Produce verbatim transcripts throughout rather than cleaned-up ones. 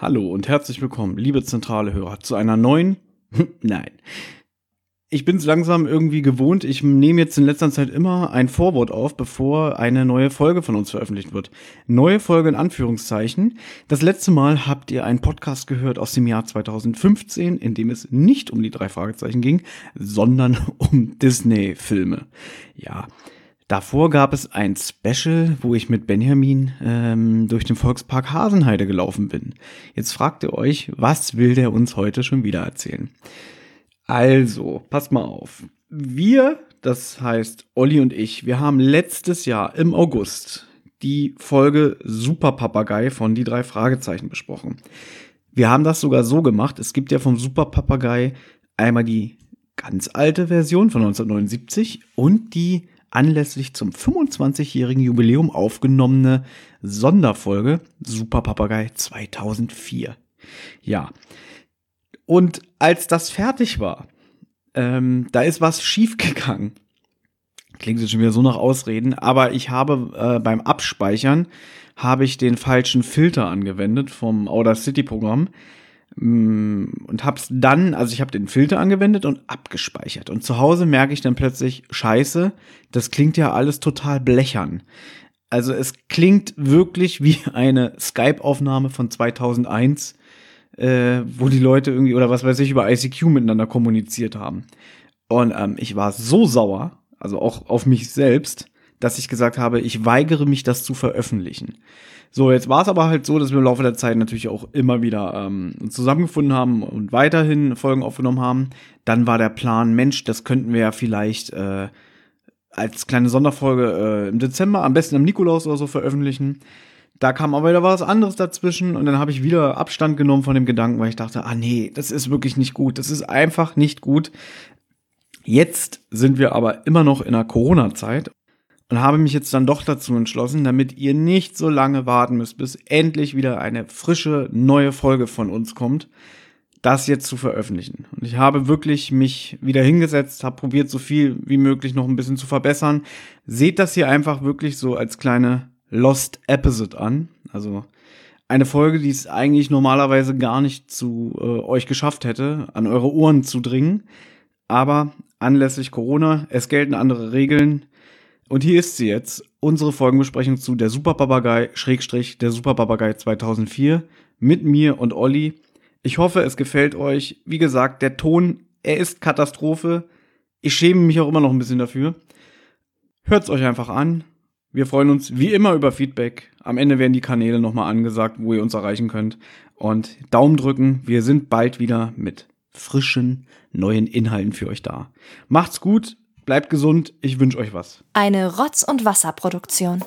Hallo und herzlich willkommen, liebe zentrale Hörer, zu einer neuen, nein, ich bin es langsam irgendwie gewohnt, ich nehme jetzt in letzter Zeit immer ein Vorwort auf, bevor eine neue Folge von uns veröffentlicht wird. Neue Folge in Anführungszeichen. Das letzte Mal habt ihr einen Podcast gehört aus dem Jahr zweitausendfünfzehn, in dem es nicht um die drei Fragezeichen ging, sondern um Disney-Filme. Ja. Davor gab es ein Special, wo ich mit Benjamin ähm, durch den Volkspark Hasenheide gelaufen bin. Jetzt fragt ihr euch, was will der uns heute schon wieder erzählen? Also, passt mal auf. Wir, das heißt Olli und ich, wir haben letztes Jahr im August die Folge Super Papagei von Die drei Fragezeichen besprochen. Wir haben das sogar so gemacht, es gibt ja vom Super Papagei einmal die ganz alte Version von neunzehnhundertneunundsiebzig und die anlässlich zum fünfundzwanzigjährigen Jubiläum aufgenommene Sonderfolge Super Papagei zweitausendvier. Ja, und als das fertig war, ähm, da ist was schiefgegangen. Klingt jetzt schon wieder so nach Ausreden, aber ich habe äh, beim Abspeichern habe ich den falschen Filter angewendet vom Audacity-Programm. Und hab's dann, also ich habe den Filter angewendet und abgespeichert. Und zu Hause merke ich dann plötzlich, scheiße, das klingt ja alles total blechern. Also es klingt wirklich wie eine Skype-Aufnahme von zweitausendeins, äh, wo die Leute irgendwie, oder was weiß ich, über I C Q miteinander kommuniziert haben. Und ähm, ich war so sauer, also auch auf mich selbst, dass ich gesagt habe, ich weigere mich, das zu veröffentlichen. So, jetzt war es aber halt so, dass wir im Laufe der Zeit natürlich auch immer wieder ähm, zusammengefunden haben und weiterhin Folgen aufgenommen haben. Dann war der Plan, Mensch, das könnten wir ja vielleicht äh, als kleine Sonderfolge äh, im Dezember, am besten am Nikolaus oder so veröffentlichen. Da kam aber wieder was anderes dazwischen und dann habe ich wieder Abstand genommen von dem Gedanken, weil ich dachte, ah nee, das ist wirklich nicht gut, das ist einfach nicht gut. Jetzt sind wir aber immer noch in der Corona-Zeit. Und habe mich jetzt dann doch dazu entschlossen, damit ihr nicht so lange warten müsst, bis endlich wieder eine frische, neue Folge von uns kommt, das jetzt zu veröffentlichen. Und ich habe wirklich mich wieder hingesetzt, habe probiert, so viel wie möglich noch ein bisschen zu verbessern. Seht das hier einfach wirklich so als kleine Lost Episode an. Also eine Folge, die es eigentlich normalerweise gar nicht zu äh, euch geschafft hätte, an eure Ohren zu dringen. Aber anlässlich Corona, es gelten andere Regeln. Und hier ist sie jetzt, unsere Folgenbesprechung zu der Super Papagei, Schrägstrich, der Super Papagei zweitausendvier mit mir und Olli. Ich hoffe, es gefällt euch. Wie gesagt, der Ton, er ist Katastrophe. Ich schäme mich auch immer noch ein bisschen dafür. Hört's euch einfach an. Wir freuen uns wie immer über Feedback. Am Ende werden die Kanäle nochmal angesagt, wo ihr uns erreichen könnt. Und Daumen drücken, wir sind bald wieder mit frischen, neuen Inhalten für euch da. Macht's gut. Bleibt gesund, ich wünsche euch was. Eine Rotz- und Wasserproduktion.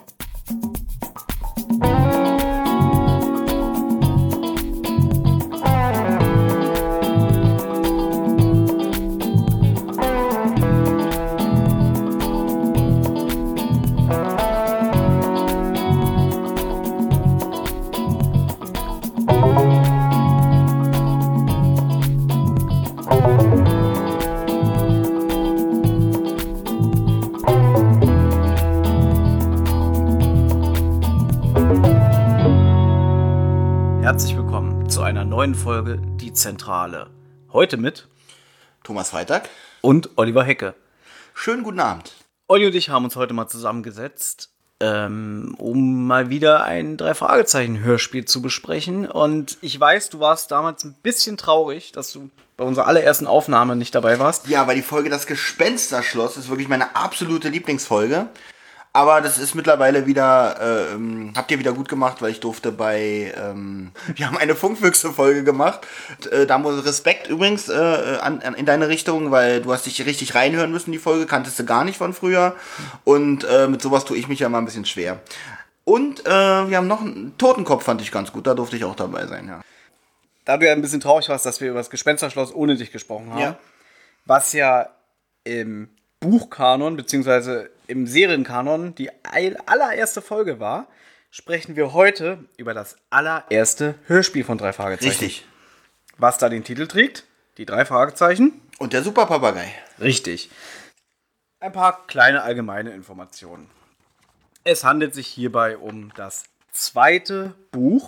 Herzlich willkommen zu einer neuen Folge Die Zentrale. Heute mit Thomas Freitag und Oliver Hecke. Schönen guten Abend. Olli und ich haben uns heute mal zusammengesetzt, ähm, um mal wieder ein Drei-Fragezeichen-Hörspiel zu besprechen. Und ich weiß, du warst damals ein bisschen traurig, dass du bei unserer allerersten Aufnahme nicht dabei warst. Ja, weil die Folge Das Gespensterschloss ist wirklich meine absolute Lieblingsfolge. Aber das ist mittlerweile wieder, ähm, habt ihr wieder gut gemacht, weil ich durfte bei, ähm, wir haben eine Funkfüchse-Folge gemacht. Und, äh, da muss Respekt übrigens äh, an, an, in deine Richtung, weil du hast dich richtig reinhören müssen, die Folge, kanntest du gar nicht von früher. Und äh, mit sowas tue ich mich ja mal ein bisschen schwer. Und äh, wir haben noch einen Totenkopf, fand ich ganz gut, da durfte ich auch dabei sein, ja. Da du ja ein bisschen traurig warst, dass wir über das Gespensterschloss ohne dich gesprochen haben, Ja. was ja im Buchkanon, beziehungsweise im Serienkanon die allererste Folge war, sprechen wir heute über das allererste Hörspiel von Drei Fragezeichen. Richtig. Was da den Titel trägt? Die Drei Fragezeichen. Und der Super Papagei. Richtig. Ein paar kleine allgemeine Informationen. Es handelt sich hierbei um das zweite Buch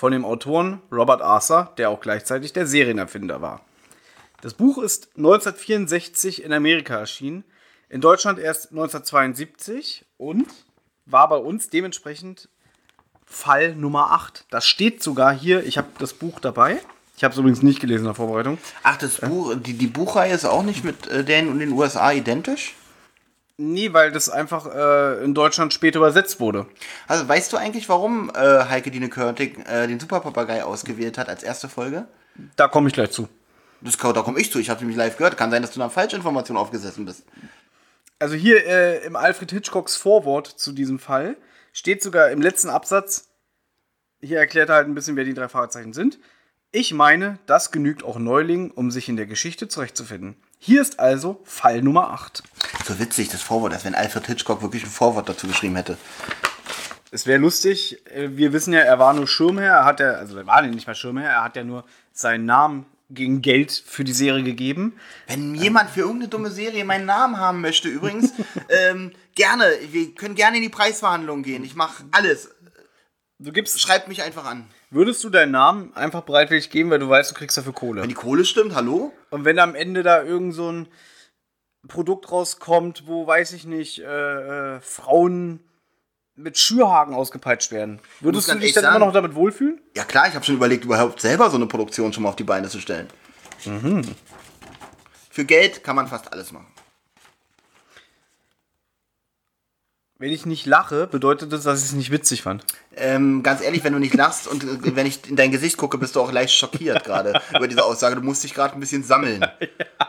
von dem Autoren Robert Arthur, der auch gleichzeitig der Serienerfinder war. Das Buch ist neunzehnhundertvierundsechzig in Amerika erschienen, in Deutschland erst neunzehnhundertzweiundsiebzig und war bei uns dementsprechend Fall Nummer acht. Das steht sogar hier, ich habe das Buch dabei. Ich habe es übrigens nicht gelesen in der Vorbereitung. Ach, das Buch, die, die Buchreihe ist auch nicht mit äh, der in den U S A identisch? Nee, weil das einfach äh, in Deutschland später übersetzt wurde. Also weißt du eigentlich, warum äh, Heike Dine Körting äh, den Superpapagei ausgewählt hat als erste Folge? Da komme ich gleich zu. Das, da komme ich zu, ich habe nämlich live gehört. Kann sein, dass du nach Falschinformationen aufgesessen bist. Also hier äh, im Alfred Hitchcocks Vorwort zu diesem Fall steht sogar im letzten Absatz, hier erklärt er halt ein bisschen, wer die drei Fragezeichen sind. Ich meine, das genügt auch Neulingen, um sich in der Geschichte zurechtzufinden. Hier ist also Fall Nummer acht. So witzig, das Vorwort, als wenn Alfred Hitchcock wirklich ein Vorwort dazu geschrieben hätte. Es wäre lustig, wir wissen ja, er war nur Schirmherr, er hat ja, also er war nicht mal Schirmherr, er hat ja nur seinen Namen gegen Geld für die Serie gegeben. Wenn jemand für irgendeine dumme Serie meinen Namen haben möchte, übrigens, ähm, gerne, wir können gerne in die Preisverhandlungen gehen. Ich mache alles. Du gibst, Schreibt mich einfach an. Würdest du deinen Namen einfach bereitwillig geben, weil du weißt, du kriegst dafür Kohle? Wenn die Kohle stimmt, hallo? Und wenn am Ende da irgend so ein Produkt rauskommt, wo, weiß ich nicht, äh, äh, Frauen mit Schürhaken ausgepeitscht werden, würdest du dich dann sagen, immer noch damit wohlfühlen? Ja klar, ich habe schon überlegt, überhaupt selber so eine Produktion schon mal auf die Beine zu stellen. Mhm. Für Geld kann man fast alles machen. Wenn ich nicht lache, bedeutet das, dass ich es nicht witzig fand. Ähm, ganz ehrlich, wenn du nicht lachst und äh, wenn ich in dein Gesicht gucke, bist du auch leicht schockiert gerade über diese Aussage. Du musst dich gerade ein bisschen sammeln. Ja.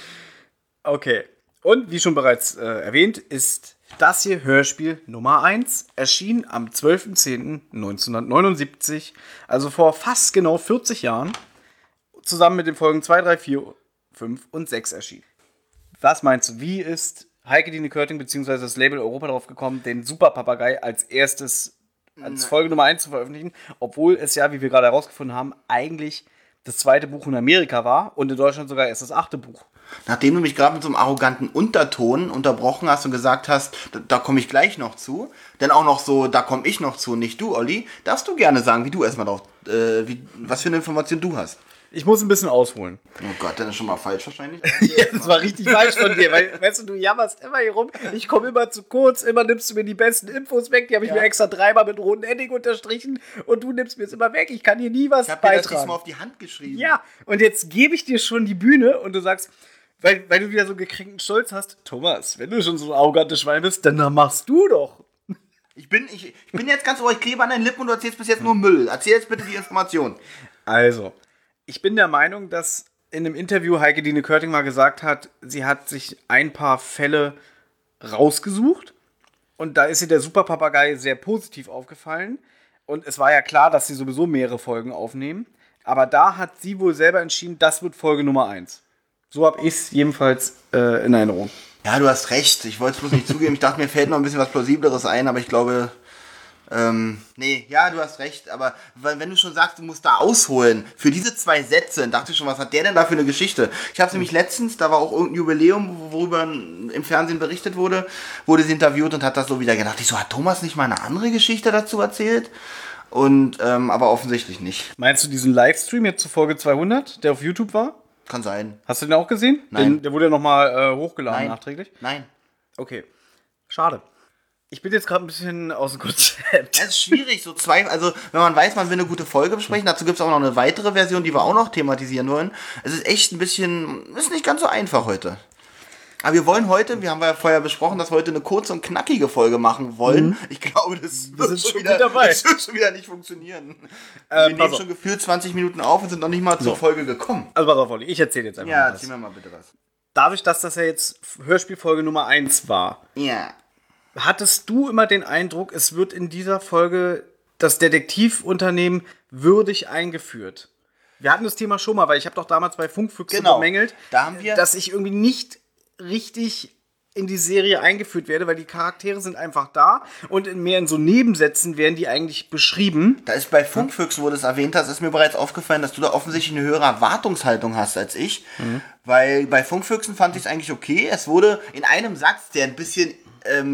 Okay. Und wie schon bereits äh, erwähnt, ist das hier Hörspiel Nummer eins, erschien am zwölfter zehnter neunzehnhundertneunundsiebzig, also vor fast genau vierzig Jahren, zusammen mit den Folgen zwei, drei, vier, fünf und sechs erschienen. Was meinst du, wie ist Heike Dine Körting bzw. das Label Europa darauf gekommen, den Superpapagei als erstes, als Folge Nummer eins zu veröffentlichen, obwohl es ja, wie wir gerade herausgefunden haben, eigentlich das zweite Buch in Amerika war und in Deutschland sogar erst das achte Buch. Nachdem du mich gerade mit so einem arroganten Unterton unterbrochen hast und gesagt hast, da, da komme ich gleich noch zu, denn auch noch so, da komme ich noch zu, nicht du, Olli, darfst du gerne sagen, wie du erstmal drauf, äh, wie, was für eine Information du hast. Ich muss ein bisschen ausholen. Oh Gott, dann ist schon mal falsch wahrscheinlich. Ja, das war richtig falsch von dir, weil, weißt du, du jammerst immer hier rum, ich komme immer zu kurz, immer nimmst du mir die besten Infos weg, die habe ich ja. mir extra dreimal mit roten Edding unterstrichen und du nimmst mir es immer weg, ich kann hier nie was ich hab beitragen. Ich habe dir das diesmal auf die Hand geschrieben. Ja, und jetzt gebe ich dir schon die Bühne und du sagst, weil, weil du wieder so gekränkten Stolz hast, Thomas, wenn du schon so ein arrogantes Schwein bist, dann machst du doch. Ich bin, ich, ich bin jetzt ganz ohr, ich klebe an deinen Lippen und du erzählst bis jetzt nur Müll. Erzähl jetzt bitte die Information. Also, ich bin der Meinung, dass in einem Interview Heike Dine Körting mal gesagt hat, sie hat sich ein paar Fälle rausgesucht und da ist ihr der Superpapagei sehr positiv aufgefallen und es war ja klar, dass sie sowieso mehrere Folgen aufnehmen, aber da hat sie wohl selber entschieden, das wird Folge Nummer eins. So habe ich es jedenfalls äh, in Erinnerung. Ja, du hast recht, ich wollte es bloß nicht zugeben, ich dachte, mir fällt noch ein bisschen was Plausibleres ein, aber ich glaube... Ähm, nee, ja, du hast recht, aber wenn du schon sagst, du musst da ausholen, für diese zwei Sätze, dachte ich schon, was hat der denn da für eine Geschichte? Ich habe nämlich letztens, da war auch irgendein Jubiläum, worüber im Fernsehen berichtet wurde, wurde sie interviewt und hat das so wieder gedacht. Ich so, hat Thomas nicht mal eine andere Geschichte dazu erzählt? Und, ähm, aber offensichtlich nicht. Meinst du diesen Livestream jetzt zu Folge zweihundert, der auf YouTube war? Kann sein. Hast du den auch gesehen? Nein. Den, der wurde ja nochmal äh, hochgeladen Nein. nachträglich? Nein. Okay. Schade. Ich bin jetzt gerade ein bisschen aus dem Konzept. Es ist schwierig, so zwei, also wenn man weiß, man will eine gute Folge besprechen, dazu gibt es auch noch eine weitere Version, die wir auch noch thematisieren wollen. Es ist echt ein bisschen, ist nicht ganz so einfach heute. Aber wir wollen heute, wir haben ja vorher besprochen, dass wir heute eine kurze und knackige Folge machen wollen. Mhm. Ich glaube, das wir wird, sind schon schon wieder, dabei. das wird schon wieder nicht funktionieren. Äh, wir nehmen schon gefühlt zwanzig Minuten auf und sind noch nicht mal zur so. Folge gekommen. Also pass auf, Olli, ich erzähle jetzt einfach Ja, mal was. erzähl mir mal bitte was. Dadurch, dass das ja jetzt Hörspielfolge Nummer eins war, Ja. hattest du immer den Eindruck, es wird in dieser Folge das Detektivunternehmen würdig eingeführt? Wir hatten das Thema schon mal, weil ich habe doch damals bei Funkfüchse Genau. bemängelt, Da haben wir dass ich irgendwie nicht richtig in die Serie eingeführt werde, weil die Charaktere sind einfach da und in mehr in so Nebensätzen werden die eigentlich beschrieben. Da ist bei Funkfüchsen, wo du es erwähnt hast, ist mir bereits aufgefallen, dass du da offensichtlich eine höhere Erwartungshaltung hast als ich. Mhm. Weil bei Funkfüchsen fand ich es eigentlich okay. Es wurde in einem Satz, der ein bisschen ähm,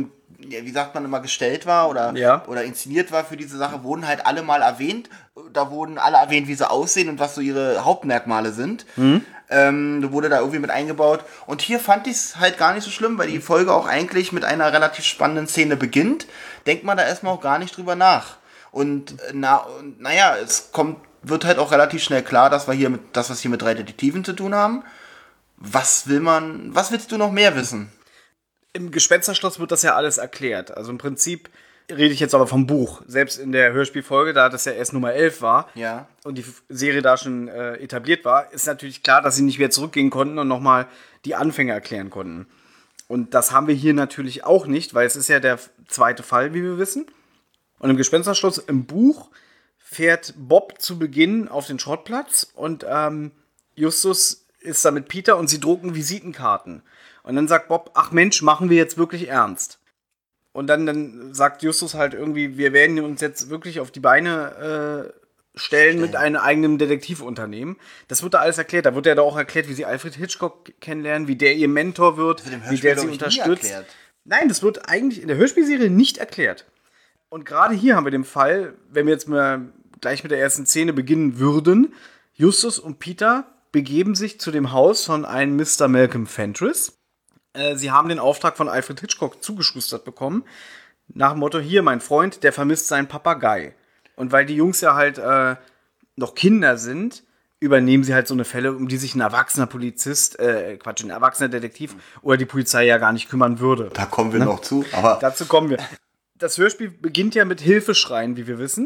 ja, wie sagt man immer, gestellt war oder, ja. oder inszeniert war für diese Sache, wurden halt alle mal erwähnt. Da wurden alle erwähnt, wie sie aussehen und was so ihre Hauptmerkmale sind. Mhm. Ähm, wurde da irgendwie mit eingebaut. Und hier fand ich es halt gar nicht so schlimm, weil die Folge auch eigentlich mit einer relativ spannenden Szene beginnt. Denkt man da erstmal auch gar nicht drüber nach. Und na, naja, es kommt, wird halt auch relativ schnell klar, dass wir hier mit, dass wir es hier mit drei Detektiven zu tun haben. Was will man, was willst du noch mehr wissen? Im Gespensterschloss wird das ja alles erklärt. Also im Prinzip rede ich jetzt aber vom Buch. Selbst in der Hörspielfolge, da das ja erst Nummer elf war ja. und die Serie da schon äh, etabliert war, ist natürlich klar, dass sie nicht wieder zurückgehen konnten und nochmal die Anfänge erklären konnten. Und das haben wir hier natürlich auch nicht, weil es ist ja der zweite Fall, wie wir wissen. Und im Gespensterschloss im Buch fährt Bob zu Beginn auf den Schrottplatz und ähm, Justus ist da mit Peter und sie drucken Visitenkarten. Und dann sagt Bob, ach Mensch, machen wir jetzt wirklich ernst. Und dann, dann sagt Justus halt irgendwie, wir werden uns jetzt wirklich auf die Beine äh, stellen mit einem eigenen Detektivunternehmen. Das wird da alles erklärt. Da wird ja da auch erklärt, wie sie Alfred Hitchcock kennenlernen, wie der ihr Mentor wird, wie der sie unterstützt. Nein, das wird eigentlich in der Hörspielserie nicht erklärt. Und gerade hier haben wir den Fall, wenn wir jetzt mal gleich mit der ersten Szene beginnen würden, Justus und Peter begeben sich zu dem Haus von einem Mister Malcolm Fentress. Äh, sie haben den Auftrag von Alfred Hitchcock zugeschustert bekommen. Nach dem Motto, hier, mein Freund, der vermisst seinen Papagei. Und weil die Jungs ja halt äh, noch Kinder sind, übernehmen sie halt so eine Fälle, um die sich ein erwachsener Polizist, äh, Quatsch, ein erwachsener Detektiv oder die Polizei ja gar nicht kümmern würde. Da kommen wir ne? noch zu, aber... Dazu kommen wir. Das Hörspiel beginnt ja mit Hilfeschreien, wie wir wissen.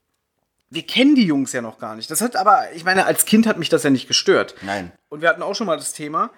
Wir kennen die Jungs ja noch gar nicht. Das hat aber, ich meine, als Kind hat mich das ja nicht gestört. Nein. Und wir hatten auch schon mal das Thema,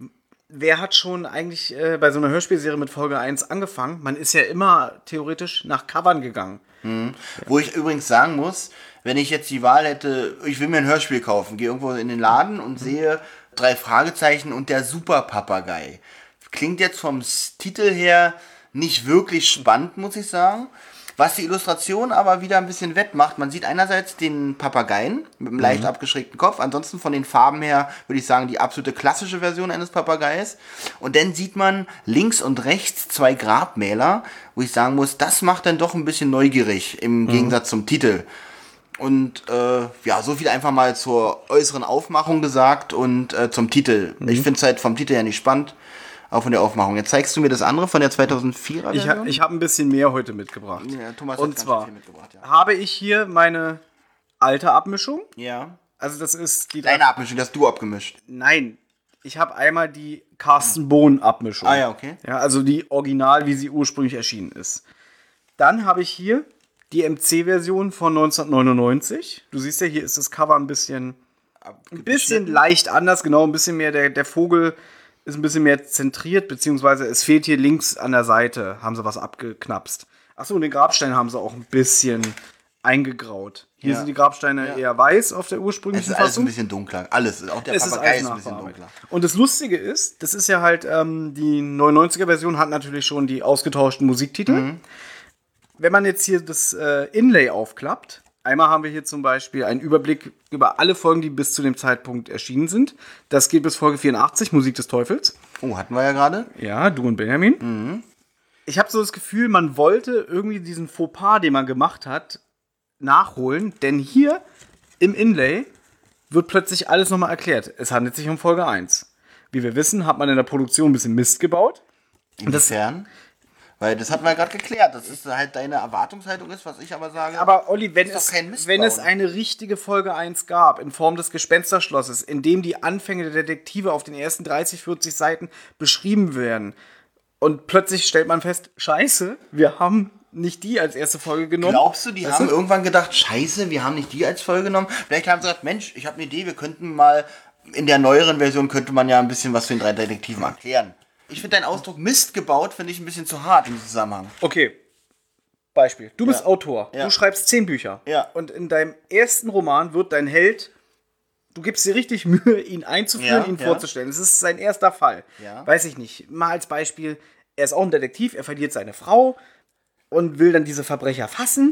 wer hat schon eigentlich äh, bei so einer Hörspielserie mit Folge eins angefangen? Man ist ja immer theoretisch nach Covern gegangen. Mhm. Ja. Wo ich übrigens sagen muss, wenn ich jetzt die Wahl hätte, ich will mir ein Hörspiel kaufen, gehe irgendwo in den Laden und mhm. sehe drei Fragezeichen und der Superpapagei. Klingt jetzt vom Titel her nicht wirklich spannend, muss ich sagen. Was die Illustration aber wieder ein bisschen wettmacht, man sieht einerseits den Papageien mit einem leicht mhm. abgeschrägten Kopf, ansonsten von den Farben her würde ich sagen die absolute klassische Version eines Papageis. Und dann sieht man links und rechts zwei Grabmäler, wo ich sagen muss, das macht dann doch ein bisschen neugierig im mhm. Gegensatz zum Titel. Und äh, ja, so viel einfach mal zur äußeren Aufmachung gesagt und äh, zum Titel. Mhm. Ich finde es halt vom Titel her nicht spannend. Auch von der Aufmachung. Jetzt zeigst du mir das andere von der zweitausendvierer Ich, ha, ich habe ein bisschen mehr heute mitgebracht. Ja, Thomas und hat zwar ganz viel mitgebracht, ja. habe ich hier meine alte Abmischung. Ja. Also das ist die... Deine Abmischung, das hast du abgemischt. Nein, ich habe einmal die Carsten Bohn Abmischung. Ah ja, okay. Ja, also die Original, wie sie ursprünglich erschienen ist. Dann habe ich hier die M C-Version von neunzehnhundertneunundneunzig. Du siehst ja, hier ist das Cover ein bisschen, ein bisschen leicht anders, genau, ein bisschen mehr der, der Vogel... ist ein bisschen mehr zentriert, beziehungsweise es fehlt hier links an der Seite, haben sie was abgeknapst. Achso, und den Grabstein haben sie auch ein bisschen eingegraut. Hier ja. sind die Grabsteine ja. eher weiß auf der ursprünglichen Fassung. Es ist alles ein bisschen dunkler. Alles, auch der es Papagei ist, ist ein bisschen dunkler. Und das Lustige ist, das ist ja halt, ähm, die neunundneunziger-Version hat natürlich schon die ausgetauschten Musiktitel. Mhm. Wenn man jetzt hier das äh, Inlay aufklappt, einmal haben wir hier zum Beispiel einen Überblick über alle Folgen, die bis zu dem Zeitpunkt erschienen sind. Das geht bis Folge vierundachtzig, Musik des Teufels. Oh, hatten wir ja gerade. Ja, du und Benjamin. Mhm. Ich habe so das Gefühl, man wollte irgendwie diesen Fauxpas, den man gemacht hat, nachholen. Denn hier im Inlay wird plötzlich alles nochmal erklärt. Es handelt sich um Folge eins. Wie wir wissen, hat man in der Produktion ein bisschen Mist gebaut. Inwiefern? Weil das hatten wir ja gerade geklärt, dass es halt deine Erwartungshaltung ist, was ich aber sage. Aber Olli, wenn, es, wenn es eine richtige Folge eins gab, in Form des Gespensterschlosses, in dem die Anfänge der Detektive auf den ersten dreißig, vierzig Seiten beschrieben werden und plötzlich stellt man fest, scheiße, wir haben nicht die als erste Folge genommen. Glaubst du, die weißt haben du? irgendwann gedacht, scheiße, wir haben nicht die als Folge genommen? Vielleicht haben sie gesagt, Mensch, ich habe eine Idee, wir könnten mal, in der neueren Version könnte man ja ein bisschen was für den drei Detektiven erklären. Ich finde deinen Ausdruck Mist gebaut, finde ich ein bisschen zu hart im Zusammenhang. Okay. Beispiel. Du bist ja. Autor. Ja. Du schreibst zehn Bücher. Ja. Und in deinem ersten Roman wird dein Held, du gibst dir richtig Mühe, ihn einzuführen, ja, ihn ja. vorzustellen. Das ist sein erster Fall. Ja. Weiß ich nicht. Mal als Beispiel, er ist auch ein Detektiv, er verliert seine Frau und will dann diese Verbrecher fassen.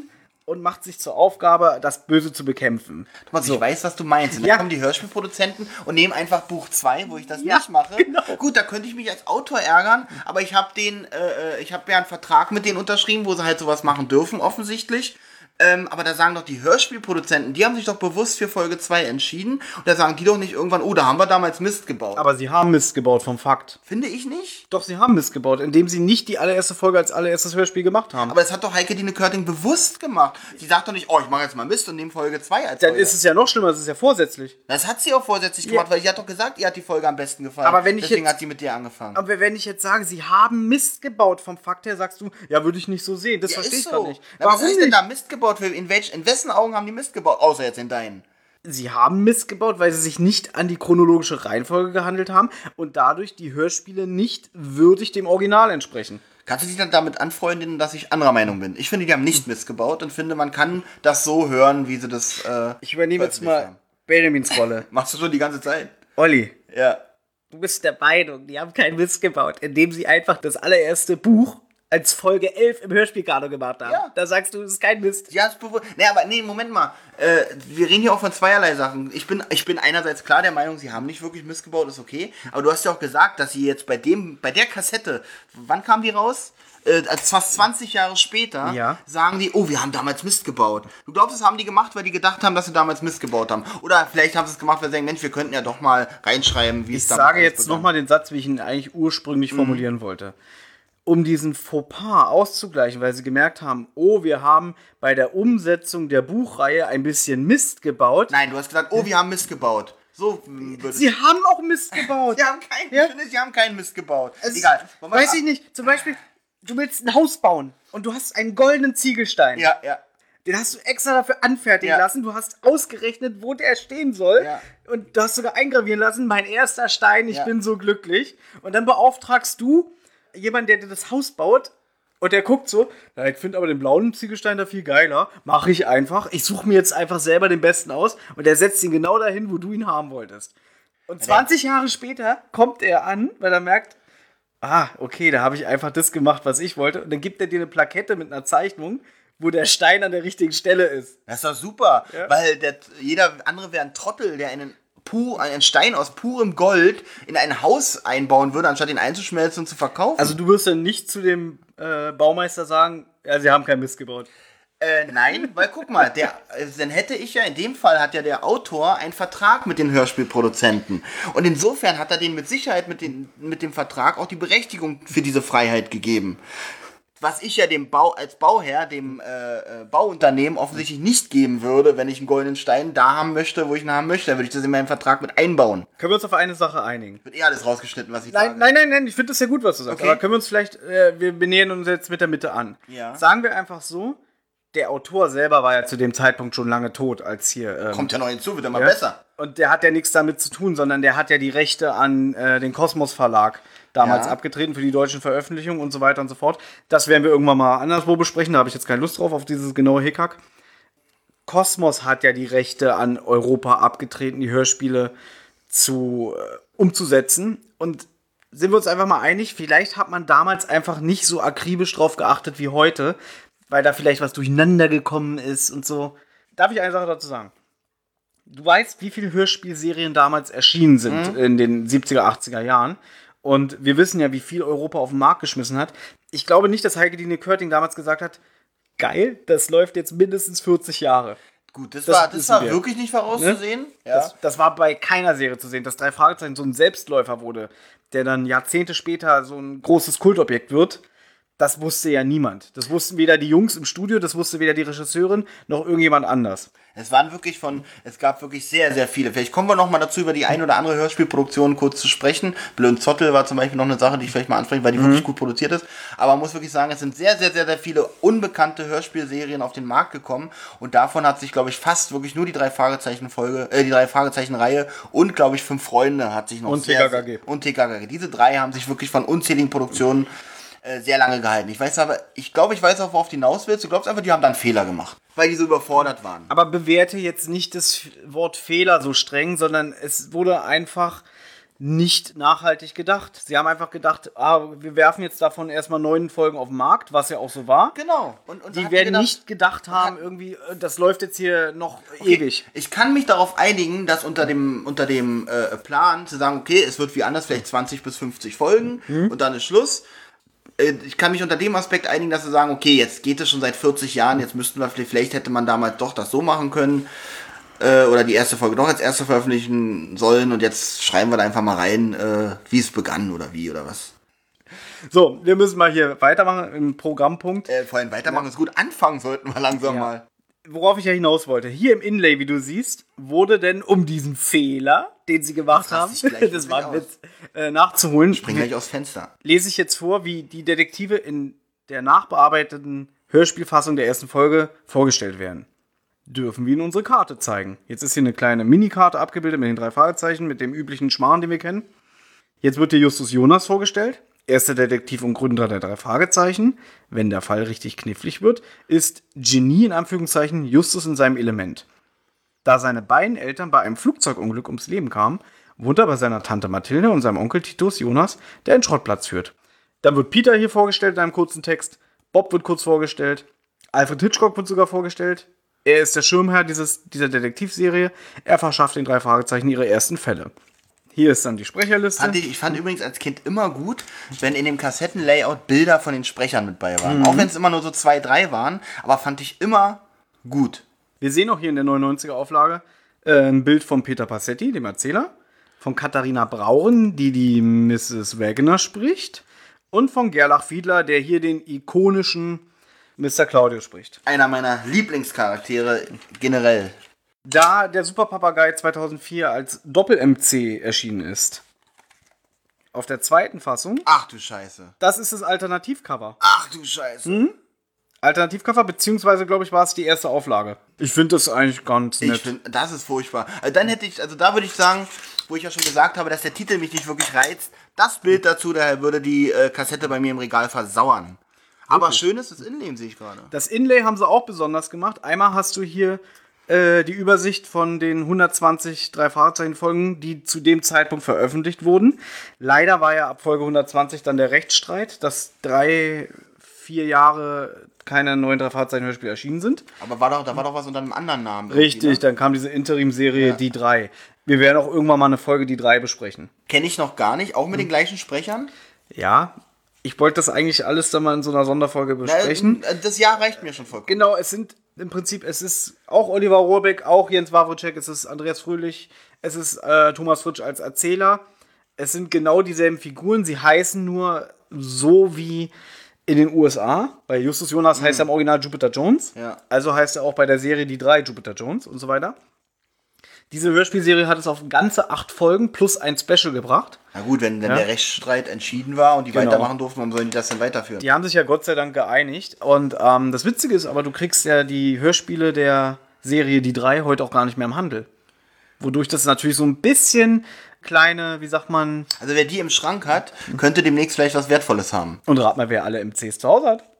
und macht sich zur Aufgabe, das Böse zu bekämpfen. Thomas, So. ich weiß, was du meinst. Und dann Ja. kommen die Hörspielproduzenten und nehmen einfach Buch zwei, wo ich das Ja, nicht mache. genau. Gut, da könnte ich mich als Autor ärgern, aber ich habe den, äh, ich habe ja einen Vertrag mit denen unterschrieben, wo sie halt sowas machen dürfen, offensichtlich. Ähm, aber da sagen doch die Hörspielproduzenten, die haben sich doch bewusst für Folge zwei entschieden. Und da sagen die doch nicht irgendwann, oh, da haben wir damals Mist gebaut. Aber sie haben Mist gebaut vom Fakt. Finde ich nicht. Doch, sie haben Mist gebaut, indem sie nicht die allererste Folge als allererstes Hörspiel gemacht haben. Aber das hat doch Heike Dine Körting bewusst gemacht. Sie sagt doch nicht, oh, ich mache jetzt mal Mist und nehme Folge zwei als Dann Folge. ist es ja noch schlimmer, es ist ja vorsätzlich. Das hat sie auch vorsätzlich gemacht, weil sie hat doch gesagt, ihr hat die Folge am besten gefallen. Aber wenn ich Deswegen jetzt- hat sie mit dir angefangen. Aber wenn ich jetzt sage, sie haben Mist gebaut vom Fakt her, sagst du, ja, würde ich nicht so sehen. Das Ja, verstehe ist ich so. gar nicht. Na, Warum was heißt denn nicht? da Mist gebaut? Für, in, welch, in wessen Augen haben die Mist gebaut? Außer jetzt in deinen. Sie haben Mist gebaut, weil sie sich nicht an die chronologische Reihenfolge gehandelt haben und dadurch die Hörspiele nicht würdig dem Original entsprechen. Kannst du dich dann damit anfreunden, dass ich anderer Meinung bin? Ich finde, die haben nicht Mist gebaut und finde, man kann das so hören, wie sie das. Äh, Ich übernehme jetzt veröffentlicht mal haben. Benjamins Rolle. Machst du schon die ganze Zeit? Olli, Ja. du bist der Meinung, die haben keinen Mist gebaut, indem sie einfach das allererste Buch als Folge elf im Hörspielkanon gemacht haben. Ja. Da sagst du, das ist kein Mist. Ja, ist bewusst. Nee, aber nee, Moment mal. Äh, wir reden hier auch von zweierlei Sachen. Ich bin, ich bin einerseits klar der Meinung, sie haben nicht wirklich Mist gebaut, ist okay. Aber du hast ja auch gesagt, dass sie jetzt bei dem, bei der Kassette, wann kam die raus? Äh, fast zwanzig Jahre später, Ja. sagen die, oh, wir haben damals Mist gebaut. Du glaubst, das haben die gemacht, weil die gedacht haben, dass sie damals Mist gebaut haben. Oder vielleicht haben sie es gemacht, weil sie sagen, Mensch, wir könnten ja doch mal reinschreiben, wie Ich es damals sage alles jetzt begann. nochmal den Satz, wie ich ihn eigentlich ursprünglich formulieren wollte. Um diesen Fauxpas auszugleichen, weil sie gemerkt haben, oh, wir haben bei der Umsetzung der Buchreihe ein bisschen Mist gebaut. Nein, du hast gesagt, oh, wir haben Mist gebaut. So würde Sie haben auch Mist gebaut. Sie haben keinen, Ja. ich finde, sie haben keinen Mist gebaut. Es- Egal. Wollen wir- Weiß ich nicht. Zum Beispiel, du willst ein Haus bauen und du hast einen goldenen Ziegelstein. Ja, ja. Den hast du extra dafür anfertigen Ja. lassen. Du hast ausgerechnet, wo der stehen soll. Ja. Und du hast sogar eingravieren lassen, mein erster Stein, ich Ja. bin so glücklich. Und dann beauftragst du jemanden, der dir das Haus baut. Und der guckt so, ja, ich finde aber den blauen Ziegelstein da viel geiler. Mache ich einfach. Ich suche mir jetzt einfach selber den besten aus. Und der setzt ihn genau dahin, wo du ihn haben wolltest. Und zwanzig Jahre später kommt er an, weil er merkt, ah, okay, da habe ich einfach das gemacht, was ich wollte. Und dann gibt er dir eine Plakette mit einer Zeichnung, wo der Stein an der richtigen Stelle ist. Das ist doch super, Ja. weil der, jeder andere wäre ein Trottel, der einen, pur, einen Stein aus purem Gold in ein Haus einbauen würde, anstatt ihn einzuschmelzen und zu verkaufen. Also du wirst dann nicht zu dem äh, Baumeister sagen, ja, sie haben keinen Mist gebaut. Äh, nein, weil guck mal, der, äh, dann hätte ich ja, in dem Fall hat ja der Autor einen Vertrag mit den Hörspielproduzenten. Und insofern hat er denen mit Sicherheit mit, den, mit dem Vertrag auch die Berechtigung für diese Freiheit gegeben. Was ich ja dem Bau, als Bauherr, dem äh, äh, Bauunternehmen offensichtlich nicht geben würde, wenn ich einen goldenen Stein da haben möchte, wo ich ihn haben möchte, dann würde ich das in meinen Vertrag mit einbauen. Können wir uns auf eine Sache einigen? Wird eh alles rausgeschnitten, was ich Nein, sage. nein, nein, nein, ich finde das ja gut, was du sagst. Okay. Aber können wir uns vielleicht, äh, wir nähern uns jetzt mit der Mitte an. Ja. Sagen wir einfach so, der Autor selber war ja zu dem Zeitpunkt schon lange tot, als hier... Ähm, Kommt ja noch hinzu, wird immer ja? besser. Und der hat ja nichts damit zu tun, sondern der hat ja die Rechte an äh, den Kosmos Verlag damals Ja. abgetreten für die deutschen Veröffentlichungen und so weiter und so fort. Das werden wir irgendwann mal anderswo besprechen, da habe ich jetzt keine Lust drauf, auf dieses genaue Hickhack. Kosmos hat ja die Rechte an Europa abgetreten, die Hörspiele zu, äh, umzusetzen. Und sind wir uns einfach mal einig, vielleicht hat man damals einfach nicht so akribisch drauf geachtet wie heute, weil da vielleicht was durcheinander gekommen ist und so. Darf ich eine Sache dazu sagen? Du weißt, wie viele Hörspielserien damals erschienen sind in den siebziger, achtziger Jahren. Und wir wissen ja, wie viel Europa auf den Markt geschmissen hat. Ich glaube nicht, dass Heike Dine Körting damals gesagt hat, geil, das läuft jetzt mindestens vierzig Jahre. Gut, das, Das war, das wissen war wir. wirklich nicht vorauszusehen. Ja. Das, das war bei keiner Serie zu sehen, dass drei Fragezeichen so ein Selbstläufer wurde, der dann Jahrzehnte später so ein großes Kultobjekt wird. Das wusste ja niemand. Das wussten weder die Jungs im Studio, das wusste weder die Regisseurin, noch irgendjemand anders. Es waren wirklich von, es gab wirklich sehr, sehr viele. Vielleicht kommen wir noch mal dazu, über die ein oder andere Hörspielproduktion kurz zu sprechen. Blöd Zottel war zum Beispiel noch eine Sache, die ich vielleicht mal anspreche, weil die wirklich gut produziert ist. Aber man muss wirklich sagen, es sind sehr, sehr, sehr, sehr viele unbekannte Hörspielserien auf den Markt gekommen. Und davon hat sich, glaube ich, fast wirklich nur die drei Fragezeichen-Folge, äh, die drei Fragezeichen-Reihe und, glaube ich, fünf Freunde hat sich noch Und sehr, T K K G. Und T K K G. Diese drei haben sich wirklich von unzähligen Produktionen äh, sehr lange gehalten. Ich weiß aber, ich glaube, ich weiß auch, worauf du hinaus willst. Du glaubst einfach, die haben da einen Fehler gemacht, weil die so überfordert waren. Aber bewerte jetzt nicht das Wort Fehler so streng, sondern es wurde einfach nicht nachhaltig gedacht. Sie haben einfach gedacht, ah, wir werfen jetzt davon erstmal neun Folgen auf den Markt, was ja auch so war. Genau. Und, und Die hat werden gedacht, nicht gedacht haben, irgendwie, äh, das läuft jetzt hier noch okay, ewig. Ich kann mich darauf einigen, dass unter dem, unter dem äh, Plan zu sagen, okay, es wird wie anders, vielleicht zwanzig bis fünfzig Folgen Mhm. und dann ist Schluss. Äh, ich kann mich unter dem Aspekt einigen, dass sie sagen, okay, jetzt geht es schon seit vierzig Jahren, jetzt müssten wir, vielleicht hätte man damals doch das so machen können. Oder die erste Folge doch als erste veröffentlichen sollen und jetzt schreiben wir da einfach mal rein, äh, wie es begann oder wie oder was. So, wir müssen mal hier weitermachen im Programmpunkt. Äh, vorhin weitermachen ist gut, anfangen sollten wir langsam Ja. mal. Worauf ich ja hinaus wollte, hier im Inlay, wie du siehst, wurde denn um diesen Fehler, den sie gemacht Das haben, raste ich gleich das mit war ein aus. Witz, äh, nachzuholen, Spring gleich aufs Fenster. lese ich jetzt vor, wie die Detektive in der nachbearbeiteten Hörspielfassung der ersten Folge vorgestellt werden. Dürfen wir Ihnen unsere Karte zeigen. Jetzt ist hier eine kleine Minikarte abgebildet mit den drei Fragezeichen, mit dem üblichen Schmarrn, den wir kennen. Jetzt wird dir Justus Jonas vorgestellt. Erster Detektiv und Gründer der drei Fragezeichen. Wenn der Fall richtig knifflig wird, ist Genie in Anführungszeichen Justus in seinem Element. Da seine beiden Eltern bei einem Flugzeugunglück ums Leben kamen, wohnt er bei seiner Tante Mathilde und seinem Onkel Titus Jonas, der einen Schrottplatz führt. Dann wird Peter hier vorgestellt in einem kurzen Text. Bob wird kurz vorgestellt. Alfred Hitchcock wird sogar vorgestellt. Er ist der Schirmherr dieses, dieser Detektivserie. Er verschafft den drei Fragezeichen ihre ersten Fälle. Hier ist dann die Sprecherliste. Fand ich, ich fand übrigens als Kind immer gut, wenn in dem Kassettenlayout Bilder von den Sprechern mit bei waren. Mhm. Auch wenn es immer nur so zwei, drei waren, aber fand ich immer gut. Wir sehen auch hier in der neunundneunziger Auflage äh, ein Bild von Peter Passetti, dem Erzähler, von Katharina Brauren, die die Misses Wagner spricht, und von Gerlach Fiedler, der hier den ikonischen Mister Claudio spricht. Einer meiner Lieblingscharaktere generell. Da der Superpapagei zweitausendvier als Doppel-M C erschienen ist. Auf der zweiten Fassung, Ach du Scheiße. das ist das Alternativcover. Ach du Scheiße. Hm? Alternativcover, beziehungsweise, glaube ich, war es die erste Auflage. Ich finde das eigentlich ganz nett. Ich finde, das ist furchtbar. Also dann hätte ich, also da würde ich sagen, wo ich ja schon gesagt habe, dass der Titel mich nicht wirklich reizt, das Bild dazu, daher würde die äh, Kassette bei mir im Regal versauern. Aber Wirklich? schön ist das Inlay, sehe ich gerade. Das Inlay haben sie auch besonders gemacht. Einmal hast du hier äh, die Übersicht von den hundertzwanzig drei Fragezeichen-Folgen, die zu dem Zeitpunkt veröffentlicht wurden. Leider war ja ab Folge hundertzwanzig dann der Rechtsstreit, dass drei, vier Jahre keine neuen drei Fragezeichen-Hörspiele erschienen sind. Aber war doch, da war doch was unter einem anderen Namen. irgendwie, Richtig, ne? dann kam diese Interim-Serie Ja. Die drei. Wir werden auch irgendwann mal eine Folge Die drei besprechen. Kenne ich noch gar nicht, auch mit den gleichen Sprechern. Ja, ich wollte das eigentlich alles dann mal in so einer Sonderfolge besprechen. Na, das Jahr reicht mir schon vollkommen. Genau, es sind im Prinzip, es ist auch Oliver Rohrbeck, auch Jens Wawrczyk, es ist Andreas Fröhlich, es ist äh, Thomas Fritsch als Erzähler. Es sind genau dieselben Figuren, sie heißen nur so wie in den U S A. Bei Justus Jonas heißt er im Original Jupiter Jones. Ja. Also heißt er auch bei der Serie Die drei Jupiter Jones und so weiter. Diese Hörspielserie hat es auf ganze acht Folgen plus ein Special gebracht. Na gut, wenn, wenn Ja. der Rechtsstreit entschieden war und die Genau. weitermachen durften, warum sollen die das denn weiterführen? Die haben sich ja Gott sei Dank geeinigt. Und ähm, das Witzige ist aber, du kriegst ja die Hörspiele der Serie Die drei heute auch gar nicht mehr im Handel. Wodurch das natürlich so ein bisschen kleine, wie sagt man, Also wer die im Schrank hat, könnte demnächst vielleicht was Wertvolles haben. und rat mal, wer alle M Cs zu Hause hat.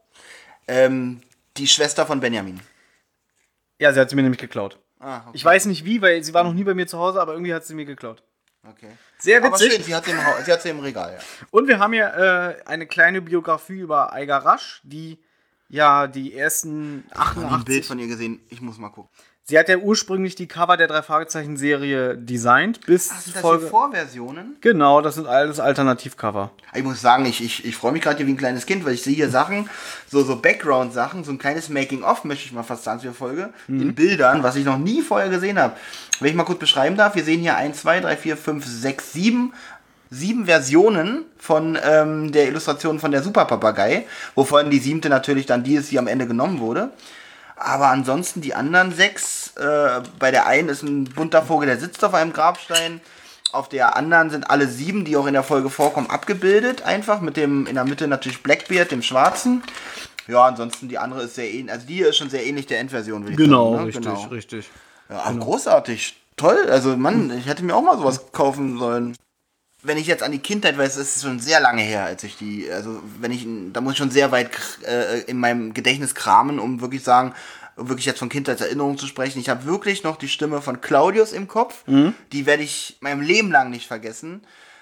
Ähm, die Schwester von Benjamin. Ja, sie hat sie mir nämlich geklaut. Ah, okay. Ich weiß nicht wie, weil sie war noch nie bei mir zu Hause, aber irgendwie hat sie mir geklaut. Okay. Sehr Aber witzig. schön, sie hat sie im, Hau- sie hat sie im Regal, ja. Und wir haben hier äh, eine kleine Biografie über Eiger Rasch, die ja die ersten Ich habe ein Bild achtundachtzig... von ihr gesehen, ich muss mal gucken. Sie hat ja ursprünglich die Cover der Drei-Fragezeichen-Serie designt, bis Ach, sind das Folge... hier Vorversionen? Genau, das sind alles Alternativcover. Ich muss sagen, ich, ich, ich freue mich gerade hier wie ein kleines Kind, weil ich sehe hier Sachen, so, so Background-Sachen, so ein kleines Making-of, möchte ich mal fast sagen, zur Folge, in Bildern, was ich noch nie vorher gesehen habe. Wenn ich mal kurz beschreiben darf, wir sehen hier eins, zwei, drei, vier, fünf, sechs, sieben, sieben Versionen von ähm, der Illustration von der Superpapagei, wovon die siebte natürlich dann die ist, die am Ende genommen wurde. Aber ansonsten die anderen sechs, äh, bei der einen ist ein bunter Vogel, der sitzt auf einem Grabstein. Auf der anderen sind alle sieben, die auch in der Folge vorkommen, abgebildet. Einfach mit dem, in der Mitte natürlich Blackbeard, dem Schwarzen. Ja, ansonsten die andere ist sehr ähnlich. Also die hier ist schon sehr ähnlich der Endversion, würde ich Genau, sagen. Ne? richtig, Genau. richtig. Ja, aber großartig. Toll. Also Mann, ich hätte mir auch mal sowas kaufen sollen. Wenn ich jetzt an die Kindheit weiß, ist es schon sehr lange her, als ich die, also wenn ich, da muss ich schon sehr weit äh, in meinem Gedächtnis kramen, um wirklich sagen, um wirklich jetzt von Kindheitserinnerungen zu sprechen. Ich habe wirklich noch die Stimme von Claudius im Kopf. Mhm. Die werde ich meinem Leben lang nicht vergessen.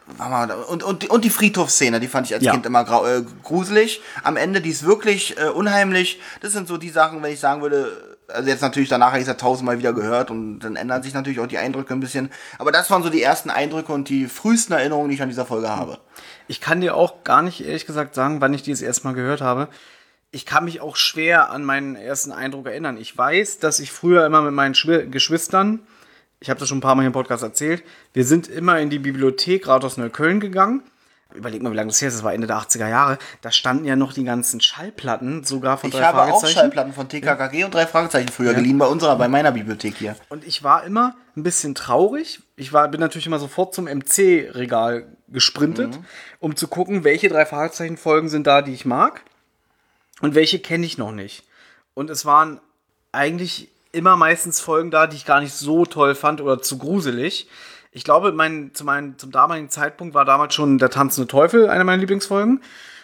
Und, und, und die Friedhofsszene, die fand ich als Ja. Kind immer grau, äh, gruselig. Am Ende, die ist wirklich äh, unheimlich. Das sind so die Sachen, wenn ich sagen würde, also jetzt natürlich danach habe ich es ja tausendmal wieder gehört und dann ändern sich natürlich auch die Eindrücke ein bisschen. Aber das waren so die ersten Eindrücke und die frühesten Erinnerungen, die ich an dieser Folge habe. Ich kann dir auch gar nicht ehrlich gesagt sagen, wann ich die das erste Mal gehört habe. Ich kann mich auch schwer an meinen ersten Eindruck erinnern. Ich weiß, dass ich früher immer mit meinen Schwi- Geschwistern, ich habe das schon ein paar Mal hier im Podcast erzählt, wir sind immer in die Bibliothek Rathaus Neukölln gegangen. Überleg mal, wie lange das her ist, das war Ende der achtziger Jahre. Da standen ja noch die ganzen Schallplatten, sogar von Ich drei habe auch Fragezeichen. Schallplatten von T K K G und drei Fragezeichen früher geliehen bei unserer, bei meiner Bibliothek hier. Und ich war immer ein bisschen traurig. Ich war, bin natürlich immer sofort zum M C-Regal gesprintet, Mhm. um zu gucken, welche drei Fragezeichen-Folgen sind da, die ich mag. Und welche kenne ich noch nicht. Und es waren eigentlich immer meistens Folgen da, die ich gar nicht so toll fand oder zu gruselig. Ich glaube, mein, zu mein, zum damaligen Zeitpunkt war damals schon Der tanzende Teufel eine meiner Lieblingsfolgen.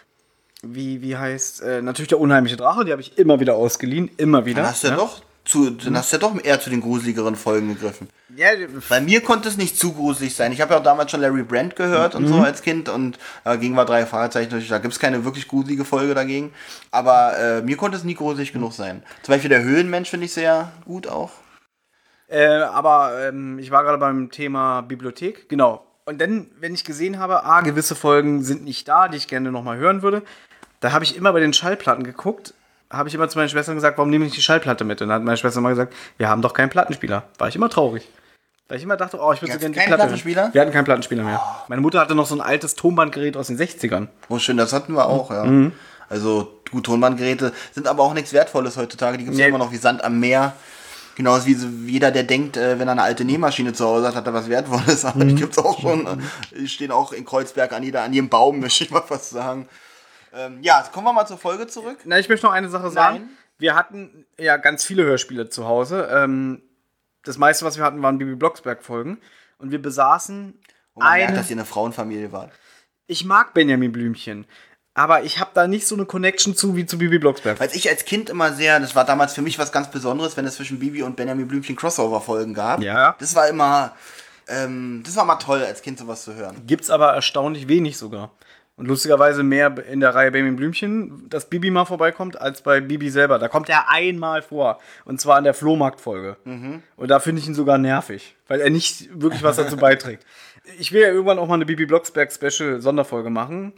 Wie, wie heißt, äh, natürlich Der unheimliche Drache, die habe ich immer wieder ausgeliehen, immer wieder. Dann hast du ja, doch zu, dann hast du ja doch eher zu den gruseligeren Folgen gegriffen. Ja, Bei mir konnte es nicht zu gruselig sein. Ich habe ja auch damals schon Larry Brand gehört und so als Kind und dagegen war drei Fragezeichen natürlich, da gibt es keine wirklich gruselige Folge dagegen. Aber äh, mir konnte es nie gruselig genug sein. Zum Beispiel Der Höhlenmensch finde ich sehr gut auch. Äh, aber ähm, ich war gerade beim Thema Bibliothek, genau. Und dann, wenn ich gesehen habe, ah, gewisse Folgen sind nicht da, die ich gerne nochmal hören würde, da habe ich immer bei den Schallplatten geguckt, habe ich immer zu meinen Schwestern gesagt, warum nehme ich nicht die Schallplatte mit? Und dann hat meine Schwester mal gesagt, wir haben doch keinen Plattenspieler. War ich immer traurig. Weil ich immer dachte, oh, ich würde so Ihr gerne hattet die keinen Platte hören. Plattenspieler? Wir hatten keinen Plattenspieler mehr. Meine Mutter hatte noch so ein altes Tonbandgerät aus den sechzigern. Oh schön, das hatten wir auch, ja. Mhm. Also gut, Tonbandgeräte sind aber auch nichts Wertvolles heutzutage. Die gibt es Nee. immer noch wie Sand am Meer. Genauso wie so jeder, der denkt, äh, wenn er eine alte Nähmaschine zu Hause hat, hat er was Wertvolles. Aber Mhm. die gibt es auch schon. äh, Die stehen auch in Kreuzberg an, jeder, an jedem Baum, möchte ich mal fast sagen. Ähm, ja, kommen wir mal zur Folge zurück. Na, ich möchte noch eine Sache sagen. Nein. Wir hatten ja ganz viele Hörspiele zu Hause. Ähm, das meiste, was wir hatten, waren Bibi Blocksberg-Folgen. Und wir besaßen Und man merkt, eine... dass ihr eine Frauenfamilie wart. Ich mag Benjamin Blümchen, aber ich habe da nicht so eine Connection zu wie zu Bibi Blocksberg. Weil ich als Kind immer sehr, das war damals für mich was ganz Besonderes, wenn es zwischen Bibi und Benjamin Blümchen Crossover-Folgen gab. Ja. Das war immer, ähm, das war mal toll, als Kind sowas zu hören. Gibt's aber erstaunlich wenig sogar. Und lustigerweise mehr in der Reihe Benjamin Blümchen, dass Bibi mal vorbeikommt, als bei Bibi selber. Da kommt er einmal vor. Und zwar in der Flohmarkt-Folge. Und da finde ich ihn sogar nervig, weil er nicht wirklich was dazu beiträgt. Ich will ja irgendwann auch mal eine Bibi Blocksberg-Special-Sonderfolge machen.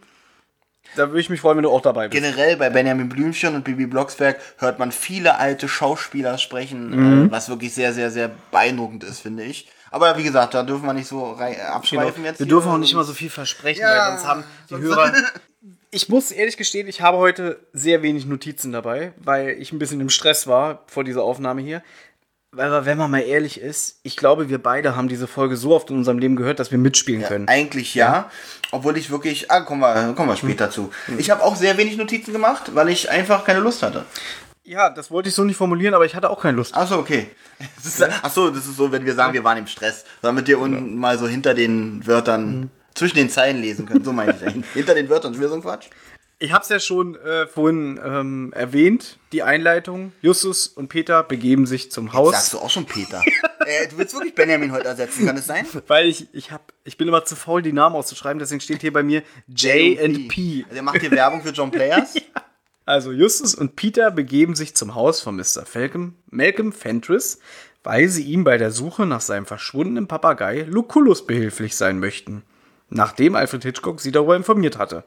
Da würde ich mich freuen, wenn du auch dabei bist. Generell bei Benjamin Blümchen und Bibi Blocksberg hört man viele alte Schauspieler sprechen, äh, was wirklich sehr, sehr, sehr beeindruckend ist, finde ich. Aber wie gesagt, da dürfen wir nicht so rei- äh, abschweifen Genau. jetzt. Wir hier. dürfen auch nicht immer so viel versprechen, Ja, weil sonst haben die sonst- Hörer... Ich muss ehrlich gestehen, ich habe heute sehr wenig Notizen dabei, weil ich ein bisschen im Stress war vor dieser Aufnahme hier. Aber wenn man mal ehrlich ist, ich glaube, wir beide haben diese Folge so oft in unserem Leben gehört, dass wir mitspielen können. Eigentlich ja, obwohl ich wirklich, ah, kommen wir, kommen wir später zu. Ich habe auch sehr wenig Notizen gemacht, weil ich einfach keine Lust hatte. Ja, das wollte ich so nicht formulieren, aber ich hatte auch keine Lust. Achso, okay. Das ist, achso, das ist so, wenn wir sagen, wir waren im Stress, damit ihr unten mal so hinter den Wörtern, zwischen den Zeilen lesen könnt. So meine ich eigentlich. Hinter den Wörtern, schon wieder so ein Quatsch. Ich habe es ja schon äh, vorhin ähm, erwähnt, die Einleitung. Justus und Peter begeben sich zum Haus. Sagst du auch schon Peter? äh, du willst wirklich Benjamin heute ersetzen, kann es sein? Weil ich, ich, hab, ich bin immer zu faul, die Namen auszuschreiben, deswegen steht hier bei mir J and P. Also, er macht hier Werbung für John Players. Also Justus und Peter begeben sich zum Haus von Mister Falcon, Malcolm Fentress, weil sie ihm bei der Suche nach seinem verschwundenen Papagei Lucullus behilflich sein möchten, nachdem Alfred Hitchcock sie darüber informiert hatte.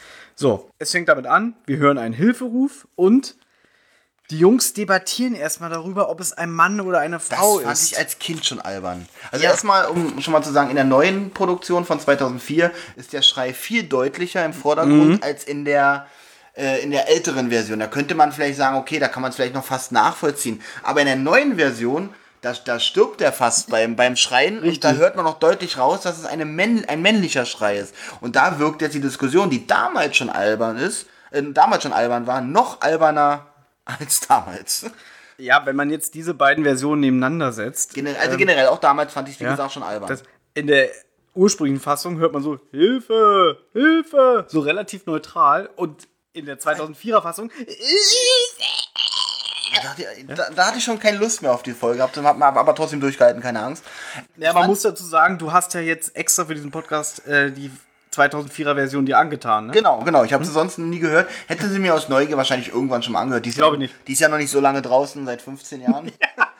So, es fängt damit an, wir hören einen Hilferuf und die Jungs debattieren erstmal darüber, ob es ein Mann oder eine Das Frau fand ist. ich als Kind schon albern. Also Ja. erstmal, um schon mal zu sagen, in der neuen Produktion von zweitausendvier ist der Schrei viel deutlicher im Vordergrund Mhm. als in der äh, in der älteren Version. Da könnte man vielleicht sagen, okay, da kann man es vielleicht noch fast nachvollziehen. Aber in der neuen Version, da, da stirbt er fast beim, beim Schreien. Und da hört man noch deutlich raus, dass es eine Männ, ein männlicher Schrei ist. Und da wirkt jetzt die Diskussion, die damals schon albern ist, äh, damals schon albern war, noch alberner als damals. Ja, wenn man jetzt diese beiden Versionen nebeneinander setzt. Gener also generell, auch damals fand ich wie Ja, gesagt, schon albern. Das, in der ursprünglichen Fassung hört man so Hilfe, Hilfe, so relativ neutral. Und in der zweitausendvierer Fassung Da, dachte ich- da, da hatte ich schon keine Lust mehr auf die Folge, hab, hab aber trotzdem durchgehalten, keine Angst. Ja, man muss dazu sagen, du hast ja jetzt extra für diesen Podcast äh, die zweitausendvierer Version dir angetan, ne? Genau, genau. Ich habe sie sonst nie gehört. Hätte sie mir aus Neugier wahrscheinlich irgendwann schon mal angehört. Die ist Glaube ja, nicht. Die ist ja noch nicht so lange draußen, seit fünfzehn Jahren.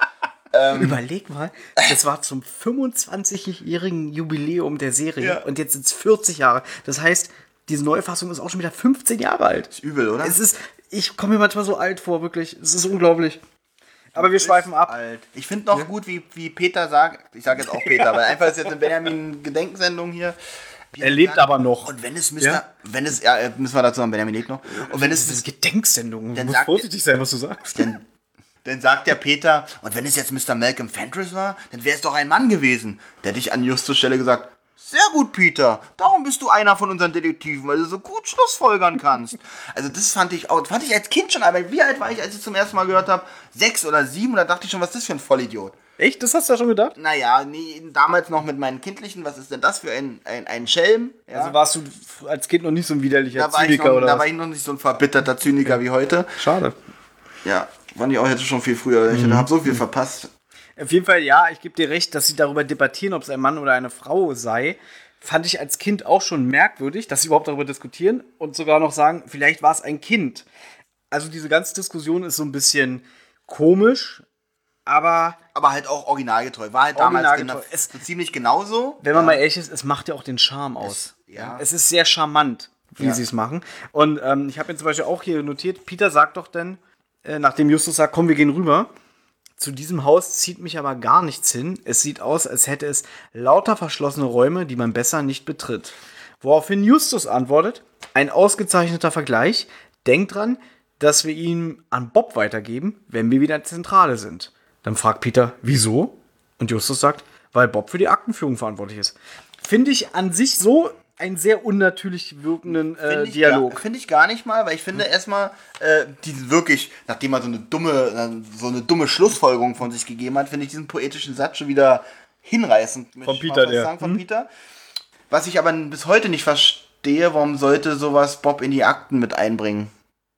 Überleg mal, das war zum fünfundzwanzigjährigen Jubiläum der Serie Ja. und jetzt sind es vierzig Jahre. Das heißt, diese neue Fassung ist auch schon wieder fünfzehn Jahre alt. Ist übel, oder? Es ist, ich komme mir manchmal so alt vor, wirklich. Es ist unglaublich. Aber wir schweifen ab. Alt. Ich finde noch gut, wie, wie Peter sagt, ich sage jetzt auch Peter, weil einfach ist jetzt eine Benjamin-Gedenksendung hier. Wie Er lebt aber noch. Und wenn es Mister Ja? wenn es, ja, müssen wir dazu sagen, Benjamin lebt noch. Und wenn es, Das ist Gedenksendung. Du Dann musst sagt- vorsichtig sein, was du sagst. dann, dann sagt der Peter, und wenn es jetzt Mister Malcolm Fenris war, dann wäre es doch ein Mann gewesen. Der hätte ich an Justus Stelle gesagt, sehr gut, Peter, darum bist du einer von unseren Detektiven, weil du so gut Schlussfolgern kannst. Also das fand ich auch, fand ich als Kind schon, aber wie alt war ich, als ich zum ersten Mal gehört habe? Sechs oder sieben, und da dachte ich schon, was ist das für ein Vollidiot? Echt? Das hast du ja schon gedacht? Naja, nee, damals noch mit meinen Kindlichen, was ist denn das für ein, ein, ein Schelm? Ja? Also warst du als Kind noch nicht so ein widerlicher da war, ich Zyniker noch, oder da was? war ich noch nicht so ein verbitterter Zyniker wie heute. Schade. Ja, fand ich auch jetzt schon viel früher. Ich habe so viel verpasst. Auf jeden Fall, ja, ich gebe dir recht, dass sie darüber debattieren, ob es ein Mann oder eine Frau sei. Fand ich als Kind auch schon merkwürdig, dass sie überhaupt darüber diskutieren und sogar noch sagen, vielleicht war es ein Kind. Also diese ganze Diskussion ist so ein bisschen komisch, aber Aber halt auch originalgetreu. War halt damals Originalgetreu. genau, so ziemlich genauso. wenn man ja. mal ehrlich ist, es macht ja auch den Charme aus. ja. Es ist sehr charmant, wie Ja. sie es machen. Und ähm, ich habe mir zum Beispiel auch hier notiert, Peter sagt doch dann, äh, nachdem Justus sagt, komm, wir gehen rüber, zu diesem Haus zieht mich aber gar nichts hin. Es sieht aus, als hätte es lauter verschlossene Räume, die man besser nicht betritt. Woraufhin Justus antwortet, ein ausgezeichneter Vergleich. Denkt dran, dass wir ihn an Bob weitergeben, wenn wir wieder in der Zentrale sind. Dann fragt Peter, wieso? Und Justus sagt, weil Bob für die Aktenführung verantwortlich ist. Finde ich an sich so einen sehr unnatürlich wirkenden äh, Finde ich, Dialog. gar- finde ich gar nicht mal, weil ich finde erstmal, äh, diesen wirklich, nachdem er so eine dumme, äh, so eine dumme Schlussfolgerung von sich gegeben hat, finde ich diesen poetischen Satz schon wieder hinreißend. möchte Von ich mal Peter, fast der. Sagen, von Peter. Was ich aber bis heute nicht verstehe, warum sollte sowas Bob in die Akten mit einbringen?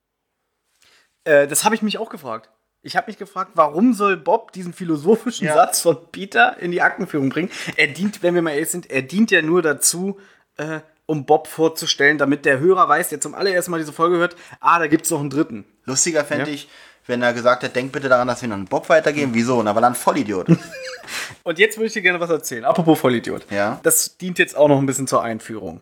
Äh, das habe ich mich auch gefragt. Ich habe mich gefragt, warum soll Bob diesen philosophischen Ja. Satz von Peter in die Aktenführung bringen? Er dient, wenn wir mal ehrlich sind, er dient ja nur dazu, äh, um Bob vorzustellen, damit der Hörer weiß, der zum allerersten Mal diese Folge hört, ah, da gibt es noch einen dritten. Lustiger fände Ja. ich, wenn er gesagt hätte, denk bitte daran, dass wir ihn an Bob weitergeben. Wieso? Na, weil er ein Vollidiot ist. Und jetzt würde ich dir gerne was erzählen. Apropos Vollidiot. Ja. Das dient jetzt auch noch ein bisschen zur Einführung.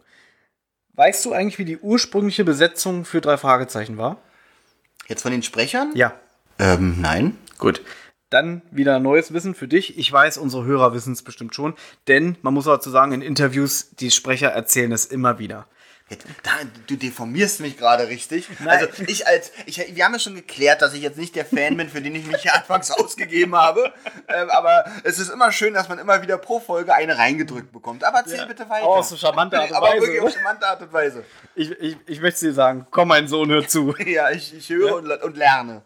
Weißt du eigentlich, wie die ursprüngliche Besetzung für drei Fragezeichen war? Jetzt von den Sprechern? Ja. Ähm, nein. Gut. Dann wieder neues Wissen für dich. Ich weiß, unsere Hörer wissen es bestimmt schon. Denn, man muss dazu sagen, in Interviews, die Sprecher erzählen es immer wieder. Jetzt, da, du deformierst mich gerade richtig. Nein. Also ich als, ich, wir haben ja schon geklärt, dass ich jetzt nicht der Fan bin, für den ich mich hier anfangs ausgegeben habe. Ähm, aber es ist immer schön, dass man immer wieder pro Folge eine reingedrückt bekommt. Aber erzähl Ja. bitte weiter. Auch auf so charmante Art und Aber Weise, wirklich auf oder? charmante Art und Weise. Ich, ich, ich möchte dir sagen, komm, mein Sohn, hör zu. Ja, ich, ich höre und, und lerne.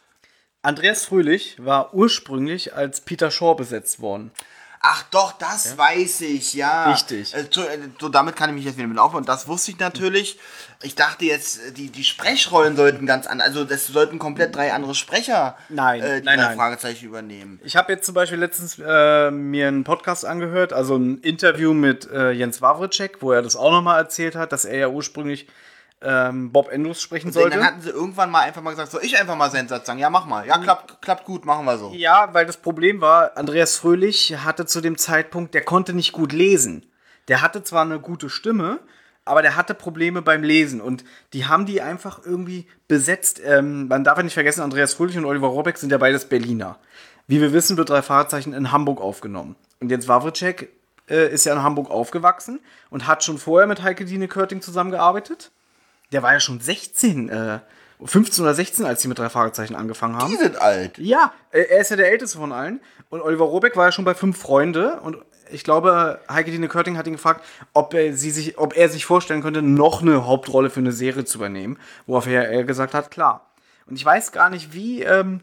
Andreas Fröhlich war ursprünglich als Peter Shaw besetzt worden. Ach doch, das weiß ich, ja. Richtig. Äh, so, äh, so, damit kann ich mich jetzt wieder mit aufbauen. Das wusste ich natürlich. Ich dachte jetzt, äh, die, die Sprechrollen sollten ganz anders, also das sollten komplett drei andere Sprecher Nein, äh, die nein, drei nein. Fragezeichen übernehmen. Ich habe jetzt zum Beispiel letztens äh, mir einen Podcast angehört, also ein Interview mit äh, Jens Wawritschek, wo er das auch nochmal erzählt hat, dass er ja ursprünglich ähm, Bob Andrews sprechen Denn sollte. dann hatten sie irgendwann mal einfach mal gesagt, soll ich einfach mal seinen Satz sagen? Ja, mach mal. Ja, klappt, klappt gut, machen wir so. Ja, weil das Problem war, Andreas Fröhlich hatte zu dem Zeitpunkt, der konnte nicht gut lesen. Der hatte zwar eine gute Stimme, aber der hatte Probleme beim Lesen und die haben die einfach irgendwie besetzt. Ähm, man darf ja nicht vergessen, Andreas Fröhlich und Oliver Rohrbeck sind ja beides Berliner. Wie wir wissen, wird drei Fragezeichen in Hamburg aufgenommen. Und Jens Wawritschek äh, ist ja in Hamburg aufgewachsen und hat schon vorher mit Heike Dine Körting zusammengearbeitet. Der war ja schon sechzehn, äh, fünfzehn oder sechzehn, als sie mit drei Fragezeichen angefangen haben. Die sind alt. Ja, äh, er ist ja der Älteste von allen. Und Oliver Rohrbeck war ja schon bei Fünf Freunde. Und ich glaube, Heike Dine Körting hat ihn gefragt, ob er, sie sich, ob er sich vorstellen könnte, noch eine Hauptrolle für eine Serie zu übernehmen. Worauf er, er gesagt hat, klar. Und ich weiß gar nicht, wie, ähm,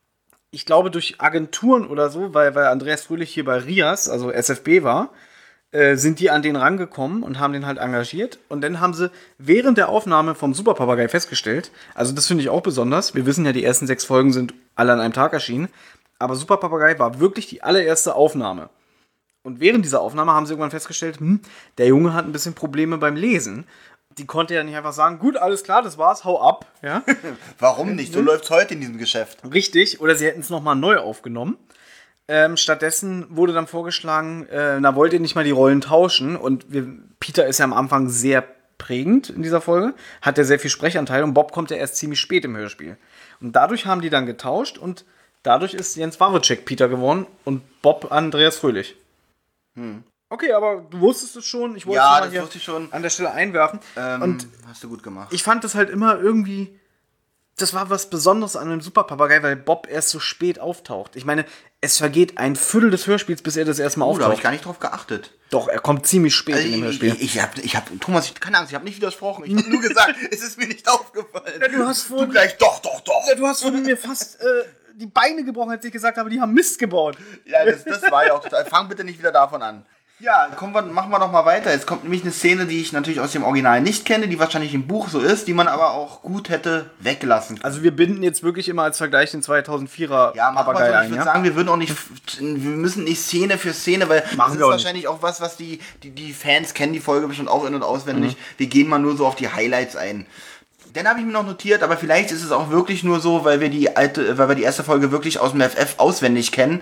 ich glaube, durch Agenturen oder so, weil, weil Andreas Fröhlich hier bei Rias, also S F B war, äh, sind die an den rangekommen und haben den halt engagiert. Und dann haben sie während der Aufnahme vom Super Papagei festgestellt, also das finde ich auch besonders, wir wissen ja, die ersten sechs Folgen sind alle an einem Tag erschienen, aber Super Papagei war wirklich die allererste Aufnahme. Und während dieser Aufnahme haben sie irgendwann festgestellt, hm, der Junge hat ein bisschen Probleme beim Lesen. Die konnte ja nicht einfach sagen, gut, alles klar, das war's, hau ab. Ja? Warum nicht? So mhm. läuft's heute in diesem Geschäft. Richtig, oder sie hätten es nochmal neu aufgenommen. Ähm, stattdessen wurde dann vorgeschlagen, äh, na, wollt ihr nicht mal die Rollen tauschen? Und wir, Peter ist ja am Anfang sehr prägend in dieser Folge, hat ja sehr viel Sprechanteil und Bob kommt ja erst ziemlich spät im Hörspiel. Und dadurch haben die dann getauscht und dadurch ist Jens Wawrczeck Peter geworden und Bob Andreas Fröhlich. Hm. Okay, aber du wusstest es schon. Ich wollte ja, es mal das hier wusste ich schon. an der Stelle einwerfen. Ähm, und hast du gut gemacht. Ich fand das halt immer irgendwie, das war was Besonderes an einem Super Papagei, weil Bob erst so spät auftaucht. Ich meine, es vergeht ein Viertel des Hörspiels, bis er das erstmal oh, auftaucht. Da habe ich gar nicht drauf geachtet. Doch, er kommt ziemlich spät also in dem ich, Hörspiel. Ich, ich habe, ich hab, Thomas, ich, keine Angst, ich habe nicht widersprochen. Ich habe nur gesagt, es ist mir nicht aufgefallen. Ja, du hast vorhin, du gleich, doch, doch, doch. Ja, du hast vorhin mir fast äh, die Beine gebrochen, als ich gesagt habe, die haben Mist gebaut. Ja, das, das war ja auch total. Fang bitte nicht wieder davon an. Ja, kommen wir, machen wir doch mal weiter. Jetzt kommt nämlich eine Szene, die ich natürlich aus dem Original nicht kenne, die wahrscheinlich im Buch so ist, die man aber auch gut hätte weglassen können. Also wir binden jetzt wirklich immer als Vergleich den zweitausendvierer ja, machen Papagei wir so. ein. Ich würde ja? sagen, wir würden auch nicht, wir müssen nicht Szene für Szene, weil machen das ist wir wahrscheinlich auch was, was die, die, die Fans kennen, die Folge bestimmt auch in- und auswendig. Mhm. Wir gehen mal nur so auf die Highlights ein. Dann habe ich mir noch notiert, aber vielleicht ist es auch wirklich nur so, weil wir die alte, weil wir die erste Folge wirklich aus dem F F auswendig kennen.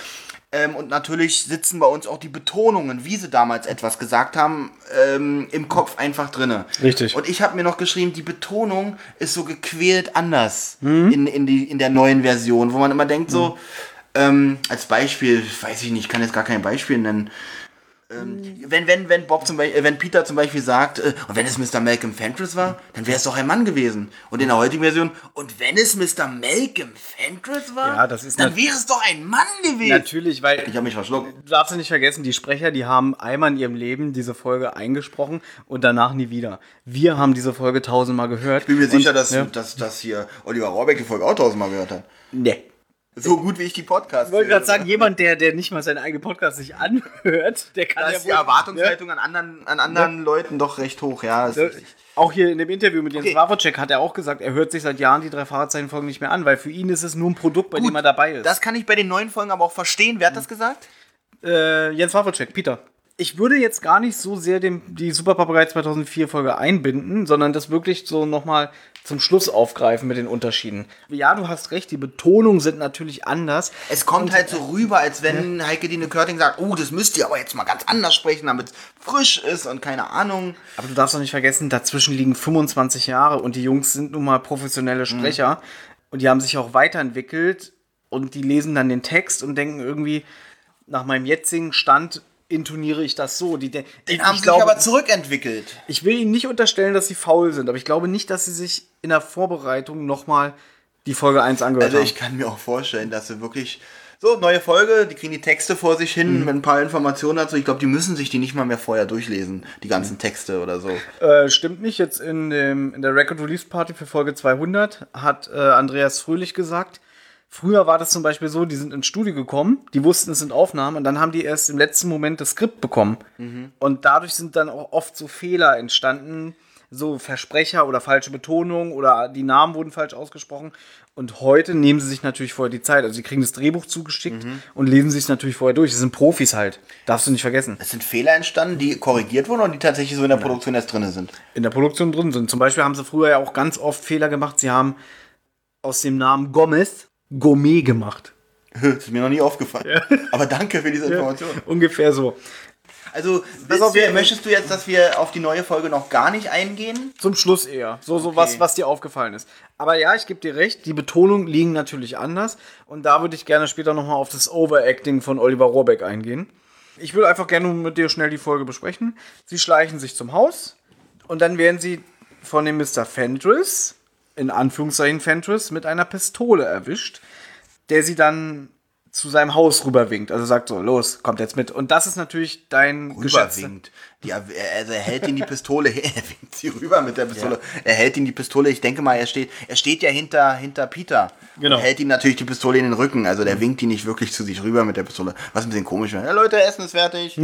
Ähm, und natürlich sitzen bei uns auch die Betonungen, wie sie damals etwas gesagt haben, ähm, im Kopf einfach drinne. Richtig. Und ich habe mir noch geschrieben, die Betonung ist so gequält anders mhm. in, in, die, in der neuen Version, wo man immer denkt so, mhm. ähm, als Beispiel, weiß ich nicht, ich kann jetzt gar kein Beispiel nennen, Ähm, wenn, wenn, wenn Bob zum Beispiel, wenn Peter zum Beispiel sagt, äh, und wenn es Mister Malcolm Fentress war, dann wäre es doch ein Mann gewesen. Und in der heutigen Version, und wenn es Mister Malcolm Fentress war, ja, das ist dann wäre es doch ein Mann gewesen. Natürlich, weil ich habe mich verschluckt. Du darfst du nicht vergessen, die Sprecher, die haben einmal in ihrem Leben diese Folge eingesprochen und danach nie wieder. Wir haben diese Folge tausendmal gehört. Ich bin mir sicher, und, dass, ja. dass, dass hier Oliver Rohrbeck die Folge auch tausendmal gehört hat. Nee. So gut wie ich die Podcasts. Ich wollte gerade sagen, jemand, der, der nicht mal seinen eigenen Podcast sich anhört, der kann da ja ist wohl, die Erwartungshaltung ja. an anderen, an anderen ja. Leuten doch recht hoch, ja. So, auch hier in dem Interview mit Jens okay. Wawrczeck hat er auch gesagt, er hört sich seit Jahren die drei Fahrradzeichenfolgen nicht mehr an, weil für ihn ist es nur ein Produkt, bei Gut, dem er dabei ist. Das kann ich bei den neuen Folgen aber auch verstehen. Wer hat das gesagt? Äh, Jens Wawrczeck, Peter. Ich würde jetzt gar nicht so sehr dem, die Super Papagei zweitausendvier Folge einbinden, sondern das wirklich so nochmal zum Schluss aufgreifen mit den Unterschieden. Ja, du hast recht, die Betonungen sind natürlich anders. Es kommt Und, halt so rüber, als wenn ja. Heike Dine Körting sagt, oh, das müsst ihr aber jetzt mal ganz anders sprechen, damit es frisch ist und keine Ahnung. Aber du darfst doch nicht vergessen, dazwischen liegen fünfundzwanzig Jahre und die Jungs sind nun mal professionelle Sprecher mhm. und die haben sich auch weiterentwickelt und die lesen dann den Text und denken irgendwie, nach meinem jetzigen Stand intoniere ich das so. Die, die, den haben sie sich aber zurückentwickelt. Ich will ihnen nicht unterstellen, dass sie faul sind, aber ich glaube nicht, dass sie sich in der Vorbereitung nochmal die Folge eins angehört also haben. Also ich kann mir auch vorstellen, dass sie wirklich so, neue Folge, die kriegen die Texte vor sich hin mhm. mit ein paar Informationen dazu. Ich glaube, die müssen sich die nicht mal mehr vorher durchlesen, die ganzen Texte oder so. Äh, stimmt nicht. Jetzt in, dem, in der Record Release Party für Folge zweihundert hat äh, Andreas Fröhlich gesagt, früher war das zum Beispiel so, die sind ins Studio gekommen, die wussten, es sind Aufnahmen und dann haben die erst im letzten Moment das Skript bekommen. Mhm. Und dadurch sind dann auch oft so Fehler entstanden, so Versprecher oder falsche Betonung oder die Namen wurden falsch ausgesprochen. Und heute nehmen sie sich natürlich vorher die Zeit. Also sie kriegen das Drehbuch zugeschickt mhm. und lesen sich es natürlich vorher durch. Sie sind Profis halt. Darfst du nicht vergessen. Es sind Fehler entstanden, die korrigiert wurden und die tatsächlich so in der Produktion erst drin sind. In der Produktion drin sind. Zum Beispiel haben sie früher ja auch ganz oft Fehler gemacht. Sie haben aus dem Namen Gomez Gourmet gemacht. Das ist mir noch nie aufgefallen. Ja. Aber danke für diese Information. Ja, ungefähr so. Also, wir, möchtest du jetzt, dass wir auf die neue Folge noch gar nicht eingehen? Zum Schluss eher. So, so okay. was, was dir aufgefallen ist. Aber ja, ich gebe dir recht, die Betonungen liegen natürlich anders. Und da würde ich gerne später nochmal auf das Overacting von Oliver Rohrbeck eingehen. Ich würde einfach gerne mit dir schnell die Folge besprechen. Sie schleichen sich zum Haus und dann werden sie von dem Mister Fentress, in Anführungszeichen Fentress, mit einer Pistole erwischt, der sie dann zu seinem Haus rüberwinkt. Also sagt so, los, kommt jetzt mit. Und das ist natürlich dein Geschäft. Rüberwinkt. Die, also er hält ihn die Pistole, er winkt sie rüber mit der Pistole. Ja. Er hält ihn die Pistole, ich denke mal, er steht, er steht ja hinter, hinter Peter. Genau. Und hält ihm natürlich die Pistole in den Rücken. Also der winkt ihn nicht wirklich zu sich rüber mit der Pistole. Was ein bisschen komisch wäre. Ja, Leute, Essen ist fertig.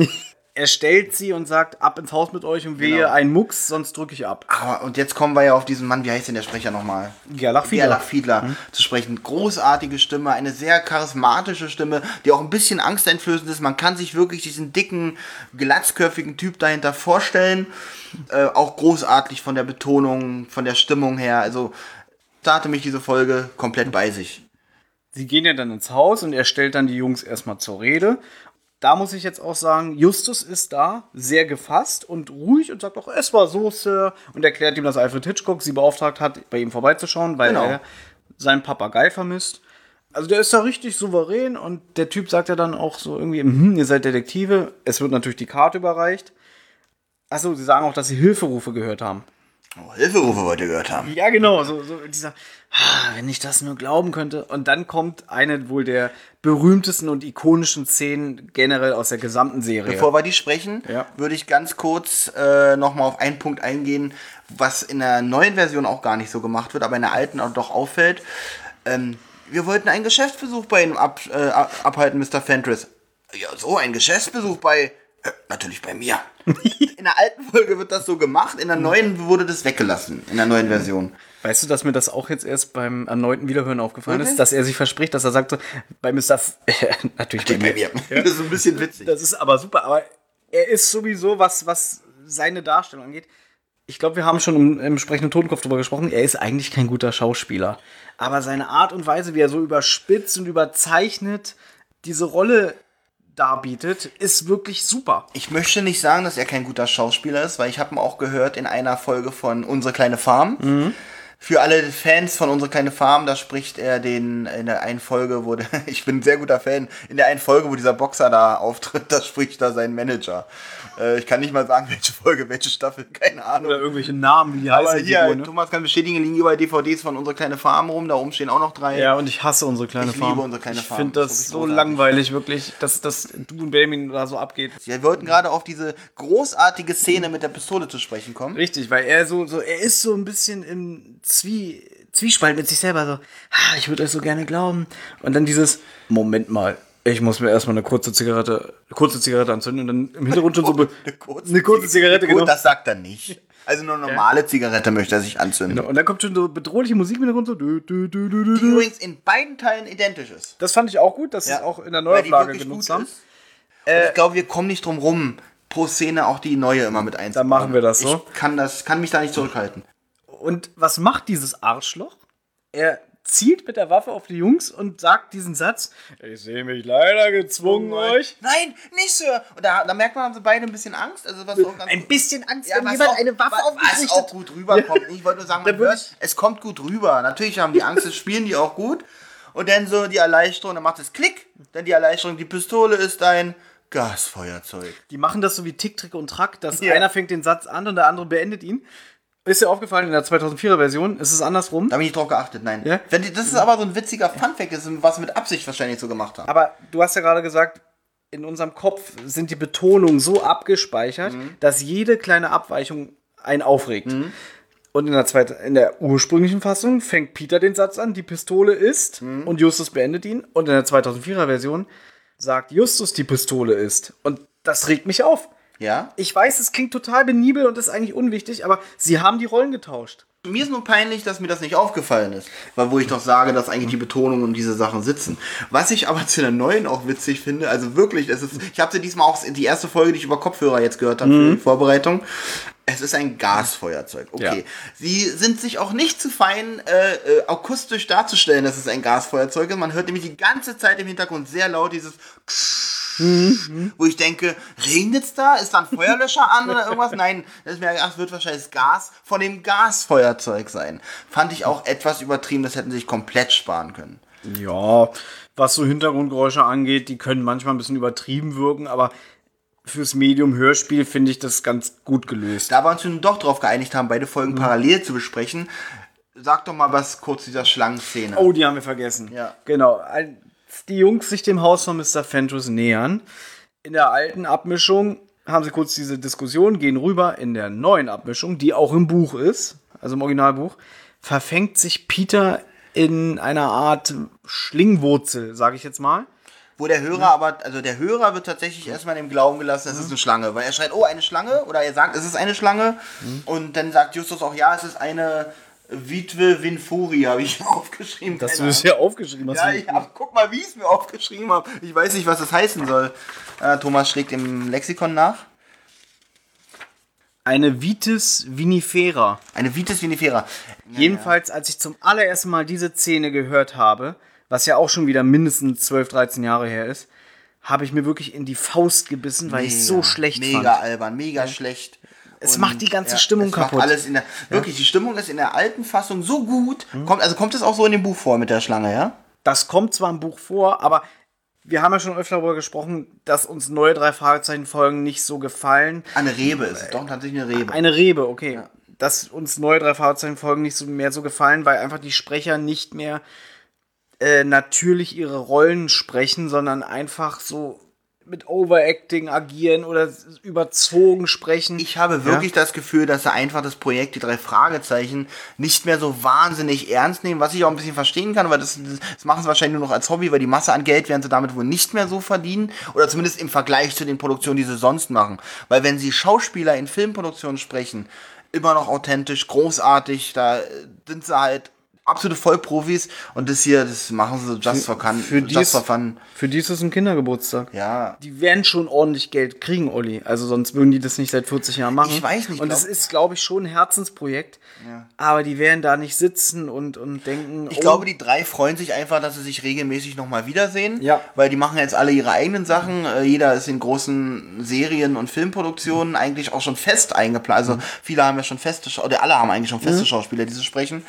er stellt sie und sagt, ab ins Haus mit euch und wehe Genau. ein Mucks, sonst drücke ich ab. Aber, und jetzt kommen wir ja auf diesen Mann, wie heißt denn der Sprecher nochmal? Gerlach Fiedler. Gerlach Fiedler mhm. zu sprechen. Großartige Stimme, eine sehr charismatische Stimme, die auch ein bisschen angsteinflößend ist. Man kann sich wirklich diesen dicken, glatzköpfigen Typ dahinter vorstellen. Äh, auch großartig von der Betonung, von der Stimmung her. Also da hatte mich diese Folge komplett bei sich. Sie gehen ja dann ins Haus und er stellt dann die Jungs erstmal zur Rede. Da muss ich jetzt auch sagen, Justus ist da sehr gefasst und ruhig und sagt auch, es war so, Sir. Und erklärt ihm, dass Alfred Hitchcock sie beauftragt hat, bei ihm vorbeizuschauen, weil Genau. er seinen Papagei vermisst. Also der ist da richtig souverän und der Typ sagt ja dann auch so irgendwie, hm, ihr seid Detektive. Es wird natürlich die Karte überreicht. Achso, sie sagen auch, dass sie Hilferufe gehört haben. Oh, Hilferufe wollt ihr gehört haben. Ja, genau, so, so dieser, ah, wenn ich das nur glauben könnte. Und dann kommt eine wohl der berühmtesten und ikonischen Szenen generell aus der gesamten Serie. Bevor wir die sprechen, Ja. würde ich ganz kurz äh, nochmal auf einen Punkt eingehen, was in der neuen Version auch gar nicht so gemacht wird, aber in der alten auch doch auffällt. Ähm, wir wollten einen Geschäftsbesuch bei Ihnen ab, äh, abhalten, Mister Fenris. Ja, so, ein Geschäftsbesuch bei... Äh, natürlich bei mir. In der alten Folge wird das so gemacht, in der neuen wurde das weggelassen, in der neuen Version. Weißt du, dass mir das auch jetzt erst beim erneuten Wiederhören aufgefallen Wirklich? ist, dass er sich verspricht, dass er sagt so, bei Mister F natürlich bei Bei mir. mir. Das ist ein bisschen witzig. Das ist aber super, aber er ist sowieso, was, was seine Darstellung angeht. Ich glaube, wir haben schon im, im sprechenden Totenkopf drüber gesprochen, er ist eigentlich kein guter Schauspieler. Aber seine Art und Weise, wie er so überspitzt und überzeichnet diese Rolle darbietet, ist wirklich super. Ich möchte nicht sagen, dass er kein guter Schauspieler ist, weil ich habe ihn auch gehört in einer Folge von Unsere kleine Farm. Mhm. Für alle Fans von Unsere kleine Farm, da spricht er den in der einen Folge, wo der, ich bin ein sehr guter Fan, in der einen Folge, wo dieser Boxer da auftritt, da spricht da sein Manager. Äh, ich kann nicht mal sagen, welche Folge, welche Staffel, keine Ahnung. Oder irgendwelche Namen, wie die heißen. Aber hier, Figuren, ne? Thomas kann bestätigen, liegen überall D V Ds von Unsere kleine Farm rum, da oben stehen auch noch drei. Ja, und ich hasse unsere kleine Ich Farm. liebe Unsere kleine ich Farm. finde Das das ist so wirklich langweilig, wirklich, dass, dass du und Benjamin da so abgeht. Wir wollten gerade auf diese großartige Szene mit der Pistole zu sprechen kommen. Richtig, weil er so, so er ist so ein bisschen im Zwie, Zwiespalt mit sich selber, so, ah, ich würde euch so gerne glauben. Und dann dieses, Moment mal, ich muss mir erstmal eine kurze Zigarette, eine kurze Zigarette anzünden und dann im Hintergrund schon so be- Eine kurze, eine kurze Zigarette, Gut, genau. das sagt er nicht. Also eine normale Zigarette möchte er sich anzünden. Genau. Und dann kommt schon so bedrohliche Musik im Hintergrund, so, dü, dü, dü, dü, dü, Die dü. übrigens in beiden Teilen identisch ist. Das fand ich auch gut, dass sie es auch in der Neuauflage genutzt haben. Äh, ich glaube, wir kommen nicht drum rum, pro Szene auch die neue immer mit einzubauen. Dann machen wir das so. Ich kann, das, kann mich da nicht zurückhalten. Und was macht dieses Arschloch? Er zielt mit der Waffe auf die Jungs und sagt diesen Satz, ich sehe mich leider gezwungen, euch. Nein, nicht Sir. Und da, da merkt man, haben sie beide ein bisschen Angst. Also was auch ganz Ein bisschen Angst, Ja, wenn was jemand auch, eine Waffe was, auf mich was richtet. auch gut rüberkommt. Ich wollte nur sagen, man Da würd hört, es kommt gut rüber. Natürlich haben die Angst, das spielen die auch gut. Und dann so die Erleichterung, dann macht es Klick. Dann die Erleichterung, die Pistole ist ein Gasfeuerzeug. Die machen das so wie Tick, Trick und Track, dass Ja. einer fängt den Satz an und der andere beendet ihn. Ist dir aufgefallen, in der zweitausendvierer Version ist es andersrum. Da habe ich nicht drauf geachtet, nein. Ja? Wenn die, das ist aber so ein witziger Funfact, das ist, was sie mit Absicht wahrscheinlich so gemacht haben. Aber du hast ja gerade gesagt, in unserem Kopf sind die Betonungen so abgespeichert, Mhm. dass jede kleine Abweichung einen aufregt. Und in der, zweiten, in der ursprünglichen Fassung fängt Peter den Satz an, die Pistole ist, Mhm. und Justus beendet ihn. Und in der zweitausendvierer Version sagt Justus, die Pistole ist. Und das regt mich auf. Ja? Ich weiß, es klingt total penibel und ist eigentlich unwichtig, aber sie haben die Rollen getauscht. Mir ist nur peinlich, dass mir das nicht aufgefallen ist. Weil wo ich doch sage, dass eigentlich die Betonung und diese Sachen sitzen. Was ich aber zu der neuen auch witzig finde, also wirklich, es ist, ich habe sie diesmal auch, die erste Folge, die ich über Kopfhörer jetzt gehört habe, für die Vorbereitung. Es ist ein Gasfeuerzeug. Okay. Ja. Sie sind sich auch nicht zu fein, äh, äh, akustisch darzustellen, dass es ein Gasfeuerzeug ist. Man hört nämlich die ganze Zeit im Hintergrund sehr laut dieses Mhm. Wo ich denke, regnet's da? Ist da ein Feuerlöscher an oder irgendwas? Nein, das ist mir gedacht, wird wahrscheinlich das Gas von dem Gasfeuerzeug sein. Fand ich auch etwas übertrieben, das hätten sie sich komplett sparen können. Ja, was so Hintergrundgeräusche angeht, die können manchmal ein bisschen übertrieben wirken, aber fürs Medium Hörspiel finde ich das ganz gut gelöst. Da wir uns nun doch darauf geeinigt haben, beide Folgen mhm. parallel zu besprechen, sag doch mal was kurz zu dieser Schlangenszene. Oh, die haben wir vergessen. Ja. Genau. Als die Jungs sich dem Haus von Mister Fenris nähern, in der alten Abmischung haben sie kurz diese Diskussion, gehen rüber in der neuen Abmischung, die auch im Buch ist, also im Originalbuch, verfängt sich Peter in einer Art Schlingwurzel, sage ich jetzt mal. Wo der Hörer aber, also der Hörer wird tatsächlich erstmal im Glauben gelassen, es ist eine Schlange. Weil er schreit, oh, eine Schlange? Oder er sagt, es ist eine Schlange. Mhm. Und dann sagt Justus auch, ja, es ist eine Witwe Winfuri, habe ich aufgeschrieben. Dass du es ja aufgeschrieben hast. Ja, ich hab, guck mal, wie ich es mir aufgeschrieben habe. Ich weiß nicht, was das heißen soll. Äh, Thomas schlägt im Lexikon nach. Eine Vitis vinifera. Eine Vitis vinifera. Ja, Jedenfalls, als ich zum allerersten Mal diese Szene gehört habe, was ja auch schon wieder mindestens zwölf, dreizehn Jahre her ist, habe ich mir wirklich in die Faust gebissen, weil ich es so schlecht mega fand. Mega albern, mega ja. schlecht. Es Und, macht die ganze ja, Stimmung es kaputt. Macht alles in der, wirklich, ja. Die Stimmung ist in der alten Fassung so gut. Mhm. Kommt, also kommt es auch so in dem Buch vor mit der Schlange, ja? Das kommt zwar im Buch vor, aber wir haben ja schon öfter darüber gesprochen, dass uns neue drei Fragezeichen-Folgen nicht so gefallen. Eine Rebe ist es, doch tatsächlich eine Rebe. Eine Rebe, okay. Ja. Dass uns neue drei Fragezeichen-Folgen nicht so mehr so gefallen, weil einfach die Sprecher nicht mehr äh, natürlich ihre Rollen sprechen, sondern einfach so mit Overacting agieren oder überzogen sprechen. Ich habe wirklich ja? das Gefühl, dass sie einfach das Projekt, die drei Fragezeichen, nicht mehr so wahnsinnig ernst nehmen, was ich auch ein bisschen verstehen kann, weil das, das machen sie wahrscheinlich nur noch als Hobby, weil die Masse an Geld werden sie damit wohl nicht mehr so verdienen oder zumindest im Vergleich zu den Produktionen, die sie sonst machen. Weil wenn sie Schauspieler in Filmproduktionen sprechen, immer noch authentisch, großartig, da sind sie halt absolute Vollprofis und das hier, das machen sie just for fun. Für, just dies, for fun. Für die ist es ein Kindergeburtstag. Ja. Die werden schon ordentlich Geld kriegen, Olli. Also sonst würden die das nicht seit vierzig Jahren machen. Ich weiß nicht. Und es ist, glaube ich, schon ein Herzensprojekt. Ja. Aber die werden da nicht sitzen und, und denken... Ich oh, glaube, die drei freuen sich einfach, dass sie sich regelmäßig nochmal wiedersehen. Ja. Weil die machen jetzt alle ihre eigenen Sachen. Jeder ist in großen Serien- und Filmproduktionen eigentlich auch schon fest eingeplant. Also mhm. viele haben ja schon feste... Oder alle haben eigentlich schon feste mhm. Schauspieler, die sie sprechen.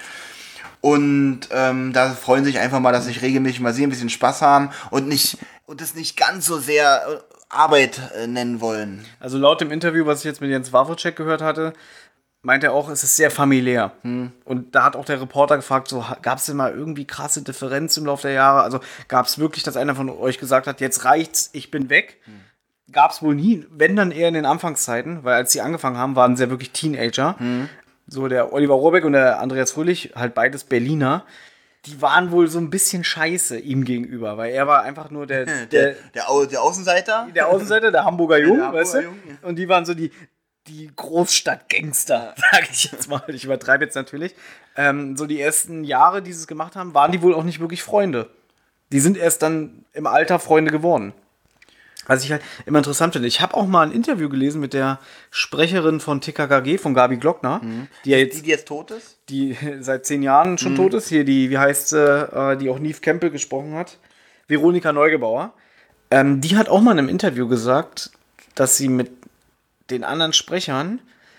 Und ähm, da freuen sich einfach mal, dass sich regelmäßig mal sehen, ein bisschen Spaß haben und nicht und das nicht ganz so sehr Arbeit äh, nennen wollen. Also laut dem Interview, was ich jetzt mit Jens Wawrcek gehört hatte, meint er auch, es ist sehr familiär. Hm. Und da hat auch der Reporter gefragt, so gab es denn mal irgendwie krasse Differenz im Laufe der Jahre? Also gab es wirklich, dass einer von euch gesagt hat, jetzt reicht's, ich bin weg? Hm. Gab es wohl nie, wenn dann eher in den Anfangszeiten, weil als sie angefangen haben, waren sie ja wirklich Teenager. Hm. So der Oliver Rohrbeck und der Andreas Fröhlich, halt beides Berliner, die waren wohl so ein bisschen scheiße ihm gegenüber, weil er war einfach nur der... Der, der, der, Au- der Außenseiter? Der Außenseiter, der Hamburger Jung, der Hamburger weißt du? Jung, ja. Und die waren so die, die Großstadtgangster, sage ich jetzt mal. Ich übertreibe jetzt natürlich. Ähm, so die ersten Jahre, die sie es gemacht haben, waren die wohl auch nicht wirklich Freunde. Die sind erst dann im Alter Freunde geworden. Was ich halt immer interessant finde. Ich habe auch mal ein Interview gelesen mit der Sprecherin von T K K G, von Gabi Glockner. Mhm. Die, ja jetzt, die, die jetzt tot ist? Die seit zehn Jahren schon mhm. tot ist. Hier, die, wie heißt sie, äh, die auch Neve Campbell gesprochen hat. Veronika Neugebauer. Ähm, die hat auch mal in einem Interview gesagt, dass sie mit den anderen Sprechern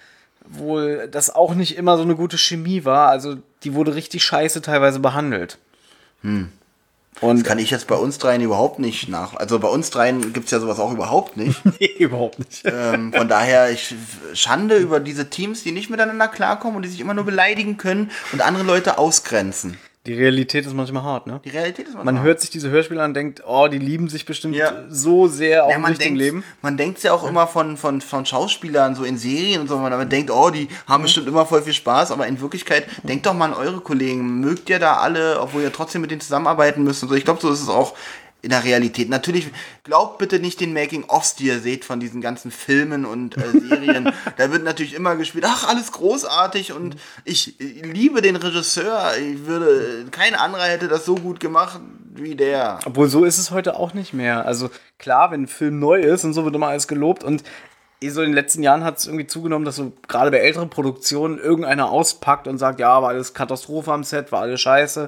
wohl, das auch nicht immer so eine gute Chemie war. Also die wurde richtig scheiße teilweise behandelt. Hm. Und das kann ich jetzt bei uns dreien überhaupt nicht nach. Also bei uns dreien gibt es ja sowas auch überhaupt nicht. Nee, überhaupt nicht. Ähm, von daher, ich Schande über diese Teams, die nicht miteinander klarkommen und die sich immer nur beleidigen können und andere Leute ausgrenzen. Die Realität ist manchmal hart, ne? Die Realität ist manchmal Man hart. hört sich diese Hörspiele an und denkt, oh, die lieben sich bestimmt ja. so sehr auch ja, im man richtigen denkt, Leben. Man denkt ja auch immer von, von, von Schauspielern, so in Serien und so, man denkt, oh, die haben bestimmt immer voll viel Spaß, aber in Wirklichkeit, denkt doch mal an eure Kollegen, mögt ihr da alle, obwohl ihr trotzdem mit denen zusammenarbeiten müsst und so. Ich glaube, so ist es auch in der Realität. Natürlich, glaubt bitte nicht den Making-ofs, die ihr seht von diesen ganzen Filmen und äh, Serien. Da wird natürlich immer gespielt, ach, alles großartig und ich, ich liebe den Regisseur. Ich würde, kein anderer hätte das so gut gemacht wie der. Obwohl, so ist es heute auch nicht mehr. Also klar, wenn ein Film neu ist und so wird immer alles gelobt und so in den letzten Jahren hat es irgendwie zugenommen, dass so gerade bei älteren Produktionen irgendeiner auspackt und sagt, ja, war alles Katastrophe am Set, war alles scheiße.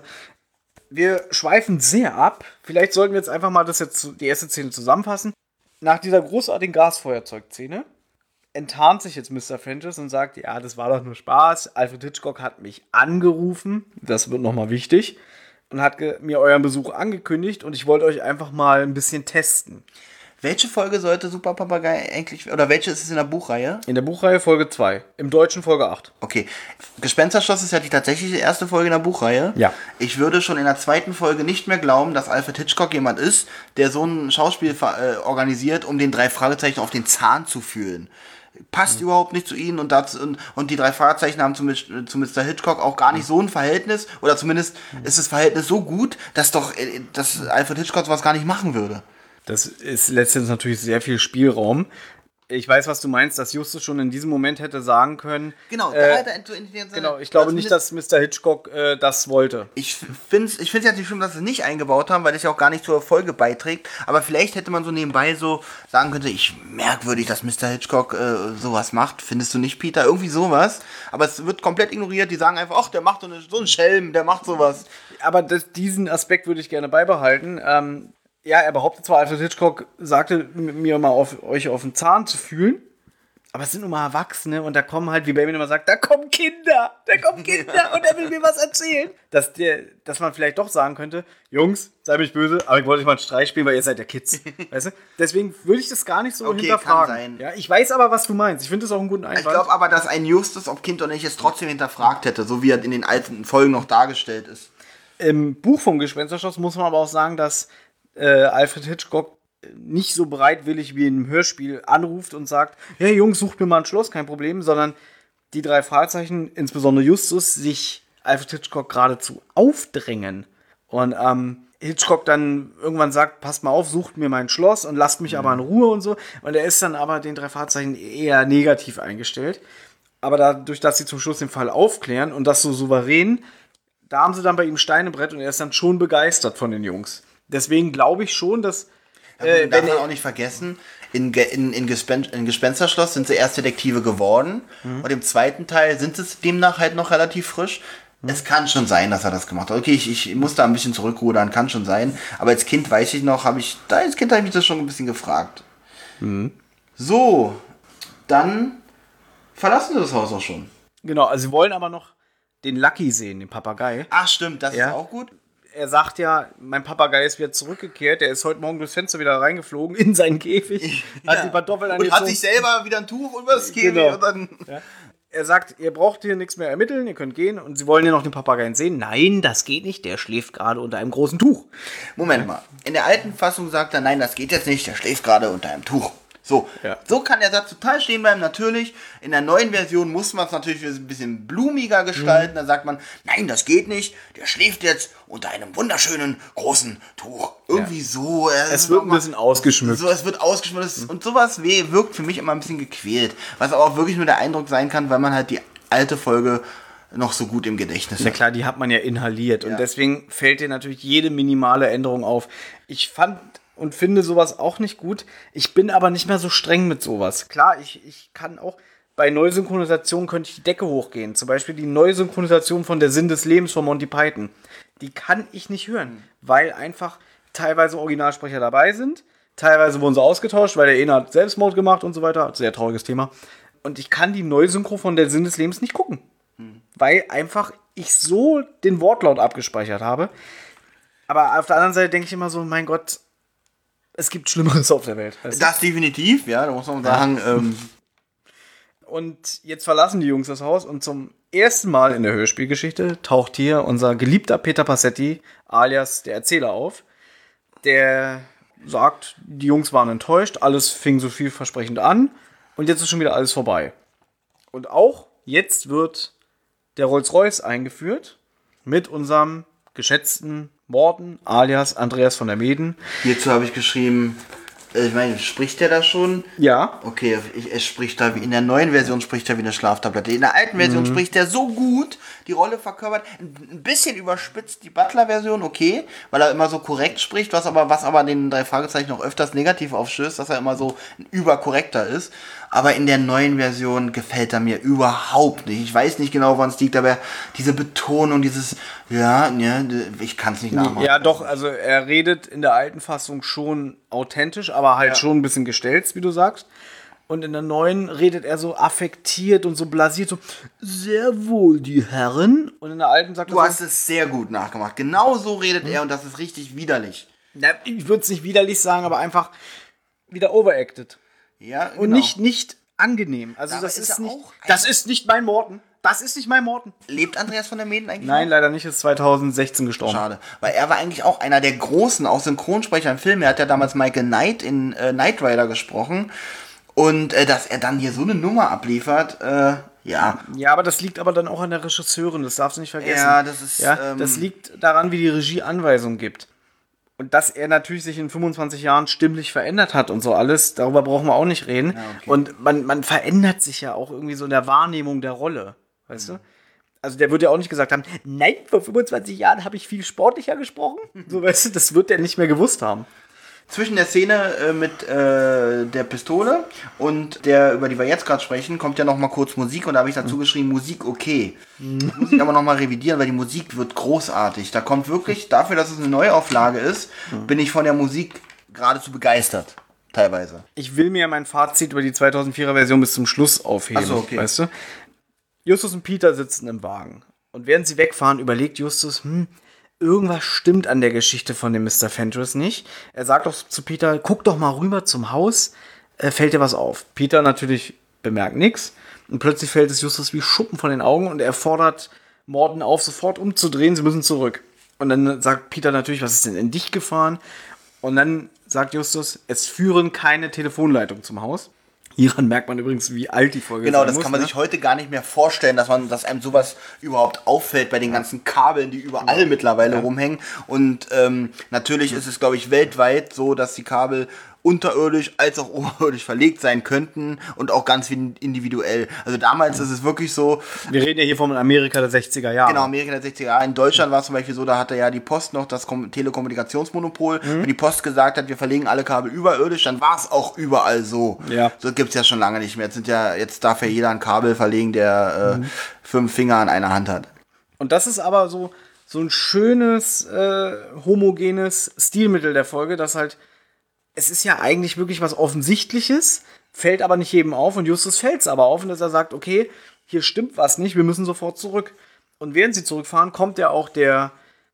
Wir schweifen sehr ab. Vielleicht sollten wir jetzt einfach mal das jetzt die erste Szene zusammenfassen. Nach dieser großartigen Gasfeuerzeugszene enttarnt sich jetzt Mister Francis und sagt, ja, das war doch nur Spaß. Alfred Hitchcock hat mich angerufen. Das wird nochmal wichtig. Und hat ge- mir euren Besuch angekündigt und ich wollte euch einfach mal ein bisschen testen. Welche Folge sollte Super Papagei eigentlich, oder welche ist es in der Buchreihe? In der Buchreihe Folge zwei, im Deutschen Folge acht. Okay. Gespensterschloss ist ja die tatsächliche erste Folge in der Buchreihe. Ja. Ich würde schon in der zweiten Folge nicht mehr glauben, dass Alfred Hitchcock jemand ist, der so ein Schauspiel äh, organisiert, um den drei Fragezeichen auf den Zahn zu fühlen. Passt mhm. überhaupt nicht zu ihnen und, das, und, und die drei Fragezeichen haben zu, zu Mister Hitchcock auch gar nicht so ein Verhältnis, oder zumindest mhm. ist das Verhältnis so gut, dass doch dass Alfred Hitchcock sowas gar nicht machen würde. Das ist letztendlich natürlich sehr viel Spielraum. Ich weiß, was du meinst, dass Justus schon in diesem Moment hätte sagen können. Genau, äh, da hätte er in, in, in, genau ich glaube nicht, dass Mister Hitchcock äh, das wollte. Ich finde es ich find's ja nicht schlimm, dass sie es nicht eingebaut haben, weil das ja auch gar nicht zur Folge beiträgt. Aber vielleicht hätte man so nebenbei so sagen können, ich merkwürdig, dass Mister Hitchcock äh, sowas macht. Findest du nicht, Peter? Irgendwie sowas. Aber es wird komplett ignoriert. Die sagen einfach, ach, der macht so, eine, so einen Schelm, der macht sowas. Aber das, diesen Aspekt würde ich gerne beibehalten. Ähm, ja, er behauptet zwar, Alfred Hitchcock sagte mir mal, auf, euch auf den Zahn zu fühlen. Aber es sind nun mal Erwachsene und da kommen halt, wie Benjamin immer sagt, da kommen Kinder, da kommen Kinder und er will mir was erzählen. Dass, der, dass man vielleicht doch sagen könnte, Jungs, sei mich böse, aber ich wollte euch mal einen Streich spielen, weil ihr seid ja Kids. Weißt du? Deswegen würde ich das gar nicht so Okay, hinterfragen. kann sein. Ja, ich weiß aber, was du meinst. Ich finde das auch einen guten Einwand. Ich glaube aber, dass ein Justus, ob Kind oder nicht, es trotzdem hinterfragt hätte, so wie er in den alten Folgen noch dargestellt ist. Im Buch vom Gespensterschloss muss man aber auch sagen, dass äh, Alfred Hitchcock nicht so bereitwillig wie im Hörspiel anruft und sagt, hey Jungs, sucht mir mal ein Schloss, kein Problem, sondern die drei Fragezeichen, insbesondere Justus, sich Alfred Hitchcock geradezu aufdrängen. Und ähm, Hitchcock dann irgendwann sagt, passt mal auf, sucht mir mein Schloss und lasst mich mhm. aber in Ruhe und so. Und er ist dann aber den drei Fragezeichen eher negativ eingestellt. Aber dadurch, dass sie zum Schluss den Fall aufklären und das so souverän, da haben sie dann bei ihm Stein im Brett und er ist dann schon begeistert von den Jungs. Deswegen glaube ich schon, dass Äh, darf man auch nicht vergessen, in, in, in, Gespen in Gespensterschloss sind sie erst Detektive geworden mhm. und im zweiten Teil sind sie demnach halt noch relativ frisch. Mhm. Es kann schon sein, dass er das gemacht hat. Okay, ich, ich muss da ein bisschen zurückrudern, kann schon sein. Aber als Kind weiß ich noch, habe ich, da als Kind habe ich mich das schon ein bisschen gefragt. Mhm. So, dann verlassen sie das Haus auch schon. Genau, also sie wollen aber noch den Lucky sehen, den Papagei. Ach stimmt, das ja. ist auch gut. Er sagt ja, mein Papagei ist wieder zurückgekehrt. Der ist heute Morgen durchs Fenster wieder reingeflogen in seinen Käfig. Ja. Hat die Pantoffeln und hat sich selber wieder ein Tuch über das Käfig. Genau. Und dann ja. Er sagt, ihr braucht hier nichts mehr ermitteln, ihr könnt gehen. Und sie wollen ja noch den Papageien sehen. Nein, das geht nicht. Der schläft gerade unter einem großen Tuch. Moment mal. In der alten Fassung sagt er, nein, das geht jetzt nicht. Der schläft gerade unter einem Tuch. So, ja. so kann der Satz total stehen bleiben, natürlich. In der neuen Version muss man es natürlich ein bisschen blumiger gestalten. Mhm. Da sagt man, nein, das geht nicht. Der schläft jetzt unter einem wunderschönen großen Tuch. Irgendwie ja. so. Äh, es wird ein bisschen ausgeschmückt. So, es wird ausgeschmückt. Mhm. Und sowas wirkt für mich immer ein bisschen gequält. Was aber auch wirklich nur der Eindruck sein kann, weil man halt die alte Folge noch so gut im Gedächtnis hat. Na klar, die hat man ja inhaliert. Ja. Und deswegen fällt dir natürlich jede minimale Änderung auf. Ich fand und finde sowas auch nicht gut. Ich bin aber nicht mehr so streng mit sowas. Klar, ich, ich kann auch, bei Neusynchronisation könnte ich die Decke hochgehen. Zum Beispiel die Neusynchronisation von Der Sinn des Lebens von Monty Python. Die kann ich nicht hören, weil einfach teilweise Originalsprecher dabei sind. Teilweise wurden sie ausgetauscht, weil der eine hat Selbstmord gemacht und so weiter. Sehr trauriges Thema. Und ich kann die Neusynchro von Der Sinn des Lebens nicht gucken. Hm. Weil einfach ich so den Wortlaut abgespeichert habe. Aber auf der anderen Seite denke ich immer so, mein Gott, es gibt Schlimmeres auf der Welt. Weißt du? Das definitiv, ja, da muss man sagen. Ähm und jetzt verlassen die Jungs das Haus und zum ersten Mal in der Hörspielgeschichte taucht hier unser geliebter Peter Passetti, alias der Erzähler, auf. Der sagt, die Jungs waren enttäuscht, alles fing so vielversprechend an und jetzt ist schon wieder alles vorbei. Und auch jetzt wird der Rolls-Royce eingeführt mit unserem geschätzten Morten, alias Andreas von der Meeden. Hierzu habe ich geschrieben, ich meine, spricht der da schon? Ja. Okay, ich, er spricht da wie, in der neuen Version spricht er wie eine Schlaftablette. In der alten Version mhm. spricht er so gut, die Rolle verkörpert, ein bisschen überspitzt die Butler-Version, okay, weil er immer so korrekt spricht, was aber, was aber den drei Fragezeichen noch öfters negativ aufstößt, dass er immer so ein überkorrekter ist. Aber in der neuen Version gefällt er mir überhaupt nicht. Ich weiß nicht genau, woran es liegt, aber diese Betonung, dieses, ja, ja, ich kann es nicht nachmachen. Ja, doch, also er redet in der alten Fassung schon authentisch, aber halt ja. schon ein bisschen gestelzt, wie du sagst. Und in der neuen redet er so affektiert und so blasiert, so, sehr wohl, die Herren. Und in der alten sagt er Du so, hast es sehr gut nachgemacht. Genau so redet hm. er und das ist richtig widerlich. Na, ich würde es nicht widerlich sagen, aber einfach wieder overacted. Ja, genau. Und nicht, nicht angenehm. Also Dabei das ist ist, er nicht, auch das ist nicht mein Morten. Das ist nicht mein Morten. Lebt Andreas von der Meeden eigentlich Nein, noch? leider nicht. Ist zwanzig sechzehn gestorben. Schade. Weil er war eigentlich auch einer der Großen, auch Synchronsprecher im Film. Er hat ja damals Michael Knight in äh, Knight Rider gesprochen. Und äh, dass er dann hier so eine Nummer abliefert, äh, ja. Ja, aber das liegt aber dann auch an der Regisseurin. Das darfst du nicht vergessen. Ja, das ist... Ja, ähm, das liegt daran, wie die Regie Anweisungen gibt. Und dass er natürlich sich in fünfundzwanzig Jahren stimmlich verändert hat und so alles, darüber brauchen wir auch nicht reden. Ja, okay. Und man, man verändert sich ja auch irgendwie so in der Wahrnehmung der Rolle, weißt mhm. du? Also der wird ja auch nicht gesagt haben, nein, vor fünfundzwanzig Jahren habe ich viel sportlicher gesprochen. So, weißt du, das wird er nicht mehr gewusst haben. Zwischen der Szene äh, mit äh, der Pistole und der, über die wir jetzt gerade sprechen, kommt ja noch mal kurz Musik und da habe ich dazu geschrieben, Musik okay. Das muss ich aber noch mal revidieren, weil die Musik wird großartig. Da kommt wirklich, dafür, dass es eine Neuauflage ist, bin ich von der Musik geradezu begeistert. Teilweise. Ich will mir mein Fazit über die zweitausendvierer Version bis zum Schluss aufheben, Ach so, okay. Weißt du? Justus und Peter sitzen im Wagen und während sie wegfahren, überlegt Justus, hm, irgendwas stimmt an der Geschichte von dem Mister Fentress nicht. Er sagt doch zu Peter, guck doch mal rüber zum Haus, äh, fällt dir was auf. Peter natürlich bemerkt nichts und plötzlich fällt es Justus wie Schuppen von den Augen und er fordert Morton auf, sofort umzudrehen, sie müssen zurück. Und dann sagt Peter natürlich, was ist denn in dich gefahren? Und dann sagt Justus, es führen keine Telefonleitung zum Haus. Hieran merkt man übrigens, wie alt die Folge ist. Genau, das muss, kann man ne? sich heute gar nicht mehr vorstellen, dass man, dass einem sowas überhaupt auffällt bei den ganzen Kabeln, die überall ja. mittlerweile ja. rumhängen. Und ähm, natürlich ist es, glaube ich, weltweit so, dass die Kabel unterirdisch als auch oberirdisch verlegt sein könnten und auch ganz individuell. Also damals ist es wirklich so. Wir reden ja hier von Amerika der sechziger Jahre. Genau, Amerika der sechziger Jahre. In Deutschland war es zum Beispiel so, da hatte ja die Post noch das Kom- Telekommunikationsmonopol. Mhm. Wenn die Post gesagt hat, wir verlegen alle Kabel überirdisch, dann war es auch überall so. Ja. So gibt es ja schon lange nicht mehr. Jetzt sind ja, jetzt darf ja jeder ein Kabel verlegen, der äh, mhm. fünf Finger an einer Hand hat. Und das ist aber so, so ein schönes, äh, homogenes Stilmittel der Folge, dass halt es ist ja eigentlich wirklich was Offensichtliches, fällt aber nicht jedem auf und Justus fällt es aber auf und dass er sagt, okay, hier stimmt was nicht, wir müssen sofort zurück. Und während sie zurückfahren, kommt ja auch der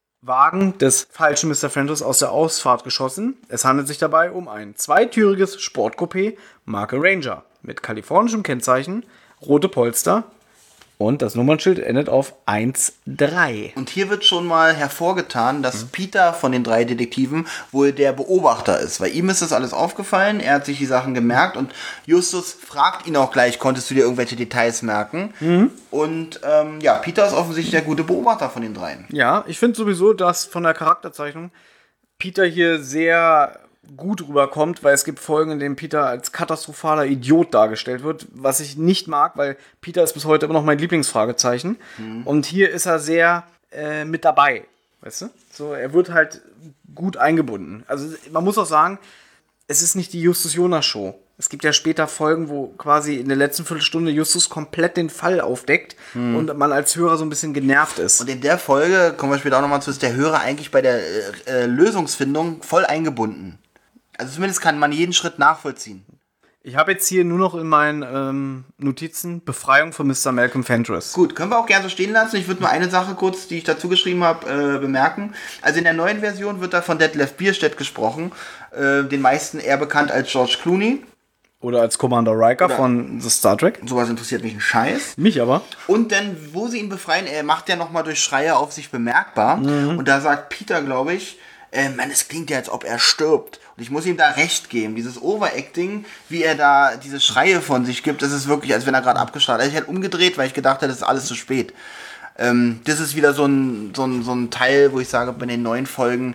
Wagen des falschen Mister Fentress aus der Ausfahrt geschossen. Es handelt sich dabei um ein zweitüriges Sportcoupé Marke Ranger mit kalifornischem Kennzeichen, rote Polster und das Nummernschild endet auf eins drei. Und hier wird schon mal hervorgetan, dass mhm. Peter von den drei Detektiven wohl der Beobachter ist. Weil ihm ist das alles aufgefallen, er hat sich die Sachen gemerkt und Justus fragt ihn auch gleich, konntest du dir irgendwelche Details merken? Mhm. Und ähm, ja, Peter ist offensichtlich der gute Beobachter von den dreien. Ja, ich finde sowieso, dass von der Charakterzeichnung Peter hier sehr gut rüberkommt, weil es gibt Folgen, in denen Peter als katastrophaler Idiot dargestellt wird, was ich nicht mag, weil Peter ist bis heute immer noch mein Lieblingsfragezeichen. Mhm. Und hier ist er sehr äh, mit dabei, weißt du? So, er wird halt gut eingebunden. Also man muss auch sagen, es ist nicht die Justus-Jonas-Show. Es gibt ja später Folgen, wo quasi in der letzten Viertelstunde Justus komplett den Fall aufdeckt mhm. und man als Hörer so ein bisschen genervt ist. Und in der Folge, kommen wir später auch nochmal zu, ist der Hörer eigentlich bei der äh, Lösungsfindung voll eingebunden. Also zumindest kann man jeden Schritt nachvollziehen. Ich habe jetzt hier nur noch in meinen ähm, Notizen Befreiung von Mister Malcolm Fentress. Gut, können wir auch gerne so stehen lassen. Ich würde nur eine Sache kurz, die ich dazu geschrieben habe, äh, bemerken. Also in der neuen Version wird da von Detlef Bierstedt gesprochen. Äh, den meisten eher bekannt als George Clooney. Oder als Commander Riker Oder von The Star Trek. Sowas interessiert mich ein Scheiß. Mich aber. Und dann, wo sie ihn befreien, er macht ja nochmal durch Schreie auf sich bemerkbar. Mhm. Und da sagt Peter, glaube ich, äh, Mann, es klingt ja, als ob er stirbt. Und ich muss ihm da recht geben. Dieses Overacting, wie er da diese Schreie von sich gibt, das ist wirklich, als wenn er gerade abgestrahlt. Also ich hätte umgedreht, weil ich gedacht hätte, das ist alles zu spät. Ähm, das ist wieder so ein, so, ein, so ein Teil, wo ich sage, bei den neuen Folgen,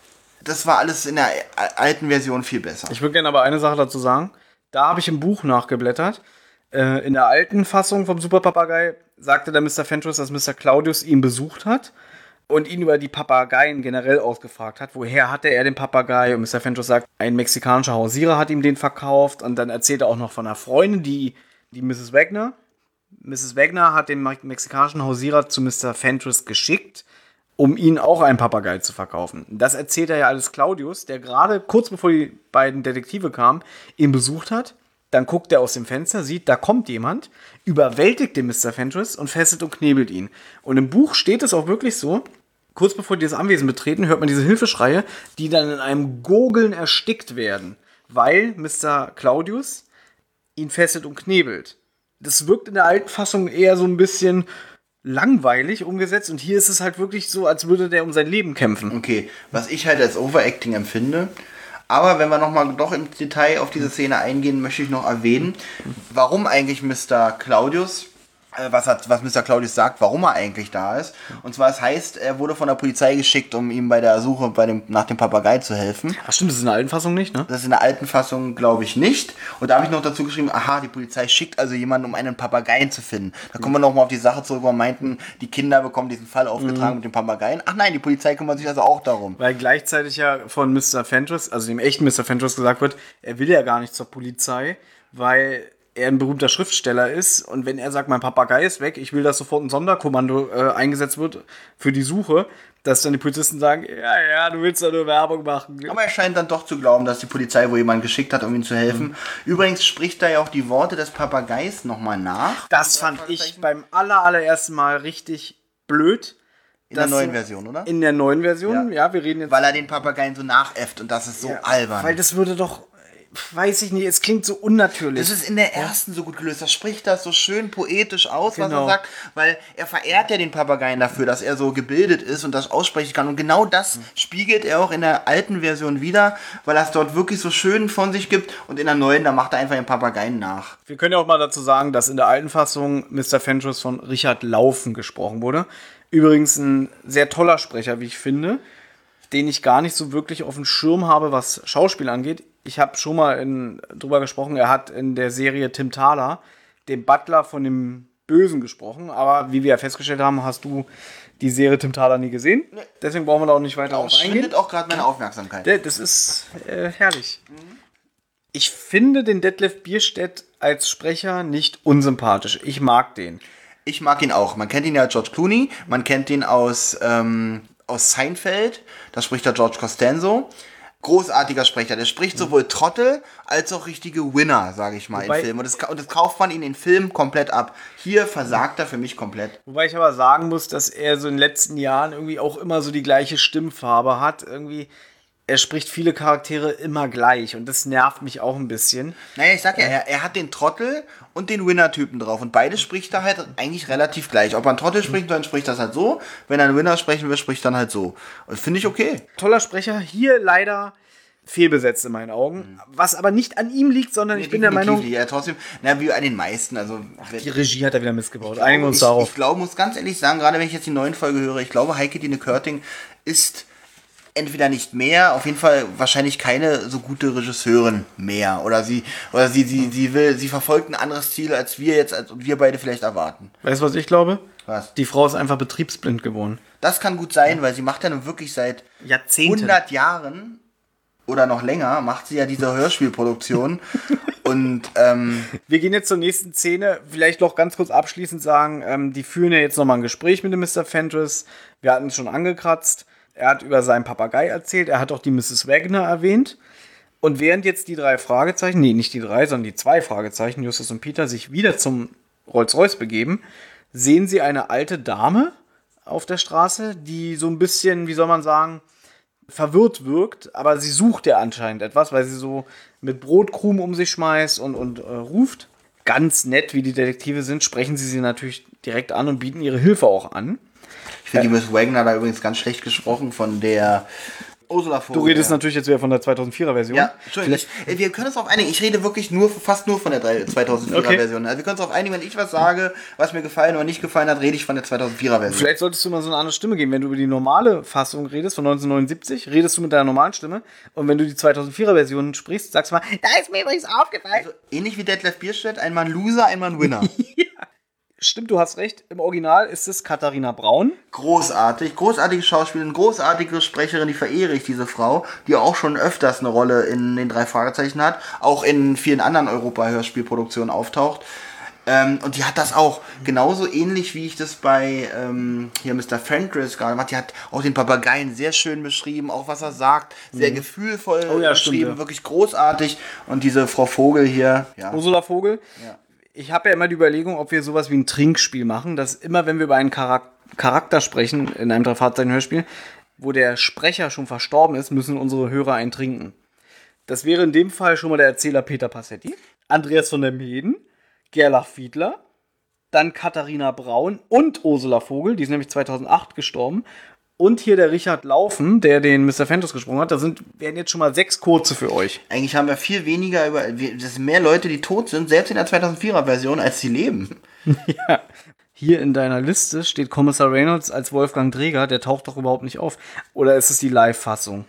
das war alles in der alten Version viel besser. Ich würde gerne aber eine Sache dazu sagen. Da habe ich im Buch nachgeblättert. Äh, in der alten Fassung vom Superpapagei sagte der Mister Fentress, dass Mister Claudius ihn besucht hat und ihn über die Papageien generell ausgefragt hat. Woher hatte er den Papagei? Und Mister Fentress sagt, ein mexikanischer Hausierer hat ihm den verkauft. Und dann erzählt er auch noch von einer Freundin, die, die Misses Wagner. Misses Wagner hat den mexikanischen Hausierer zu Mister Fentress geschickt, um ihn auch einen Papagei zu verkaufen. Das erzählt er ja alles Claudius, der gerade kurz bevor die beiden Detektive kamen, ihn besucht hat. Dann guckt er aus dem Fenster, sieht, da kommt jemand, überwältigt den Mister Fentress und fesselt und knebelt ihn. Und im Buch steht es auch wirklich so, kurz bevor die das Anwesen betreten, hört man diese Hilfeschreie, die dann in einem Gurgeln erstickt werden, weil Mister Claudius ihn fesselt und knebelt. Das wirkt in der alten Fassung eher so ein bisschen langweilig umgesetzt und hier ist es halt wirklich so, als würde der um sein Leben kämpfen. Okay, was ich halt als Overacting empfinde, aber wenn wir nochmal doch im Detail auf diese Szene eingehen, möchte ich noch erwähnen, warum eigentlich Mister Claudius was, hat, was Mister Claudius sagt, warum er eigentlich da ist. Und zwar, es heißt, er wurde von der Polizei geschickt, um ihm bei der Suche bei dem, nach dem Papagei zu helfen. Ach stimmt, das ist in der alten Fassung nicht, ne? Das ist in der alten Fassung, glaube ich, nicht. Und da habe ich noch dazu geschrieben, aha, die Polizei schickt also jemanden, um einen Papageien zu finden. Da kommen wir nochmal auf die Sache zurück, wo wir meinten, die Kinder bekommen diesen Fall aufgetragen mhm. mit den Papageien. Ach nein, die Polizei kümmert sich also auch darum. Weil gleichzeitig ja von Mister Fentress, also dem echten Mister Fentress gesagt wird, er will ja gar nicht zur Polizei, weil er ein berühmter Schriftsteller ist und wenn er sagt, mein Papagei ist weg, ich will, dass sofort ein Sonderkommando äh, eingesetzt wird für die Suche, dass dann die Polizisten sagen, ja, ja, du willst ja nur Werbung machen. Aber er scheint dann doch zu glauben, dass die Polizei wohl jemanden geschickt hat, um ihm zu helfen. Mhm. Übrigens spricht er ja auch die Worte des Papageis nochmal nach. Das fand ich beim aller, allerersten Mal richtig blöd. In der neuen Version, oder? In der neuen Version, ja, ja wir reden jetzt... Weil er den Papageien so nachäfft und das ist so ja, albern. Weil das würde doch... Weiß ich nicht, es klingt so unnatürlich. Das ist in der ersten so gut gelöst. Da spricht das so schön poetisch aus, genau. was er sagt, weil er verehrt ja den Papageien dafür, dass er so gebildet ist und das aussprechen kann. Und genau das mhm. spiegelt er auch in der alten Version wieder, weil er es dort wirklich so schön von sich gibt und in der neuen, da macht er einfach den Papageien nach. Wir können ja auch mal dazu sagen, dass in der alten Fassung Mister Fentress von Richard Laufen gesprochen wurde. Übrigens ein sehr toller Sprecher, wie ich finde, den ich gar nicht so wirklich auf dem Schirm habe, was Schauspiel angeht. Ich habe schon mal in, drüber gesprochen, er hat in der Serie Tim Thaler den Butler von dem Bösen gesprochen, aber wie wir ja festgestellt haben, hast du die Serie Tim Thaler nie gesehen. Nee. Deswegen brauchen wir da auch nicht weiter drauf eingehen. Das findet auch gerade meine Aufmerksamkeit. Das ist äh, herrlich. Mhm. Ich finde den Detlef Bierstedt als Sprecher nicht unsympathisch. Ich mag den. Ich mag ihn auch. Man kennt ihn ja als George Clooney, man kennt ihn aus, ähm, aus Seinfeld, da spricht der George Costanzo. Großartiger Sprecher. Der spricht sowohl Trottel als auch richtige Winner, sage ich mal, wobei, im Film. Und das, und das kauft man in den Film komplett ab. Hier versagt er für mich komplett. Wobei ich aber sagen muss, dass er so in den letzten Jahren irgendwie auch immer so die gleiche Stimmfarbe hat. Irgendwie, er spricht viele Charaktere immer gleich und das nervt mich auch ein bisschen. Naja, ich sag ja, er, er hat den Trottel und den Winner-Typen drauf und beide spricht er halt eigentlich relativ gleich. Ob er einen Trottel spricht, dann spricht das halt so. Wenn er einen Winner sprechen will, spricht dann halt so. Und finde ich okay. Toller Sprecher, hier leider fehlbesetzt in meinen Augen. Mhm. Was aber nicht an ihm liegt, sondern nee, ich bin der Meinung... Ja, trotzdem, na, wie an den meisten. Also, Ach, die Regie hat er wieder missgebaut. Einigen wir uns darauf. Ich, ich glaube, muss ganz ehrlich sagen, gerade wenn ich jetzt die neuen Folge höre, ich glaube, Heike Dine Körting ist entweder nicht mehr, auf jeden Fall wahrscheinlich keine so gute Regisseurin mehr. Oder sie, oder sie, sie, sie will, sie verfolgt ein anderes Ziel, als wir jetzt, als wir beide vielleicht erwarten. Weißt du, was ich glaube? Was? Die Frau ist einfach betriebsblind geworden. Das kann gut sein, weil sie macht ja nun wirklich seit Jahrzehnten. hundert Jahren oder noch länger, macht sie ja diese Hörspielproduktion. Und ähm, wir gehen jetzt zur nächsten Szene. Vielleicht noch ganz kurz abschließend sagen, ähm, die führen ja jetzt nochmal ein Gespräch mit dem Mister Fentress. Wir hatten es schon angekratzt. Er hat über seinen Papagei erzählt. Er hat auch die Missus Wagner erwähnt. Und während jetzt die drei Fragezeichen, nee, nicht die drei, sondern die zwei Fragezeichen, Justus und Peter, sich wieder zum Rolls-Royce begeben, sehen sie eine alte Dame auf der Straße, die so ein bisschen, wie soll man sagen, verwirrt wirkt, aber sie sucht ja anscheinend etwas, weil sie so mit Brotkrumen um sich schmeißt und, und äh, ruft. Ganz nett, wie die Detektive sind, sprechen sie sie natürlich direkt an und bieten ihre Hilfe auch an. Ich finde die Miss Wagner da übrigens ganz schlecht gesprochen von der Ursula Vogel. Du redest ja natürlich jetzt wieder von der zweitausendvierer Version. Ja, Entschuldigung. Ich, wir können uns darauf einigen. Ich rede wirklich nur, fast nur von der zweitausendvierer okay. Version. Also wir können uns darauf einigen, wenn ich was sage, was mir gefallen oder nicht gefallen hat, rede ich von der zweitausendvierer Version. Vielleicht solltest du mal so eine andere Stimme geben. Wenn du über die normale Fassung redest, von neunzehnhundertneunundsiebzig, redest du mit deiner normalen Stimme. Und wenn du die zweitausendvierer Version sprichst, sagst du mal, da ist mir übrigens aufgefallen. Also ähnlich wie Detlef Bierstedt, einmal ein Loser, einmal ein Winner. Ja. Stimmt, du hast recht. Im Original ist es Katharina Braun. Großartig, großartige Schauspielerin, großartige Sprecherin, die verehre ich, diese Frau, die auch schon öfters eine Rolle in den drei Fragezeichen hat, auch in vielen anderen Europa-Hörspielproduktionen auftaucht. Ähm, und die hat das auch genauso ähnlich, wie ich das bei ähm, hier Mister Fentress gerade gemacht. Die hat auch den Papageien sehr schön beschrieben, auch was er sagt, sehr mhm. gefühlvoll oh ja, beschrieben, stimmt, ja. wirklich großartig. Und diese Frau Vogel hier, ja. Ursula Vogel. Ja. Ich habe ja immer die Überlegung, ob wir sowas wie ein Trinkspiel machen, dass immer, wenn wir über einen Charak- Charakter sprechen, in einem Drei-Fragezeichen-Hörspiel, wo der Sprecher schon verstorben ist, müssen unsere Hörer einen trinken. Das wäre in dem Fall schon mal der Erzähler Peter Passetti, Andreas von der Meeden, Gerlach Fiedler, dann Katharina Braun und Ursula Vogel, die ist nämlich zweitausendacht gestorben, und hier der Richard Laufen, der den Mister Fentress gesprochen hat. Da sind, werden jetzt schon mal sechs kurze für euch. Eigentlich haben wir viel weniger über, das sind mehr Leute, die tot sind, selbst in der zweitausendvierer Version, als die leben. Ja. Hier in deiner Liste steht Kommissar Reynolds als Wolfgang Dreger, der taucht doch überhaupt nicht auf. Oder ist es die Live-Fassung?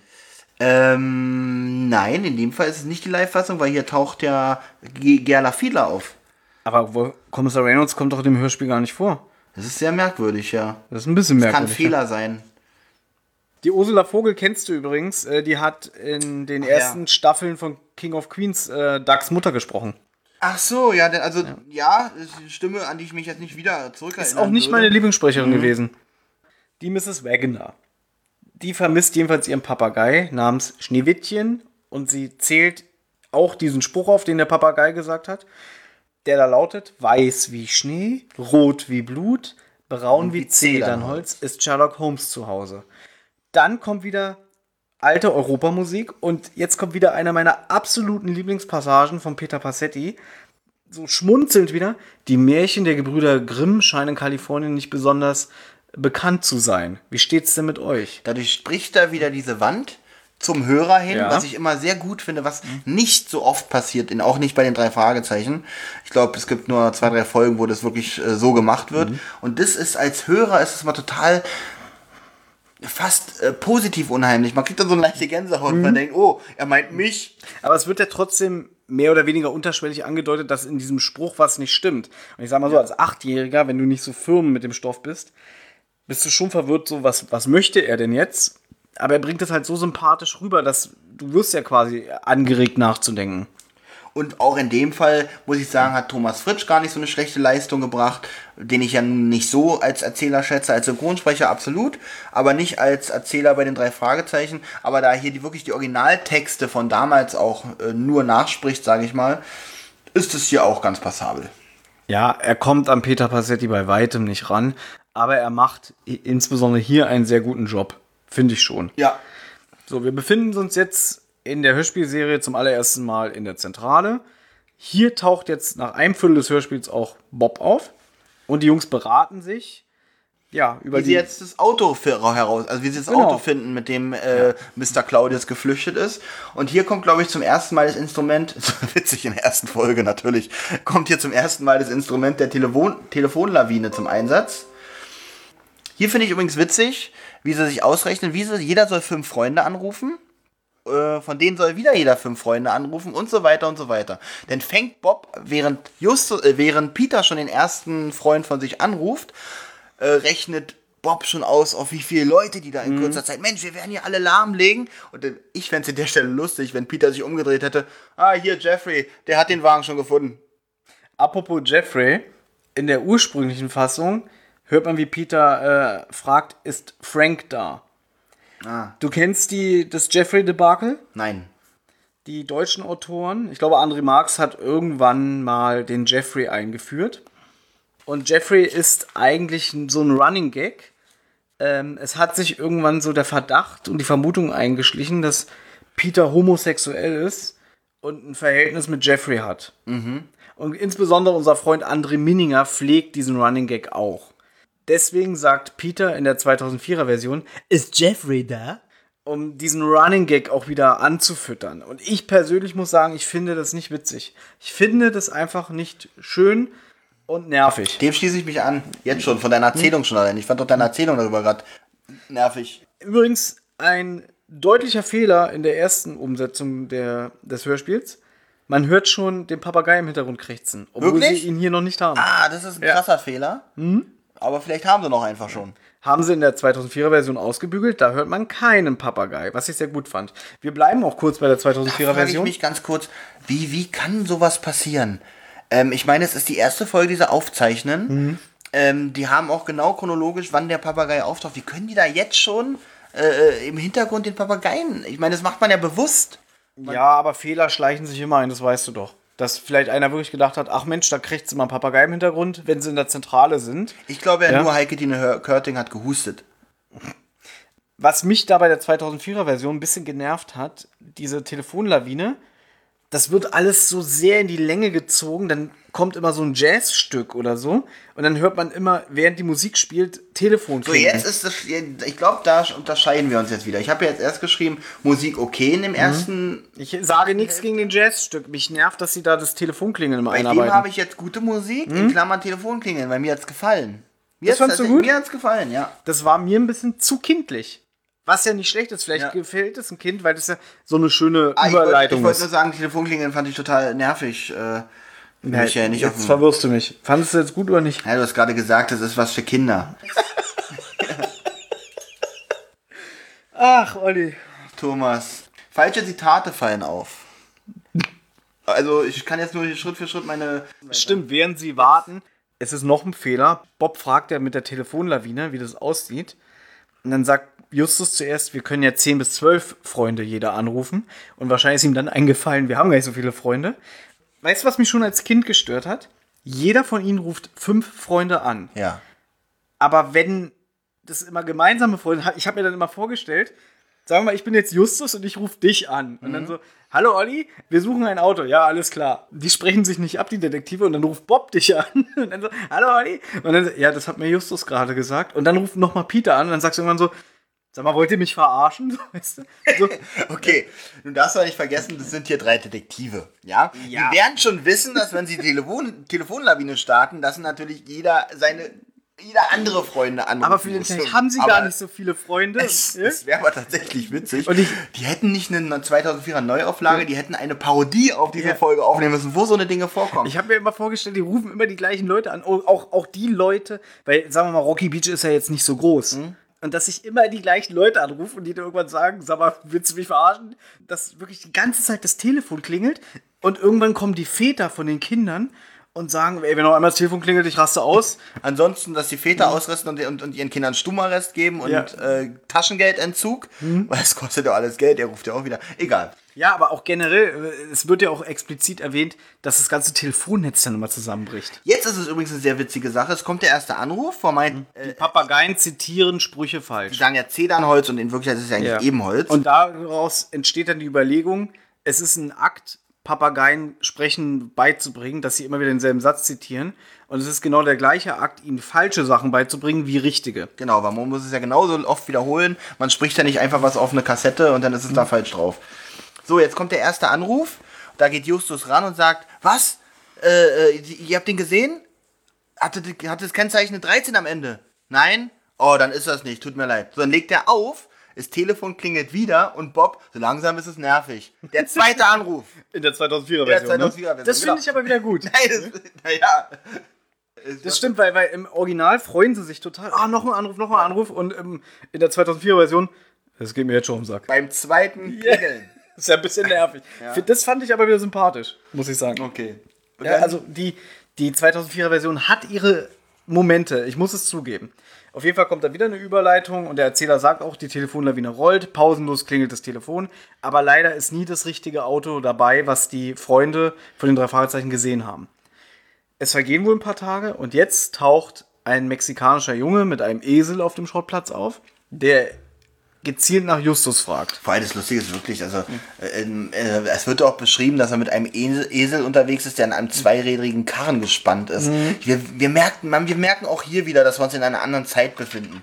Ähm, nein, in dem Fall ist es nicht die Live-Fassung, weil hier taucht ja G- Gerla Fiedler auf. Aber Wo- Kommissar Reynolds kommt doch in dem Hörspiel gar nicht vor. Das ist sehr merkwürdig, ja. Das ist ein bisschen Das kann ein merkwürdig. Fehler sein. Die Ursula Vogel kennst du übrigens. äh, Die hat in den Ach, ersten ja. Staffeln von King of Queens äh, Dougs Mutter gesprochen. Ach so, ja, denn- also, ja, das ist eine Stimme, an die ich mich jetzt nicht wieder zurückerinnern Ist auch nicht würde. meine Lieblingssprecherin gewesen. Die Misses Wagner. Die vermisst jedenfalls ihren Papagei namens Schneewittchen und sie zählt auch diesen Spruch auf, den der Papagei gesagt hat, der da lautet: Weiß wie Schnee, rot wie Blut, braun wie wie Zedernholz. Zedernholz ist Sherlock Holmes zu Hause. Dann kommt wieder alte Europamusik und jetzt kommt wieder einer meiner absoluten Lieblingspassagen von Peter Passetti. So schmunzelnd wieder: Die Märchen der Gebrüder Grimm scheinen in Kalifornien nicht besonders bekannt zu sein. Wie steht's denn mit euch? Dadurch spricht da wieder diese Wand zum Hörer hin, Ja. was ich immer sehr gut finde, was nicht so oft passiert, in, auch nicht bei den drei Fragezeichen. Ich glaube, es gibt nur zwei, drei Folgen, wo das wirklich äh, so gemacht wird. Und das ist als Hörer, ist es mal total fast äh, positiv unheimlich. Man kriegt dann so eine leichte Gänsehaut und man denkt, oh, er meint mich. Aber es wird ja trotzdem mehr oder weniger unterschwellig angedeutet, dass in diesem Spruch was nicht stimmt. Und ich sag mal so, als Achtjähriger, wenn du nicht so firm mit dem Stoff bist, bist du schon verwirrt, so, was, was möchte er denn jetzt? Aber er bringt es halt so sympathisch rüber, dass du wirst ja quasi angeregt nachzudenken. Und auch in dem Fall, muss ich sagen, hat Thomas Fritsch gar nicht so eine schlechte Leistung gebracht, den ich ja nun nicht so als Erzähler schätze, als Synchronsprecher absolut, aber nicht als Erzähler bei den drei Fragezeichen. Aber da hier die wirklich die Originaltexte von damals auch äh, nur nachspricht, sage ich mal, ist es hier auch ganz passabel. Ja, er kommt an Peter Passetti bei weitem nicht ran, aber er macht i- insbesondere hier einen sehr guten Job. Finde ich schon. Ja. So, wir befinden uns jetzt in der Hörspielserie zum allerersten Mal in der Zentrale. Hier taucht jetzt nach einem Viertel des Hörspiels auch Bob auf. Und die Jungs beraten sich, ja, über Wie die... sie jetzt das Auto für- heraus, also wie sie das Genau. Auto finden, mit dem äh, Mister Claudius geflüchtet ist. Und hier kommt, glaube ich, zum ersten Mal das Instrument, so witzig in der ersten Folge natürlich, kommt hier zum ersten Mal das Instrument der Telefon Telefonlawine zum Einsatz. Hier finde ich übrigens witzig, wie sie sich ausrechnen, wie sie, jeder soll fünf Freunde anrufen. Äh, Von denen soll wieder jeder fünf Freunde anrufen und so weiter und so weiter. Denn fängt Bob, während, Justus, äh, während Peter schon den ersten Freund von sich anruft, äh, rechnet Bob schon aus, auf wie viele Leute die da in kurzer Zeit, Mensch, wir werden hier alle lahmlegen. Und äh, ich fände es an der Stelle lustig, wenn Peter sich umgedreht hätte. Ah, hier Jeffrey, der hat den Wagen schon gefunden. Apropos Jeffrey, in der ursprünglichen Fassung hört man, wie Peter äh, fragt, ist Frank da? Ah. Du kennst die, das Jeffrey-Debakel? Nein. Die deutschen Autoren, ich glaube, André Marx hat irgendwann mal den Jeffrey eingeführt. Und Jeffrey ist eigentlich so ein Running Gag. Ähm, es hat sich irgendwann so der Verdacht und die Vermutung eingeschlichen, dass Peter homosexuell ist und ein Verhältnis mit Jeffrey hat. Und insbesondere unser Freund André Minninger pflegt diesen Running Gag auch. Deswegen sagt Peter in der zweitausendvierer Version, ist Jeffrey da? Um diesen Running Gag auch wieder anzufüttern. Und ich persönlich muss sagen, ich finde das nicht witzig. Ich finde das einfach nicht schön und nervig. Dem schließe ich mich an. Jetzt schon, von deiner Erzählung schon allein. Ich fand doch deine Erzählung darüber gerade nervig. Übrigens ein deutlicher Fehler in der ersten Umsetzung der, des Hörspiels. Man hört schon den Papagei im Hintergrund krächzen, obwohl Wirklich? sie ihn hier noch nicht haben. Ah, das ist ein Ja. krasser Fehler. Aber vielleicht haben sie noch einfach schon. Haben sie in der zweitausendvierer Version ausgebügelt, da hört man keinen Papagei, was ich sehr gut fand. Wir bleiben auch kurz bei der zweitausendvierer Frage ich Version. mich ganz kurz, wie, wie kann sowas passieren? Ähm, ich meine, es ist die erste Folge, die sie aufzeichnen. Mhm. Ähm, die haben auch genau chronologisch, wann der Papagei auftaucht. Wie können die da jetzt schon äh, im Hintergrund den Papageien? Ich meine, das macht man ja bewusst. Ja, aber Fehler schleichen sich immer ein, das weißt du doch. Dass vielleicht einer wirklich gedacht hat, ach Mensch, da kriegt sie mal einen Papagei im Hintergrund, wenn sie in der Zentrale sind. Ich glaube ja, Ja. nur Heike Dine Hör- Körting hat gehustet. Was mich da bei der zweitausendvierer Version ein bisschen genervt hat, diese Telefonlawine, das wird alles so sehr in die Länge gezogen, dann kommt immer so ein Jazzstück oder so und dann hört man immer, während die Musik spielt, Telefon So, klingeln. jetzt ist das, ich glaube, da unterscheiden wir uns jetzt wieder. Ich habe ja jetzt erst geschrieben, Musik okay in dem ersten. Ich sage nichts gegen den Jazzstück. Mich nervt, dass sie da das Telefonklingeln immer Bei dem einarbeiten. habe ich jetzt gute Musik, in Klammern Telefonklingeln, weil mir hat's gefallen. Mir Das hat's- fandst du gut? Mir hat's gefallen, ja. Das war mir ein bisschen zu kindlich. Was ja nicht schlecht ist. Vielleicht Ja. gefällt es ein Kind, weil das ja so eine schöne Ah, ich wollte Überleitung wollt ist. nur sagen, Telefonklingeln fand ich total nervig. Äh, bin ich ja nicht auf jetzt dem- verwirrst du mich. Fandest du jetzt gut oder nicht? Ja, du hast gerade gesagt, das ist was für Kinder. Ach, Olli. Thomas. Falsche Zitate fallen auf. Also ich kann jetzt nur Schritt für Schritt meine... Stimmt, während sie warten, es ist noch ein Fehler. Bob fragt ja mit der Telefonlawine, wie das aussieht. Und dann sagt Justus zuerst, wir können ja zehn bis zwölf Freunde jeder anrufen. Und wahrscheinlich ist ihm dann eingefallen, wir haben gar nicht so viele Freunde. Weißt du, was mich schon als Kind gestört hat? Jeder von ihnen ruft fünf Freunde an. Ja. Aber wenn das immer gemeinsame Freunde, ich habe mir dann immer vorgestellt, sagen wir mal, ich bin jetzt Justus und ich rufe dich an. Und dann so, hallo Olli, wir suchen ein Auto. Ja, alles klar. Die sprechen sich nicht ab, die Detektive. Und dann ruft Bob dich an. Und dann so, hallo Olli. Und dann so, ja, das hat mir Justus gerade gesagt. Und dann ruft nochmal Peter an. Und dann sagst du irgendwann so, sag mal, wollt ihr mich verarschen? So, weißt du? So, Okay, nun darfst du auch nicht vergessen, das sind hier drei Detektive, ja? Ja. Die werden schon wissen, dass wenn sie die Telefon Telefonlawine starten, dass natürlich jeder seine, jeder andere Freunde anrufen aber vielleicht muss. haben sie Aber gar nicht so viele Freunde. Es, Ja? es wäre aber tatsächlich witzig. Und ich- die hätten nicht eine zweitausendvierer Neuauflage, die hätten eine Parodie auf diese Ja. Folge aufnehmen müssen, wo so eine Dinge vorkommen. Ich habe mir immer vorgestellt, die rufen immer die gleichen Leute an. Auch, auch die Leute, weil, sagen wir mal, Rocky Beach ist ja jetzt nicht so groß. Und dass ich immer die gleichen Leute anrufe und die dann irgendwann sagen, sag mal, willst du mich verarschen? Dass wirklich die ganze Zeit das Telefon klingelt und irgendwann kommen die Väter von den Kindern und sagen, ey, wenn noch einmal das Telefon klingelt, ich raste aus. Ansonsten, dass die Väter ausrasten und, und, und ihren Kindern Stummarrest geben und Ja. äh, Taschengeldentzug, weil es kostet ja alles Geld, der ruft ja auch wieder. Egal. Ja, aber auch generell, äh, es wird ja auch explizit erwähnt, dass das ganze Telefonnetz dann immer zusammenbricht. Jetzt ist es übrigens eine sehr witzige Sache. Es kommt der erste Anruf von meinen, äh, Papageien zitieren Sprüche falsch. die sagen ja Zedernholz und in Wirklichkeit ist es ja eigentlich Ja. Ebenholz. Und daraus entsteht dann die Überlegung, es ist ein Akt, Papageien sprechen beizubringen, dass sie immer wieder denselben Satz zitieren. Und es ist genau der gleiche Akt, ihnen falsche Sachen beizubringen wie richtige. Genau, weil man muss es ja genauso oft wiederholen. Man spricht ja nicht einfach was auf eine Kassette und dann ist es da falsch drauf. So, jetzt kommt der erste Anruf. Da geht Justus ran und sagt, was? Äh, äh, ihr habt den gesehen? Hatte, hat das Kennzeichen eine dreizehn am Ende? Nein? Oh, dann ist das nicht, tut mir leid. So, dann legt er auf, das Telefon klingelt wieder und Bob, so langsam ist es nervig. Der zweite Anruf. In der zweitausendvierer Der zweitausendvierer Version, Das finde genau. ich aber wieder gut. Nein, das, naja. Das stimmt, weil, weil im Original freuen sie sich total. Ah, noch ein Anruf, noch ein Anruf. Und ähm, in der zweitausendvierer Version, das geht mir jetzt schon um den Sack. Beim zweiten Klingeln. Das ist ja ein bisschen nervig. Das fand ich aber wieder sympathisch, muss ich sagen. Okay. Und Ja, dann- also die, die zweitausendvierer Version hat ihre Momente, ich muss es zugeben. Auf jeden Fall kommt da wieder eine Überleitung und der Erzähler sagt auch, die Telefonlawine rollt, pausenlos klingelt das Telefon, aber leider ist nie das richtige Auto dabei, was die Freunde von den drei Fragezeichen gesehen haben. Es vergehen wohl ein paar Tage und jetzt taucht ein mexikanischer Junge mit einem Esel auf dem Schrottplatz auf, der gezielt nach Justus fragt. Vor allem das Lustige ist wirklich, also äh, äh, es wird auch beschrieben, dass er mit einem Esel, Esel unterwegs ist, der an einem zweirädrigen Karren gespannt ist. Wir, wir, merken, man, wir merken auch hier wieder, dass wir uns in einer anderen Zeit befinden.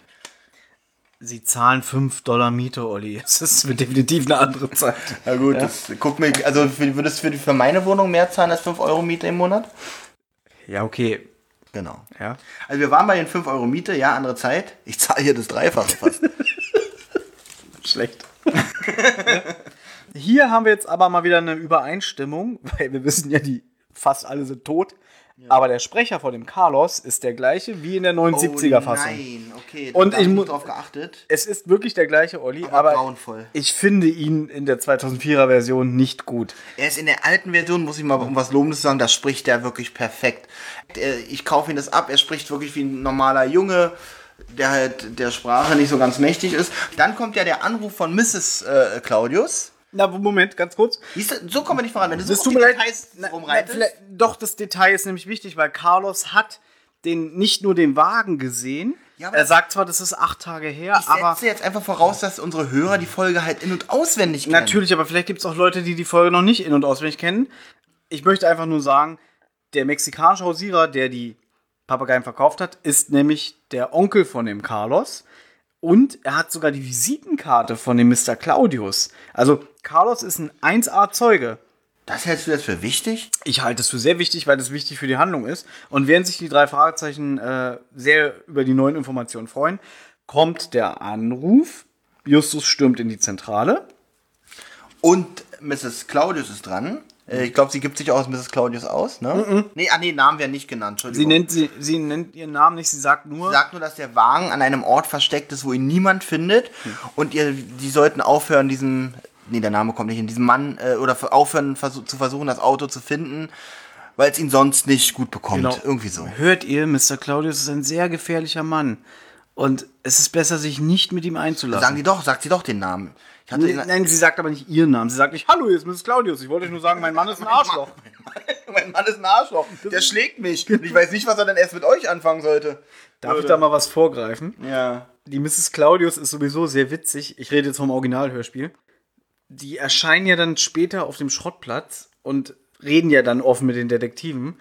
Sie zahlen fünf Dollar Miete, Olli. Es ist definitiv eine andere Zeit. Na gut, das guck mir, also für, würdest du für, für meine Wohnung mehr zahlen als fünf Euro Miete im Monat? Ja, okay. Genau. Ja. Also wir waren bei den fünf Euro Miete, ja, andere Zeit. Ich zahle hier das Dreifache fast. Schlecht. Hier haben wir jetzt aber mal wieder eine Übereinstimmung, weil wir wissen ja, die fast alle sind tot. Aber der Sprecher von dem Carlos ist der gleiche wie in der neunundsiebziger-Fassung. Oh nein, okay. Und da hab ich ich mu- nicht drauf geachtet. Es ist wirklich der gleiche Olli, Aber aber, grauenvoll. ich finde ihn in der zweitausendvierer-Version nicht gut. Er ist in der alten Version, muss ich mal um was Lobendes sagen, da spricht er wirklich perfekt. Äh, Ich kaufe ihn das ab, er spricht wirklich wie ein normaler Junge, der halt der Sprache nicht so ganz mächtig ist. Dann kommt ja der Anruf von Misses Äh, Claudius. Na, Moment, ganz kurz. Siehst du, so kommen wir nicht voran, wenn du so Das auf tut die mir leid. Details Na, na, rumreitest. vielleicht- Doch, das Detail ist nämlich wichtig, weil Carlos hat den, nicht nur den Wagen gesehen. Ja, aber- er sagt zwar, das ist acht Tage her, Ich aber setze jetzt einfach voraus, dass unsere Hörer die Folge halt in- und auswendig kennen. natürlich, aber vielleicht gibt es auch Leute, die die Folge noch nicht in- und auswendig kennen. Ich möchte einfach nur sagen, Der mexikanische Hausierer, der die Papageien verkauft hat, ist nämlich der Onkel von dem Carlos. Und er hat sogar die Visitenkarte von dem Mister Claudius. Also Carlos ist ein eins A-Zeuge. Das hältst du jetzt für wichtig? Ich halte es für sehr wichtig, weil das wichtig für die Handlung ist. Und während sich die drei Fragezeichen äh, sehr über die neuen Informationen freuen, kommt der Anruf. Justus stürmt in die Zentrale. Und Misses Claudius ist dran. Äh, ich glaube, sie gibt sich auch als Misses Claudius aus, ne? Mm-mm. Nee, ach nee, Namen werden nicht genannt. Sie nennt, sie, sie nennt ihren Namen nicht, sie sagt nur... Sie sagt nur, dass der Wagen an einem Ort versteckt ist, wo ihn niemand findet. Hm. Und ihr, die sollten aufhören, diesen... Nee, der Name kommt nicht in diesem Mann. Äh, oder aufhören versuch, zu versuchen, das Auto zu finden, weil es ihn sonst nicht gut bekommt. Genau. Irgendwie so. Hört ihr, Mister Claudius ist ein sehr gefährlicher Mann. Und es ist besser, sich nicht mit ihm einzulassen. Sagen die doch, sagt sie doch den Namen. Ich hatte Nein, nein, sie sagt aber nicht ihren Namen. Sie sagt nicht, hallo, hier ist Misses Claudius. Ich wollte euch nur sagen, mein Mann ist ein Arschloch. Mein Mann ist ein Arschloch. Der schlägt mich. Ich weiß nicht, was er denn erst mit euch anfangen sollte. Darf Oder? ich da mal was vorgreifen? Ja. Die Misses Claudius ist sowieso sehr witzig. Ich rede jetzt vom Originalhörspiel. Die erscheinen ja dann später auf dem Schrottplatz und reden ja dann offen mit den Detektiven.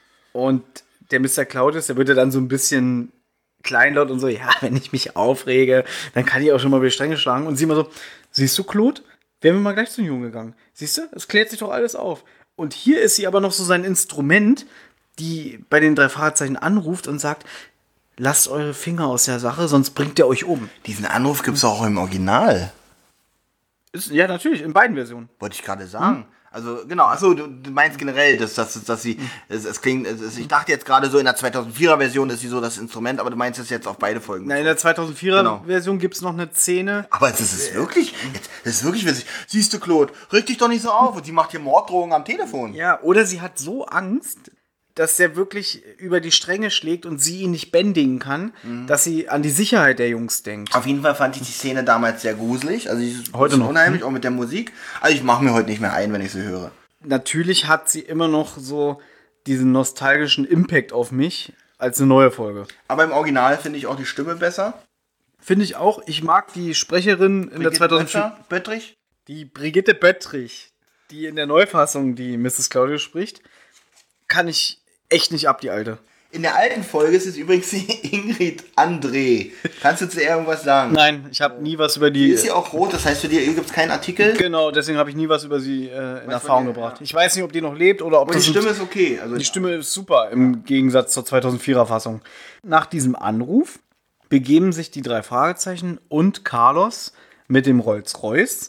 Und der Mister Claudius, der wird ja dann so ein bisschen kleinlaut und so, ja, wenn ich mich aufrege, dann kann ich auch schon mal über die Stränge schlagen. Und sie immer so, siehst du, Claude, wären wir mal gleich zum Jungen gegangen. Siehst du, es klärt sich doch alles auf. Und hier ist sie aber noch so sein Instrument, die bei den drei Fragezeichen anruft und sagt, lasst eure Finger aus der Sache, sonst bringt er euch um. Diesen Anruf gibt es auch im Original. Ist, ja, natürlich, in beiden Versionen. Wollte ich gerade sagen. Hm. Also, genau, achso, du, du meinst generell, dass, dass, dass sie, hm. es, es klingt, es, ich dachte jetzt gerade so, in der zweitausendvierer Version ist sie so das Instrument, aber du meinst es jetzt auf beide Folgen. Nein, in der zweitausendvierer genau. Version gibt es noch eine Szene. Aber es ist es wirklich, es ist wirklich witzig. Siehst du, Claude, reg dich doch nicht so auf und sie macht hier Morddrohungen am Telefon. Ja, oder sie hat so Angst, dass der wirklich über die Stränge schlägt und sie ihn nicht bändigen kann, mhm. dass sie an die Sicherheit der Jungs denkt. Auf jeden Fall fand ich die Szene damals sehr gruselig. Also ich, heute noch unheimlich, auch mit der Musik. Also ich mache mir heute nicht mehr ein, wenn ich sie höre. Natürlich hat sie immer noch so diesen nostalgischen Impact auf mich als eine neue Folge. Aber im Original finde ich auch die Stimme besser. Finde ich auch. Ich mag die Sprecherin in Brigitte der zweitausendvier... Böttrich? Die Brigitte Böttrich, die in der Neufassung die Misses Claudius spricht, kann ich echt nicht ab, die alte. In der alten Folge ist es übrigens die Ingrid André. Kannst du zu ihr irgendwas sagen? Nein, ich habe nie was über die... Die ist sie auch rot, das heißt, für die gibt es keinen Artikel? Genau, deswegen habe ich nie was über sie äh, in Erfahrung dir, gebracht. Ja. Ich weiß nicht, ob die noch lebt oder ob Und das... die Stimme ist okay. Also die ja. Stimme ist super, im ja. Gegensatz zur zweitausendvierer Fassung. Nach diesem Anruf begeben sich die drei Fragezeichen und Carlos mit dem Rolls-Royce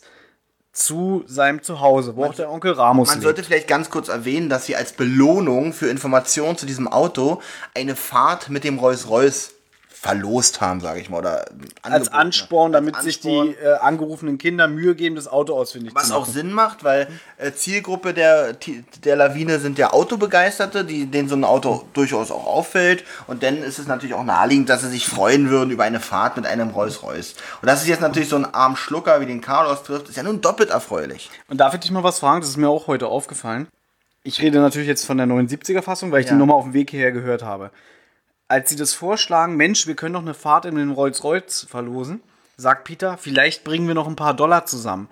zu seinem Zuhause, wo man, auch der Onkel Ramos Man lebt. sollte vielleicht ganz kurz erwähnen, dass sie als Belohnung für Informationen zu diesem Auto eine Fahrt mit dem Rolls-Royce verlost haben, sage ich mal. Oder als Ansporn, damit als Ansporn. sich die äh, angerufenen Kinder Mühe geben, das Auto ausfindig Was zu machen. Was auch Sinn macht, weil äh, Zielgruppe der, der Lawine sind ja Autobegeisterte, die, denen so ein Auto durchaus auch auffällt. Und dann ist es natürlich auch naheliegend, dass sie sich freuen würden über eine Fahrt mit einem Rolls-Royce. Und das ist jetzt natürlich so ein armen Schlucker, wie den Carlos trifft, ist ja nun doppelt erfreulich. Und darf ich dich mal was fragen? Das ist mir auch heute aufgefallen. Ich rede natürlich jetzt von der neunundsiebziger Fassung, weil ich ja. die nochmal auf dem Weg hierher gehört habe. Als sie das vorschlagen, Mensch, wir können doch eine Fahrt in den Rolls-Royce verlosen, sagt Peter, vielleicht bringen wir noch ein paar Dollar zusammen.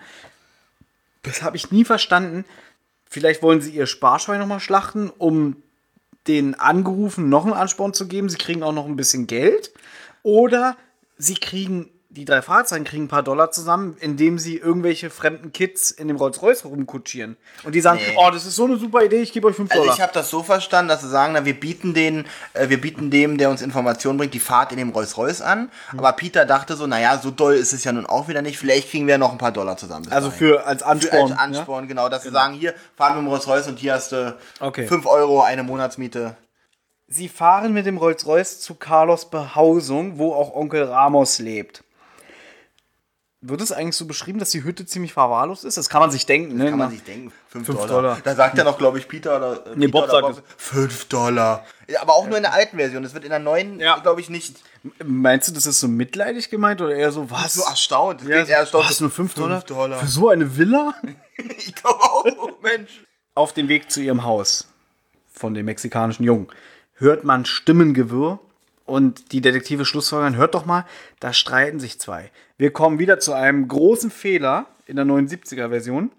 Das habe ich nie verstanden. Vielleicht wollen sie ihr Sparschwein nochmal schlachten, um den Angerufenen noch einen Ansporn zu geben. Sie kriegen auch noch ein bisschen Geld. Oder sie kriegen, die drei Fahrzeuge kriegen ein paar Dollar zusammen, indem sie irgendwelche fremden Kids in dem Rolls-Royce rumkutschieren. Und die sagen, nee. oh, das ist so eine super Idee, ich gebe euch fünf Dollar. Also ich habe das so verstanden, dass sie sagen, na, wir bieten den, äh, wir bieten dem, der uns Informationen bringt, die Fahrt in dem Rolls-Royce an. Mhm. Aber Peter dachte so, naja, so doll ist es ja nun auch wieder nicht. Vielleicht kriegen wir noch ein paar Dollar zusammen. Also für als Ansporn. Für als Ansporn, ja? Genau. Dass genau. sie sagen, hier, fahren wir mit dem Rolls-Royce und hier hast du okay. fünf Euro, eine Monatsmiete. Sie fahren mit dem Rolls-Royce zu Carlos Behausung, wo auch Onkel Ramos lebt. Wird es eigentlich so beschrieben, dass die Hütte ziemlich verwahrlost ist? Das kann man sich denken, ne? Das kann man sich denken. Fünf Dollar. Dollar. Da sagt ja noch, glaube ich, Peter oder äh, nee, Bob Peter sagt Bob, fünf Dollar. Ja, aber auch nur in der alten Version. Das wird in der neuen, ja. glaube ich, nicht. Meinst du, das ist so mitleidig gemeint oder eher so, was? So erstaunt. Das ja, eher erstaunt. Was, nur fünf Dollar? fünf Dollar? Für so eine Villa? Ich glaube auch, Mensch. Auf dem Weg zu ihrem Haus von dem mexikanischen Jungen hört man Stimmengewirr. Und die Detektive schlussfolgern, hört doch mal, da streiten sich zwei. Wir kommen wieder zu einem großen Fehler in der neunundsiebziger Version.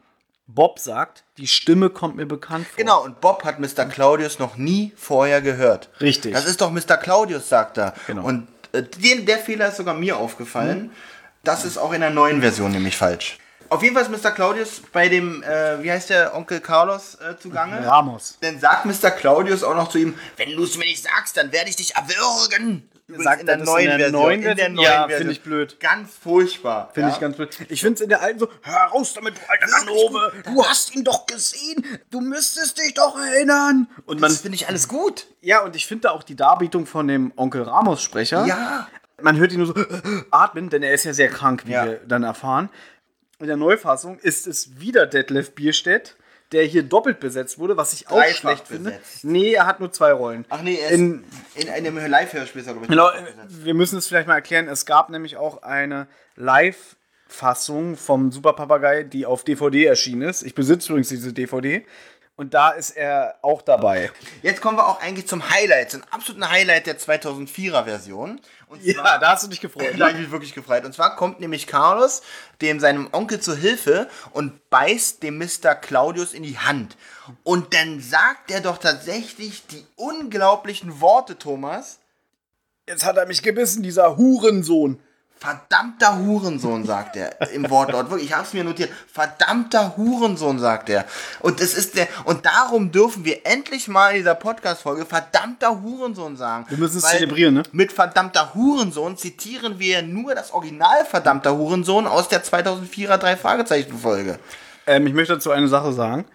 Bob sagt, die Stimme kommt mir bekannt vor. Genau, und Bob hat Mister Claudius noch nie vorher gehört. Richtig. Das ist doch Mister Claudius, sagt er. Genau. Und äh, den, der Fehler ist sogar mir aufgefallen. Mhm. Das ist auch in der neuen Version nämlich falsch. Auf jeden Fall ist Mister Claudius bei dem, äh, wie heißt der, Onkel Carlos äh, zugange? Ramos. Dann sagt Mister Claudius auch noch zu ihm, wenn du es mir nicht sagst, dann werde ich dich erwürgen. Sagt in der er das neuen in der Version. neuen In der Version? neuen Ja, Version. finde ich blöd. Ganz furchtbar. Finde ja? ich ganz blöd. Ich finde es in der alten so, hör raus damit, du alter Ganove, du hast ihn doch gesehen, du müsstest dich doch erinnern. Und man, Das finde ich alles gut. ja, und ich finde da auch die Darbietung von dem Onkel Ramos-Sprecher. Ja. Man hört ihn nur so atmen, denn er ist ja sehr krank, wie Ja. wir dann erfahren. In der Neufassung ist es wieder Detlef Bierstedt, der hier doppelt besetzt wurde, was ich auch Dreifach schlecht finde. besetzt. Nee, er hat nur zwei Rollen. Ach nee, er ist In- in, in einem Live-Hörspiel, glaube ich. Genau, wir müssen es vielleicht mal erklären. Es gab nämlich auch eine Live-Fassung vom Super Papagei, die auf D V D erschienen ist. Ich besitze übrigens diese D V D. Und da ist er auch dabei. Jetzt kommen wir auch eigentlich zum Highlight, zum absoluten Highlight der zweitausendvierer Version. Und Ja, da hast du dich gefreut. Da habe ich mich wirklich gefreut. Und zwar kommt nämlich Carlos dem seinem Onkel zur Hilfe und beißt dem Mister Claudius in die Hand. Und dann sagt er doch tatsächlich die unglaublichen Worte, Thomas. Jetzt hat er mich gebissen, dieser Hurensohn. Verdammter Hurensohn, sagt er im Wortlaut. Wirklich, ich habe es mir notiert. Verdammter Hurensohn, sagt er. Und das ist der. Und darum dürfen wir endlich mal in dieser Podcast-Folge verdammter Hurensohn sagen. Wir müssen es Weil zelebrieren, ne? Mit verdammter Hurensohn zitieren wir nur das Original verdammter Hurensohn aus der zweitausendvierer Drei-Fragezeichen-Folge. Ähm, ich möchte dazu eine Sache sagen.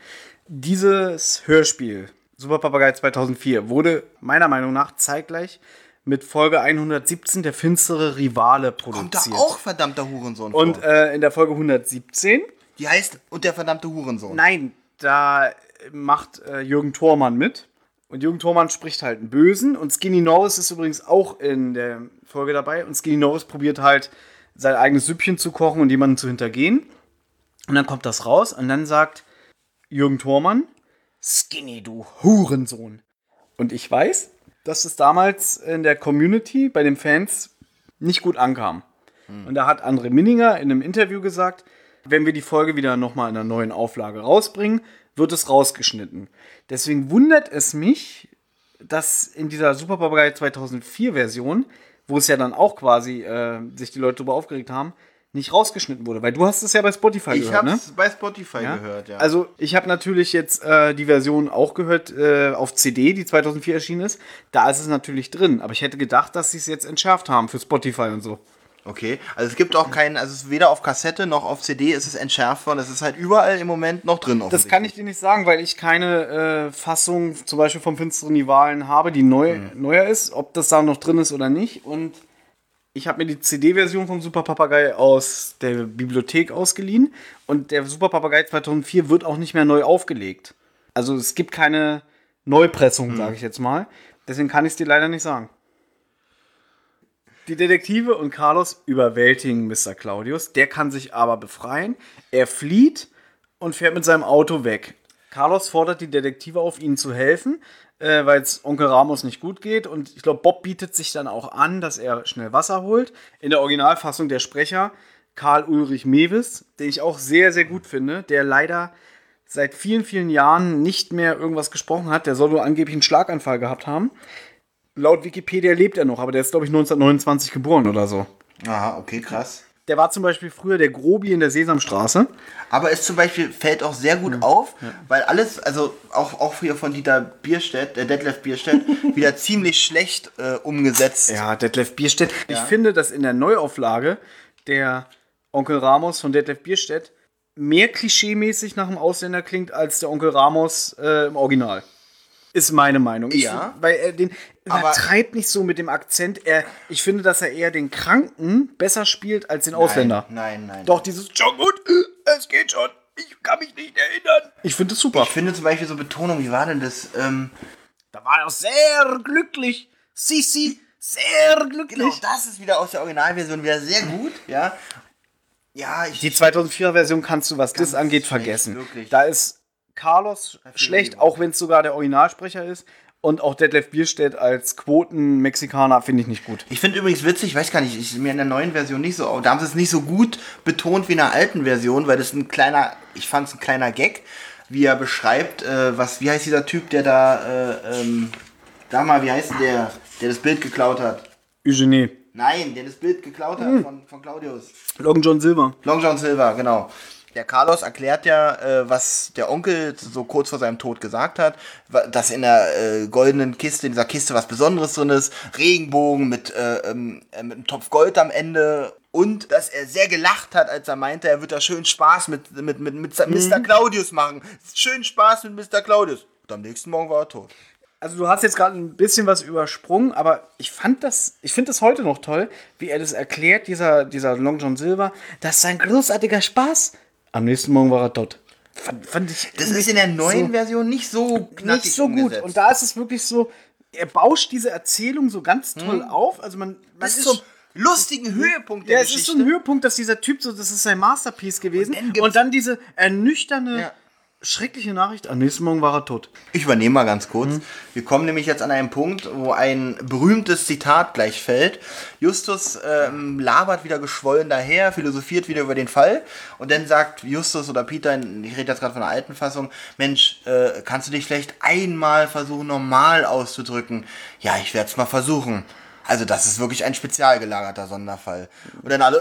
Dieses Hörspiel, Super Papagei zweitausendvier, wurde meiner Meinung nach zeitgleich mit Folge hundertsiebzehn, der finstere Rivale, Kommt da produziert. auch verdammter Hurensohn Und vor? äh, in der Folge hundertsiebzehn, Die heißt und der verdammte Hurensohn. nein, da macht äh, Jürgen Thormann mit. Und Jürgen Thormann spricht halt einen Bösen. Und Skinny Norris ist übrigens auch in der Folge dabei. Und Skinny Norris probiert halt, sein eigenes Süppchen zu kochen und jemanden zu hintergehen. Und dann kommt das raus. Und dann sagt Jürgen Thormann, Skinny, du Hurensohn. Und ich weiß, dass es damals in der Community, bei den Fans, nicht gut ankam. Hm. Und da hat André Minninger in einem Interview gesagt, wenn wir die Folge wieder nochmal in einer neuen Auflage rausbringen, wird es rausgeschnitten. Deswegen wundert es mich, dass in dieser Super Papagei zweitausendvier Version, wo es ja dann auch quasi äh, sich die Leute darüber aufgeregt haben, nicht rausgeschnitten wurde. Weil du hast es ja bei Spotify Ich gehört, habe ne? es bei Spotify Ja? gehört, ja. Also ich habe natürlich jetzt äh, die Version auch gehört äh, auf C D, die zweitausendvier erschienen ist. Da ist es natürlich drin. Aber ich hätte gedacht, dass sie es jetzt entschärft haben für Spotify und so. Okay, also es gibt auch keinen, also es ist weder auf Kassette noch auf C D ist es entschärft worden. Es ist halt überall im Moment noch drin. Das kann ich dir nicht sagen, weil ich keine äh, Fassung zum Beispiel vom finsteren Rivalen habe, die neu, mhm. neuer ist, ob das da noch drin ist oder nicht. Und ich habe mir die C D-Version vom Super Papagei aus der Bibliothek ausgeliehen. Und der Super Papagei zweitausendvier wird auch nicht mehr neu aufgelegt. Also es gibt keine Neupressung, mhm. sage ich jetzt mal. Deswegen kann ich es dir leider nicht sagen. Die Detektive und Carlos überwältigen Mister Claudius. Der kann sich aber befreien. Er flieht und fährt mit seinem Auto weg. Carlos fordert die Detektive auf, ihnen zu helfen, äh, weil es Onkel Ramos nicht gut geht. Und ich glaube, Bob bietet sich dann auch an, dass er schnell Wasser holt. In der Originalfassung der Sprecher Karl Ulrich Mewis, den ich auch sehr, sehr gut finde, der leider seit vielen, vielen Jahren nicht mehr irgendwas gesprochen hat. Der soll wohl angeblich einen Schlaganfall gehabt haben. Laut Wikipedia lebt er noch, aber der ist, glaube ich, neunzehnhundertneunundzwanzig geboren oder so. Aha, okay, krass. Der war zum Beispiel früher der Grobi in der Sesamstraße. Aber es zum Beispiel fällt auch sehr gut ja. auf, ja. weil alles, also auch, auch früher von Dieter Bierstedt, äh Detlef Bierstedt, wieder ziemlich schlecht äh, umgesetzt. Ja, Detlef Bierstedt. Ja. Ich finde, dass in der Neuauflage der Onkel Ramos von Detlef Bierstedt mehr klischeemäßig nach einem Ausländer klingt als der Onkel Ramos äh, im Original. Ist meine Meinung. Ich ja. Find, weil er den übertreibt nicht so mit dem Akzent. Er, ich finde, dass er eher den Kranken besser spielt als den nein, Ausländer. Nein, nein. Doch, dieses schon gut, es geht schon. Ich kann mich nicht erinnern. Ich finde das super. Ich finde zum Beispiel so Betonung, wie war denn das? Ähm, da war er auch sehr glücklich. Sisi, sehr glücklich. Genau, das ist wieder aus der Originalversion wieder sehr gut, ja. Ja, ich... Die zweitausendvierer Version kannst du, was das angeht, schlecht, vergessen. wirklich. Da ist Carlos schlecht, auch wenn es sogar der Originalsprecher ist. Und auch Detlef Bierstedt als Quoten-Mexikaner finde ich nicht gut. Ich finde übrigens witzig, ich weiß gar nicht, ich mir in der neuen Version nicht so, da haben sie es nicht so gut betont wie in der alten Version, weil das ein kleiner, ich fand es ein kleiner Gag, wie er beschreibt, äh, was, wie heißt dieser Typ, der da, äh, ähm, sag mal, wie heißt der, der das Bild geklaut hat? Eugenie. Nein, der das Bild geklaut hat hm. von, von Claudius. Long John Silver. Long John Silver, genau. Der Carlos erklärt ja, äh, was der Onkel so kurz vor seinem Tod gesagt hat, dass in der äh, goldenen Kiste, in dieser Kiste was Besonderes drin ist, Regenbogen mit, äh, ähm, äh, mit einem Topf Gold am Ende und dass er sehr gelacht hat, als er meinte, er wird da schön Spaß mit, mit, mit, mit mhm. Mister Claudius machen. Schön Spaß mit Mister Claudius. Und am nächsten Morgen war er tot. Also du hast jetzt gerade ein bisschen was übersprungen, aber ich fand das, ich finde das heute noch toll, wie er das erklärt, dieser, dieser Long John Silver, das ist ein großartiger Spaß. Am nächsten Morgen war er tot. Fand, fand ich das ist in der neuen so, Version nicht so knackig Nicht so umgesetzt. gut. Und da ist es wirklich so, er bauscht diese Erzählung so ganz toll hm. auf. Also man, man das ist ist so lustigen Höhepunkt der ja, Geschichte. Es ist so ein Höhepunkt, dass dieser Typ so, das ist sein Masterpiece gewesen. Und dann, und dann diese ernüchternde, ja. schreckliche Nachricht, am nächsten Morgen war er tot. Ich übernehme mal ganz kurz. Hm. Wir kommen nämlich jetzt an einen Punkt, wo ein berühmtes Zitat gleich fällt. Justus ähm, labert wieder geschwollen daher, philosophiert wieder über den Fall und dann sagt Justus oder Peter, ich rede jetzt gerade von der alten Fassung, Mensch, äh, kannst du dich vielleicht einmal versuchen, normal auszudrücken? Ja, ich werde es mal versuchen. Also das ist wirklich ein spezial gelagerter Sonderfall. Und dann alle,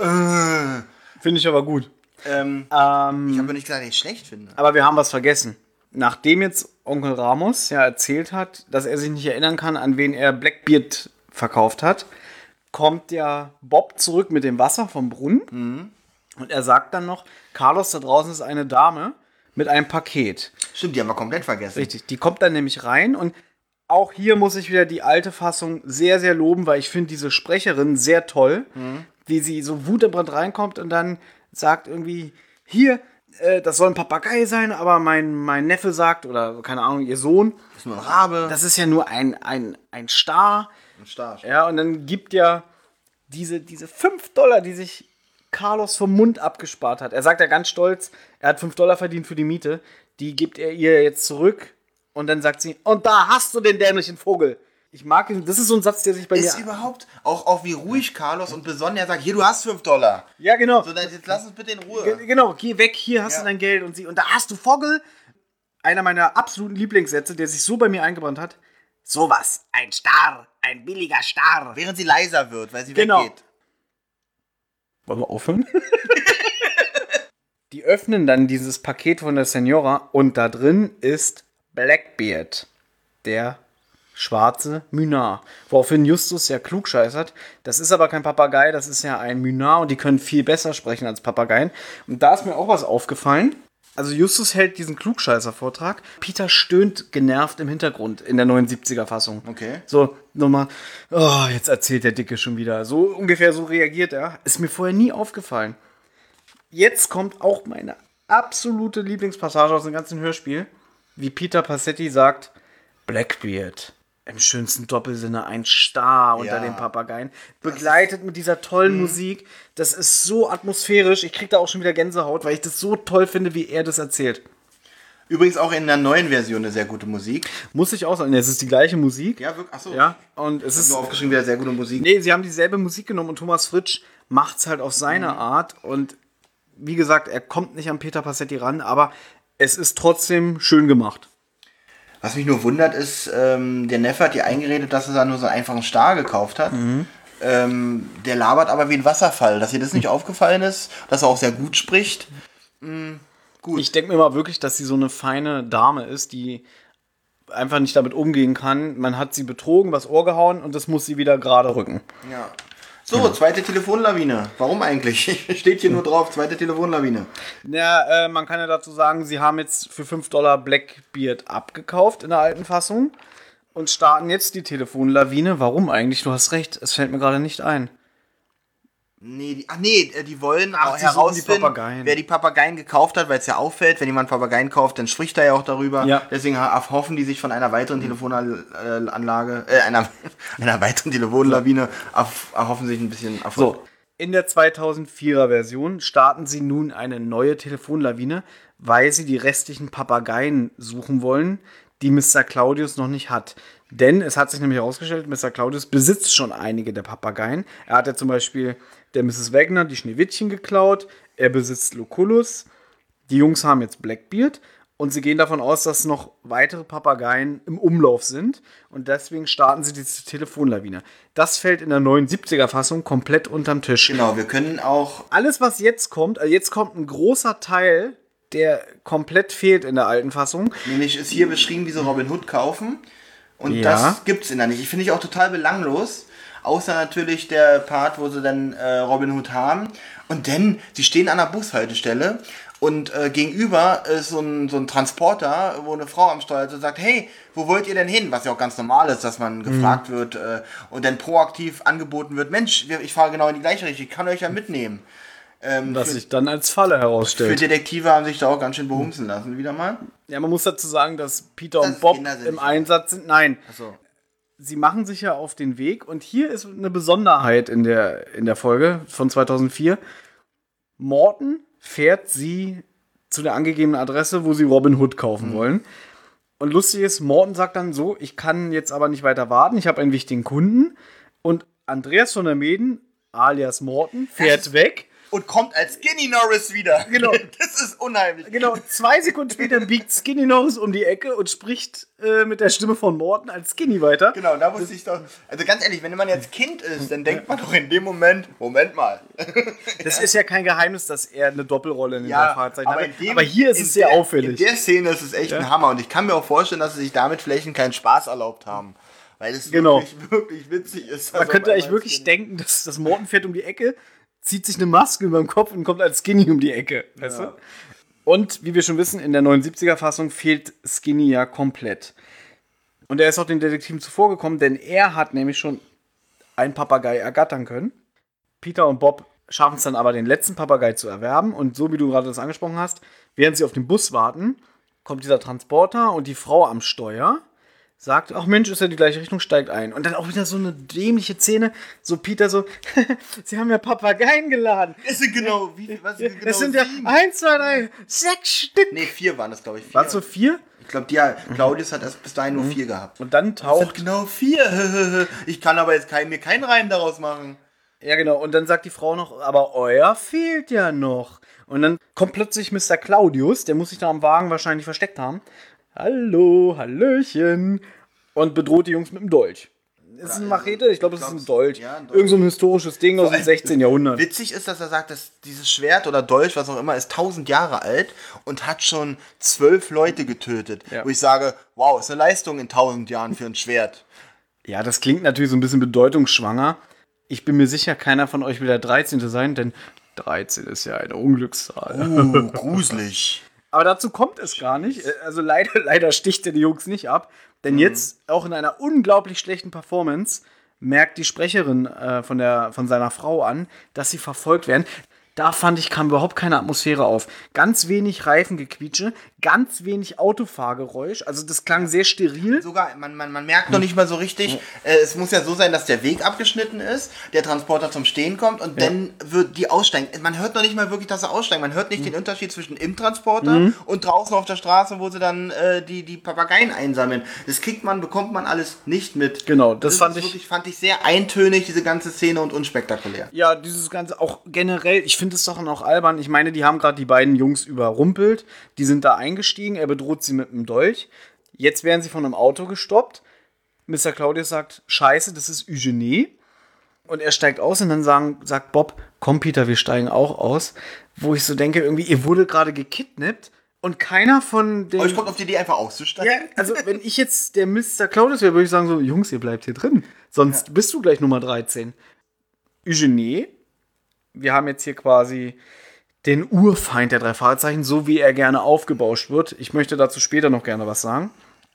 äh. Finde ich aber gut. Ähm, ähm, ich habe nicht gesagt, dass ich es schlecht finde. Aber wir haben was vergessen. Nachdem jetzt Onkel Ramos ja erzählt hat, dass er sich nicht erinnern kann, an wen er Blackbeard verkauft hat, kommt ja Bob zurück mit dem Wasser vom Brunnen. Mhm. Und er sagt dann noch, Carlos, da draußen ist eine Dame mit einem Paket. Stimmt, die haben wir komplett vergessen. Richtig, die kommt dann nämlich rein und auch hier muss ich wieder die alte Fassung sehr, sehr loben, weil ich finde diese Sprecherin sehr toll, mhm. wie sie so wutentbrannt reinkommt und dann sagt irgendwie, hier, äh, das soll ein Papagei sein, aber mein, mein Neffe sagt, oder keine Ahnung, ihr Sohn, das ist nur ein Rabe. Das ist ja nur ein, ein, ein Star. Ein Star. Ja, und dann gibt ja diese, diese fünf Dollar, die sich Carlos vom Mund abgespart hat. Er sagt ja ganz stolz, er hat fünf Dollar verdient für die Miete, die gibt er ihr jetzt zurück und dann sagt sie, und da hast du den dämlichen Vogel. Ich mag ihn, das ist so ein Satz, der sich bei ist mir... Ist überhaupt, auch, auch wie ruhig Carlos und besonnen er sagt, hier, du hast fünf Dollar. Ja, genau. So, dann, jetzt lass uns bitte in Ruhe. G- genau, geh weg, hier hast ja. du dein Geld. Und, sie, und da hast du Vogel. Einer meiner absoluten Lieblingssätze, der sich so bei mir eingebrannt hat. Sowas, ein Star, ein billiger Star. Während sie leiser wird, weil sie genau. weggeht. Wollen wir aufhören? Die öffnen dann dieses Paket von der Senora und da drin ist Blackbeard, der schwarze Münar. Woraufhin Justus ja klugscheißert. Das ist aber kein Papagei, das ist ja ein Münar und die können viel besser sprechen als Papageien. Und da ist mir auch was aufgefallen. Also Justus hält diesen Klugscheißer-Vortrag. Peter stöhnt genervt im Hintergrund in der neunundsiebziger-Fassung. Okay. So, nochmal, oh, jetzt erzählt der Dicke schon wieder. So ungefähr so reagiert er. Ist mir vorher nie aufgefallen. Jetzt kommt auch meine absolute Lieblingspassage aus dem ganzen Hörspiel. Wie Peter Passetti sagt, Blackbeard, im schönsten Doppelsinne ein Star unter ja. den Papageien, begleitet mit dieser tollen mh. Musik. Das ist so atmosphärisch. Ich krieg da auch schon wieder Gänsehaut, weil ich das so toll finde, wie er das erzählt. Übrigens auch in der neuen Version eine sehr gute Musik. Muss ich auch sagen, es ist die gleiche Musik. Ja, wirklich. Achso. Ja, und es ist nur aufgeschrieben, wieder sehr gute Musik. Nee, sie haben dieselbe Musik genommen und Thomas Fritsch macht's halt auf seine mhm. Art. Und wie gesagt, er kommt nicht an Peter Passetti ran, aber es ist trotzdem schön gemacht. Was mich nur wundert ist, ähm, der Neffe hat dir eingeredet, dass er da nur so einen einfachen Star gekauft hat. Mhm. Ähm, der labert aber wie ein Wasserfall. Dass ihr das nicht mhm. aufgefallen ist, dass er auch sehr gut spricht. Mhm, gut. Ich denke mir mal wirklich, dass sie so eine feine Dame ist, die einfach nicht damit umgehen kann. Man hat sie betrogen, was Ohr gehauen und das muss sie wieder gerade rücken. Ja. So, zweite Telefonlawine. Warum eigentlich? Steht hier nur drauf, zweite Telefonlawine. Ja, äh, man kann ja dazu sagen, sie haben jetzt für fünf Dollar Blackbeard abgekauft in der alten Fassung und starten jetzt die Telefonlawine. Warum eigentlich? Du hast recht, es fällt mir gerade nicht ein. Nee, die, ach nee, die wollen ach, auch herausfinden, die wer die Papageien gekauft hat, weil es ja auffällt, wenn jemand Papageien kauft, dann spricht er ja auch darüber. Ja. Deswegen hoffen die sich von einer weiteren Telefonanlage, äh, einer, einer weiteren Telefonlawine, erhoffen sich ein bisschen Erfolg. So, in der zweitausendvierer Version starten sie nun eine neue Telefonlawine, weil sie die restlichen Papageien suchen wollen, die Mister Claudius noch nicht hat. Denn es hat sich nämlich herausgestellt, Mister Claudius besitzt schon einige der Papageien. Er hat ja zum Beispiel der Misses Wagner die Schneewittchen geklaut. Er besitzt Lucullus. Die Jungs haben jetzt Blackbeard. Und sie gehen davon aus, dass noch weitere Papageien im Umlauf sind. Und deswegen starten sie diese Telefonlawine. Das fällt in der neunundsiebziger-Fassung komplett unterm Tisch. Genau, wir können auch... Alles, was jetzt kommt, also jetzt kommt ein großer Teil, der komplett fehlt in der alten Fassung. Nämlich ist hier beschrieben, wie sie Robin Hood kaufen. Und Ja. das gibt's in der nicht. Ich finde ich auch total belanglos. Außer natürlich der Part, wo sie dann äh, Robin Hood haben. Und dann, sie stehen an der Bushaltestelle und äh, gegenüber ist so ein, so ein Transporter, wo eine Frau am Steuer ist und sagt, hey, wo wollt ihr denn hin? Was ja auch ganz normal ist, dass man gefragt wird äh, und dann proaktiv angeboten wird, Mensch, ich fahre genau in die gleiche Richtung, ich kann euch ja mitnehmen. Ähm, Was für, sich dann als Falle für herausstellt. Detektive haben sich da auch ganz schön behumsen lassen, wieder mal. Ja, man muss dazu sagen, dass Peter Das und Bob Kinder sind im nicht. Einsatz sind. Nein, Achso. sie machen sich ja auf den Weg. Und hier ist eine Besonderheit in der, in der Folge von zweitausendvier. Morton fährt sie zu der angegebenen Adresse, wo sie Robin Hood kaufen wollen. Und lustig ist, Morton sagt dann so, ich kann jetzt aber nicht weiter warten, ich habe einen wichtigen Kunden. Und Andreas von der Meeden, alias Morton, fährt Das- weg. Und kommt als Skinny Norris wieder. Genau. Das ist unheimlich. Genau, zwei Sekunden später biegt Skinny Norris um die Ecke und spricht äh, mit der Stimme von Morton als Skinny weiter. Genau, da wusste ich doch. Also ganz ehrlich, wenn man jetzt Kind ist, dann denkt man doch in dem Moment, Moment mal. Das ist ja kein Geheimnis, dass er eine Doppelrolle in den Ja, drei Fahrzeichen aber, hat. in dem, Aber hier ist in es sehr der, auffällig. In der Szene ist es echt ein Hammer. Und ich kann mir auch vorstellen, dass sie sich damit vielleicht einen kleinen Spaß erlaubt haben. Weil es Genau. wirklich, wirklich witzig ist. Man könnte eigentlich wirklich denken, dass das Morton fährt um die Ecke, zieht sich eine Maske über den Kopf und kommt als Skinny um die Ecke. Weißt du? Und wie wir schon wissen, in der neunundsiebziger-Fassung fehlt Skinny ja komplett. Und er ist auch den Detektiven zuvorgekommen, denn er hat nämlich schon einen Papagei ergattern können. Peter und Bob schaffen es dann aber, den letzten Papagei zu erwerben. Und so wie du gerade das angesprochen hast, während sie auf den Bus warten, kommt dieser Transporter und die Frau am Steuer sagt, ach Mensch, ist ja die gleiche Richtung, steigt ein. Und dann auch wieder so eine dämliche Szene, so Peter so, sie haben ja Papageien geladen. Es sind genau, wie viel, was sind genau Das sind ja sieben? eins, zwei, drei, sechs Stück. Nee, vier waren das, glaube ich. Vier. Waren es so vier? Ich glaube, ja, Claudius hat erst bis dahin nur vier gehabt. Und dann Das sind taucht, genau vier. Ich kann aber jetzt kein, mir keinen Reim daraus machen. ja genau, und dann sagt die Frau noch, aber euer fehlt ja noch. Und dann kommt plötzlich Mister Claudius, der muss sich da am Wagen wahrscheinlich versteckt haben. Hallo, Hallöchen. Und bedroht die Jungs mit dem Dolch. Ist es eine Machete? Ich glaube, es ist ein Dolch. Ja, ein Dolch. Irgend so ein historisches Ding aus dem sechzehnten. Jahrhundert. Witzig ist, dass er sagt, dass dieses Schwert oder Dolch, was auch immer, ist tausend Jahre alt und hat schon zwölf Leute getötet. Ja. Wo ich sage, wow, ist eine Leistung in tausend Jahren für ein Schwert. Ja, das klingt natürlich so ein bisschen bedeutungsschwanger. Ich bin mir sicher, keiner von euch will der dreizehnte sein, denn dreizehn ist ja eine Unglückszahl. Uh, gruselig. Aber dazu kommt es gar nicht. Also leider, leider sticht er die Jungs nicht ab. Denn jetzt, auch in einer unglaublich schlechten Performance, merkt die Sprecherin äh, von, der, von seiner Frau an, dass sie verfolgt werden. Da fand ich, kam überhaupt keine Atmosphäre auf. Ganz wenig Reifengequietsche, ganz wenig Autofahrgeräusch. Also das klang sehr steril. Sogar, man, man, man merkt noch nicht mal so richtig, äh, es muss ja so sein, dass der Weg abgeschnitten ist, der Transporter zum Stehen kommt und dann wird die aussteigen. Man hört noch nicht mal wirklich, dass sie aussteigen. Man hört nicht den Unterschied zwischen im Transporter und draußen auf der Straße, wo sie dann äh, die, die Papageien einsammeln. Das kriegt man, bekommt man alles nicht mit. Genau, das fand ist ich- wirklich, fand ich sehr eintönig, diese ganze Szene, und unspektakulär. Ja, dieses Ganze auch generell, ich finde es doch auch albern. Ich meine, die haben gerade die beiden Jungs überrumpelt. Die sind da eingestiegen. Er bedroht sie mit einem Dolch. Jetzt werden sie von einem Auto gestoppt. Mister Claudius sagt, scheiße, das ist Eugenie. Und er steigt aus und dann sagen, sagt Bob, komm Peter, wir steigen auch aus. Wo ich so denke, irgendwie, ihr wurde gerade gekidnappt und keiner von den... Euch kommt auf die Idee, einfach auszusteigen. Ja, also wenn ich jetzt der Mister Claudius wäre, würde ich sagen so, Jungs, ihr bleibt hier drin. Sonst bist du gleich Nummer dreizehn. Eugenie, wir haben jetzt hier quasi den Urfeind der drei Fragezeichen, so wie er gerne aufgebauscht wird. Ich möchte dazu später noch gerne was sagen.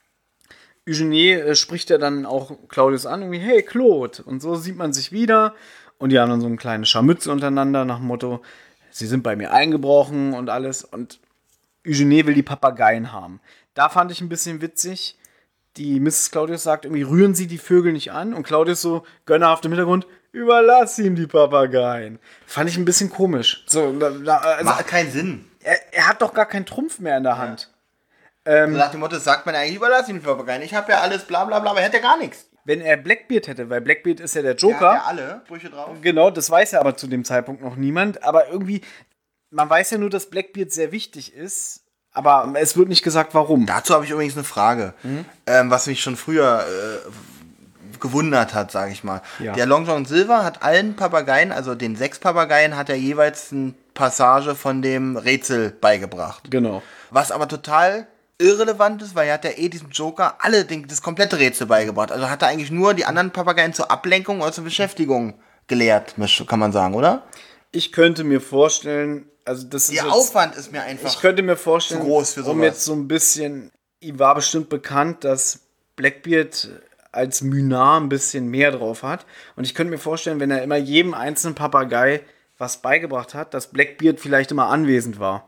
Eugenie äh, spricht ja dann auch Claudius an, irgendwie, hey Claude. Und so sieht man sich wieder. Und die haben dann so ein kleines Scharmützel untereinander nach dem Motto, sie sind bei mir eingebrochen und alles. Und Eugenie will die Papageien haben. Da fand ich ein bisschen witzig. Die Misses Claudius sagt irgendwie, rühren Sie die Vögel nicht an. Und Claudius so, gönnerhaft im Hintergrund, überlass ihm die Papageien. Fand ich ein bisschen komisch. So, da, da, also, Macht keinen Sinn. er, er hat doch gar keinen Trumpf mehr in der Hand. so nach dem Motto, das sagt man eigentlich, überlass ihn den Papageien. Ich habe ja alles, bla bla bla, aber er hat ja gar nichts. Wenn er Blackbeard hätte, weil Blackbeard ist ja der Der Joker. hat ja alle Brüche drauf. Genau, das weiß ja aber zu dem Zeitpunkt noch niemand. Aber irgendwie, man weiß ja nur, dass Blackbeard sehr wichtig ist. Aber es wird nicht gesagt, warum. Dazu habe ich übrigens eine Frage, mhm. ähm, was mich schon früher äh, gewundert hat, sage ich mal. Ja. Der Long John Silver hat allen Papageien, also den sechs Papageien, hat er jeweils eine Passage von dem Rätsel beigebracht. Genau. Was aber total irrelevant ist, weil er hat ja eh diesem Joker alle den, das komplette Rätsel beigebracht. Also hat er eigentlich nur die anderen Papageien zur Ablenkung oder zur Beschäftigung gelehrt, kann man sagen, oder? Ich könnte mir vorstellen, also das ist Der jetzt, Aufwand ist mir einfach ich könnte mir vorstellen, zu groß für sowas. um jetzt so ein bisschen, ihm war bestimmt bekannt, dass Blackbeard als Mynar ein bisschen mehr drauf hat. Und ich könnte mir vorstellen, wenn er immer jedem einzelnen Papagei was beigebracht hat, dass Blackbeard vielleicht immer anwesend war.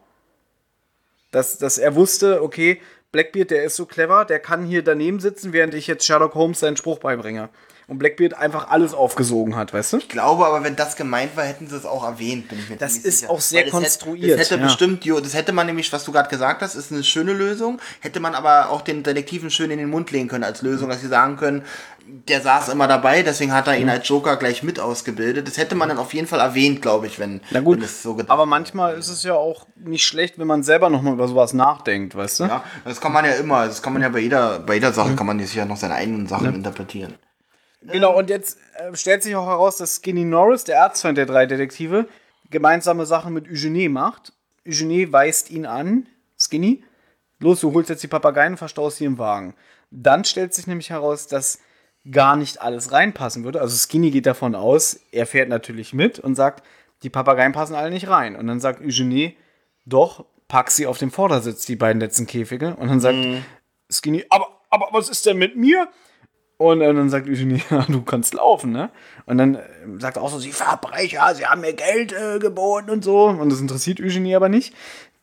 Dass, dass er wusste, okay, Blackbeard, der ist so clever, der kann hier daneben sitzen, während ich jetzt Sherlock Holmes seinen Spruch beibringe. Und Blackbeard einfach alles aufgesogen hat, weißt du? Ich glaube aber, wenn das gemeint war, hätten sie es auch erwähnt, bin ich mir Das ziemlich ist sicher. auch sehr Weil das konstruiert, Hätte, das hätte ja. bestimmt, jo, das hätte man nämlich, was du gerade gesagt hast, ist eine schöne Lösung. Hätte man aber auch den Detektiven schön in den Mund legen können als Lösung, dass sie sagen können, der saß immer dabei, deswegen hat er ihn als Joker gleich mit ausgebildet. Das hätte man dann auf jeden Fall erwähnt, glaube ich, wenn, Na gut, wenn es so gedacht aber manchmal ist es ja auch nicht schlecht, wenn man selber nochmal über sowas nachdenkt, weißt du? Ja, das kann man ja immer, das kann man ja bei jeder, bei jeder Sache, kann man sich ja noch seine eigenen Sachen interpretieren. Genau, und jetzt äh, stellt sich auch heraus, dass Skinny Norris, der Erzfeind der drei Detektive, gemeinsame Sachen mit Eugenie macht. Eugenie weist ihn an, Skinny, los, du holst jetzt die Papageien und verstaust sie im Wagen. Dann stellt sich nämlich heraus, dass gar nicht alles reinpassen würde. Also Skinny geht davon aus, er fährt natürlich mit und sagt, die Papageien passen alle nicht rein. Und dann sagt Eugenie, doch, pack sie auf den Vordersitz, die beiden letzten Käfige. Und dann sagt mhm. Skinny, aber, aber was ist denn mit mir? Und äh, dann sagt Eugenie, ja, du kannst laufen, ne? Und dann äh, sagt er auch so, sie Verbrecher, sie haben mir Geld äh, geboten und so. Und das interessiert Eugenie aber nicht.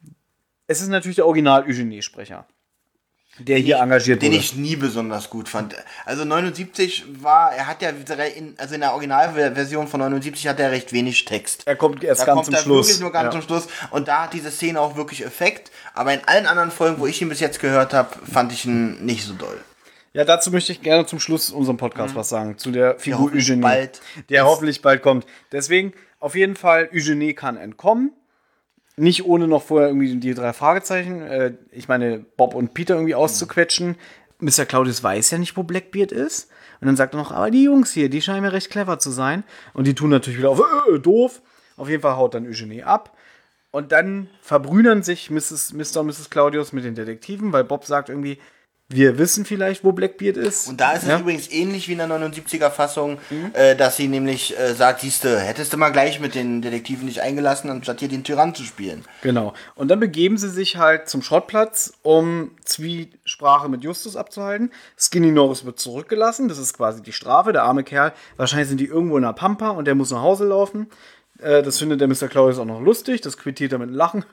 Es ist natürlich der Original-Eugenie-Sprecher, der den hier ich, engagiert den wurde. Den ich nie besonders gut fand. Also neunundsiebzig war, er hat ja, in, also in der Originalversion von neunundsiebzig hat er recht wenig Text. Er kommt erst da ganz kommt zum er Schluss. Wirklich nur ganz ja. zum Schluss. Und da hat diese Szene auch wirklich Effekt. Aber in allen anderen Folgen, wo ich ihn bis jetzt gehört habe, fand ich ihn nicht so doll. Ja, dazu möchte ich gerne zum Schluss unserem Podcast mhm. was sagen. Zu der Figur der Eugenie. Bald der hoffentlich bald kommt. Deswegen, auf jeden Fall, Eugenie kann entkommen. Nicht ohne noch vorher irgendwie die drei Fragezeichen, äh, ich meine, Bob und Peter irgendwie auszuquetschen. Mhm. Mister Claudius weiß ja nicht, wo Blackbeard ist. Und dann sagt er noch, aber die Jungs hier, die scheinen mir recht clever zu sein. Und die tun natürlich wieder auf, äh, doof. Auf jeden Fall haut dann Eugenie ab. Und dann verbrüdern sich Misses Mister und Misses Claudius mit den Detektiven, weil Bob sagt irgendwie, wir wissen vielleicht, wo Blackbeard ist. Und da ist ja? es übrigens ähnlich wie in der neunundsiebziger-Fassung, mhm. äh, dass sie nämlich äh, sagt, siehste, hättest du mal gleich mit den Detektiven nicht eingelassen, anstatt hier den Tyrann zu spielen. Genau. Und dann begeben sie sich halt zum Schrottplatz, um Zwiesprache mit Justus abzuhalten. Skinny Norris wird zurückgelassen, das ist quasi die Strafe, der arme Kerl. Wahrscheinlich sind die irgendwo in der Pampa und der muss nach Hause laufen. Äh, das findet der Mister Claudius auch noch lustig, das quittiert er mit Lachen.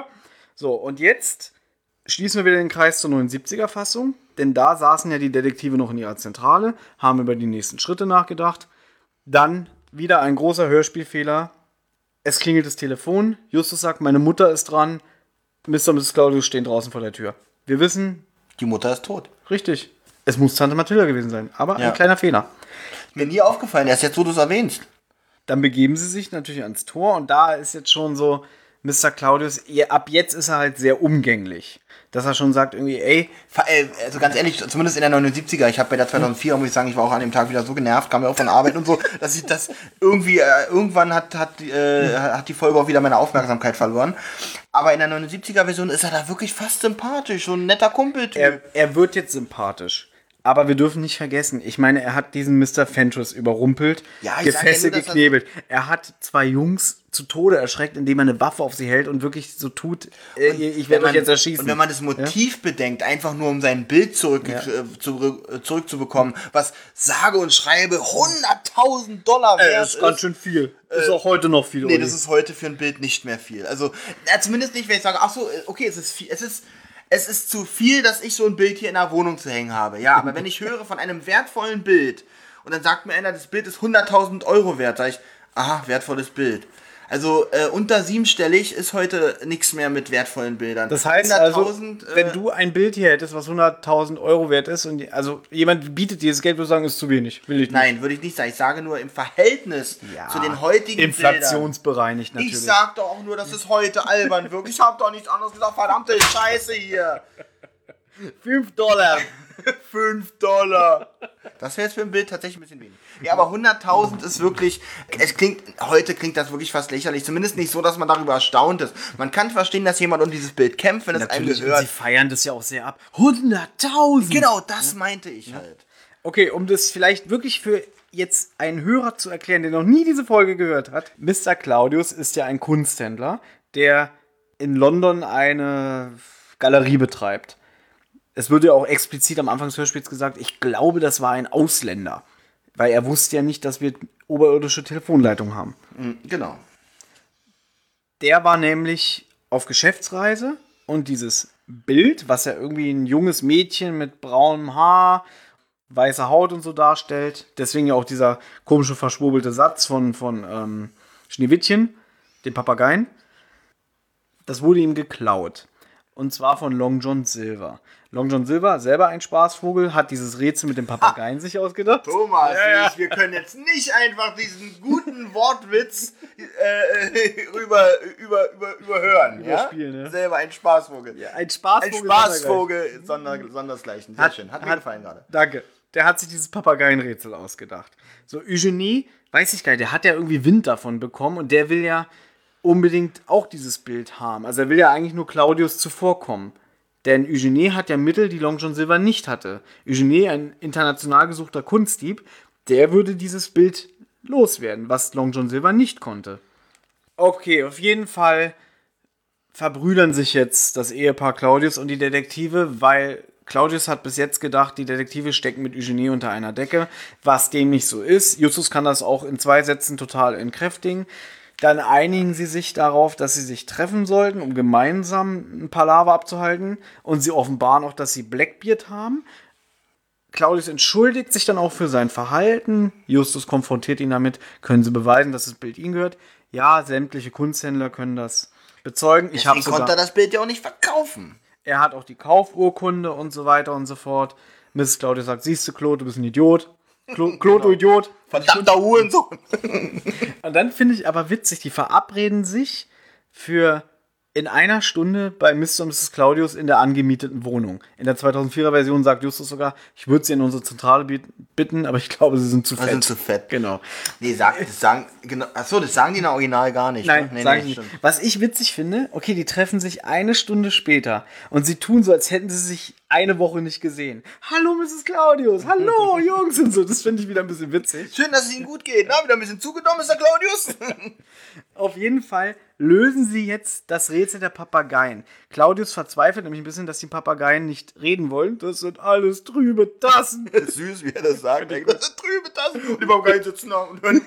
So, und jetzt schließen wir wieder den Kreis zur neunundsiebziger-Fassung, denn da saßen ja die Detektive noch in ihrer Zentrale, haben über die nächsten Schritte nachgedacht. Dann wieder ein großer Hörspielfehler. Es klingelt das Telefon. Justus sagt, meine Mutter ist dran. Mister und Misses Claudius stehen draußen vor der Tür. Wir wissen... Die Mutter ist tot. Richtig. Es muss Tante Mathilda gewesen sein, aber Ja. ein kleiner Fehler. Mir nie aufgefallen, erst jetzt, wo du es erwähnst. Dann begeben sie sich natürlich ans Tor und da ist jetzt schon so, Mister Claudius, ihr- ab jetzt ist er halt sehr umgänglich. Dass er schon sagt irgendwie, ey, Fa- äh, Also ganz ehrlich, zumindest in der neunundsiebziger, ich habe bei der zweitausendvier, muss ich sagen, ich war auch an dem Tag wieder so genervt, kam ja auch von Arbeit und so, dass ich das irgendwie, äh, irgendwann hat, hat, äh, hat die Folge auch wieder meine Aufmerksamkeit verloren. Aber in der neunundsiebziger-Version ist er da wirklich fast sympathisch, so ein netter Kumpeltyp. er, er wird jetzt sympathisch. Aber wir dürfen nicht vergessen, ich meine, er hat diesen Mister Fentress überrumpelt, Ja, ich sag Gefäße ja nur, dass er- geknebelt. Er hat zwei Jungs zu Tode erschreckt, indem er eine Waffe auf sie hält und wirklich so tut, äh, ich Wenn werde man- euch jetzt erschießen. Und wenn man das Motiv bedenkt, einfach nur um sein Bild zurück, Ja. äh, zurück, äh, zurückzubekommen, was sage und schreibe hunderttausend Dollar wert äh, ist ganz schön viel. Ist auch heute noch viel. Nee, Uli. das ist heute für ein Bild nicht mehr viel. Also, na, zumindest nicht, wenn ich sage, ach so, okay, es ist viel, es ist, es ist zu viel, dass ich so ein Bild hier in der Wohnung zu hängen habe. Ja, aber wenn ich höre von einem wertvollen Bild und dann sagt mir einer, das Bild ist hunderttausend Euro wert, sage ich, aha, wertvolles Bild. Also äh, unter siebenstellig ist heute nichts mehr mit wertvollen Bildern. Das heißt also, hunderttausend, äh, wenn du ein Bild hier hättest, was hunderttausend Euro wert ist, und die, also jemand bietet dir das Geld, würde sagen, ist zu wenig, will ich nicht. Nein, würde ich nicht sagen. Ich sage nur im Verhältnis Ja, zu den heutigen inflationsbereinigt Bildern. natürlich. Ich sag doch auch nur, dass es heute albern wirkt. Ich habe doch nichts anderes gesagt. Verdammte Scheiße hier. fünf Dollar. fünf Dollar. Das wäre jetzt für ein Bild tatsächlich ein bisschen wenig. Ja, aber hunderttausend ist wirklich, es klingt, heute klingt das wirklich fast lächerlich. Zumindest nicht so, dass man darüber erstaunt ist. Man kann verstehen, dass jemand um dieses Bild kämpft, wenn es einem Natürlich, und gehört. sie feiern das ja auch sehr ab. hunderttausend! Genau, das meinte ich halt. Okay, um das vielleicht wirklich für jetzt einen Hörer zu erklären, der noch nie diese Folge gehört hat. Mister Claudius ist ja ein Kunsthändler, der in London eine Galerie betreibt. Es wird ja auch explizit am Anfang des Hörspiels gesagt, ich glaube, das war ein Ausländer. Weil er wusste ja nicht, dass wir oberirdische Telefonleitungen haben. Genau. Der war nämlich auf Geschäftsreise und dieses Bild, was ja irgendwie ein junges Mädchen mit braunem Haar, weißer Haut und so darstellt, deswegen ja auch dieser komische verschwurbelte Satz von, von ähm, Schneewittchen, dem Papageien, das wurde ihm geklaut. Und zwar von Long John Silver. Long John Silver, selber ein Spaßvogel, hat dieses Rätsel mit dem Papageien ah. sich ausgedacht. Thomas, ja, ja. Ich, wir können jetzt nicht einfach diesen guten Wortwitz äh, über, über, über, überhören. Überspielen, ja? Ja? Selber ein Spaßvogel. Ja, ein Spaßvogel. Ein Spaßvogel, Sonder, Sondersgleichen. Sehr hat, schön. Hat mir hat, gefallen gerade. Danke. Der hat sich dieses Papageienrätsel ausgedacht. So, Eugenie, weiß ich gar nicht, der hat ja irgendwie Wind davon bekommen und der will ja unbedingt auch dieses Bild haben. Also er will ja eigentlich nur Claudius zuvorkommen. Denn Eugenie hat ja Mittel, die Long John Silver nicht hatte. Eugenie, ein international gesuchter Kunstdieb, der würde dieses Bild loswerden, was Long John Silver nicht konnte. Okay, auf jeden Fall verbrüdern sich jetzt das Ehepaar Claudius und die Detektive, weil Claudius hat bis jetzt gedacht, die Detektive stecken mit Eugenie unter einer Decke, was dem nicht so ist. Justus kann das auch in zwei Sätzen total entkräftigen. Dann einigen sie sich darauf, dass sie sich treffen sollten, um gemeinsam ein Palaver abzuhalten. Und sie offenbaren auch, dass sie Blackbeard haben. Claudius entschuldigt sich dann auch für sein Verhalten. Justus konfrontiert ihn damit. Können sie beweisen, dass das Bild ihnen gehört? Ja, sämtliche Kunsthändler können das bezeugen. Ich Deswegen konnte er das Bild ja auch nicht verkaufen. Er hat auch die Kaufurkunde und so weiter und so fort. Misses Claudius sagt, siehst du, Claude, du bist ein Idiot. Claude, Claude du Idiot. Verdammter Hurensohn. Und dann finde ich aber witzig, die verabreden sich für in einer Stunde bei Mister und Misses Claudius in der angemieteten Wohnung. In der zweitausendvierer Version sagt Justus sogar, ich würde sie in unsere Zentrale bitten, aber ich glaube, sie sind zu fett. Sie sind zu fett. Genau. Nee, sag, das sagen, genau, achso, das sagen die in der Original gar nicht. Nein, ne? nee, sag nee, ich nicht. Was ich witzig finde, okay, die treffen sich eine Stunde später und sie tun so, als hätten sie sich eine Woche nicht gesehen. Hallo, Misses Claudius, hallo, Jungs und so. Das finde ich wieder ein bisschen witzig. Schön, dass es Ihnen gut geht. Na, wieder ein bisschen zugenommen, Mister Claudius. Auf jeden Fall lösen sie jetzt das Rätsel der Papageien. Claudius verzweifelt nämlich ein bisschen, dass die Papageien nicht reden wollen. Das sind alles trübe Tassen. Süß, wie er das sagt. Das sind trübe Tassen. Und die Papageien sitzen da und hören.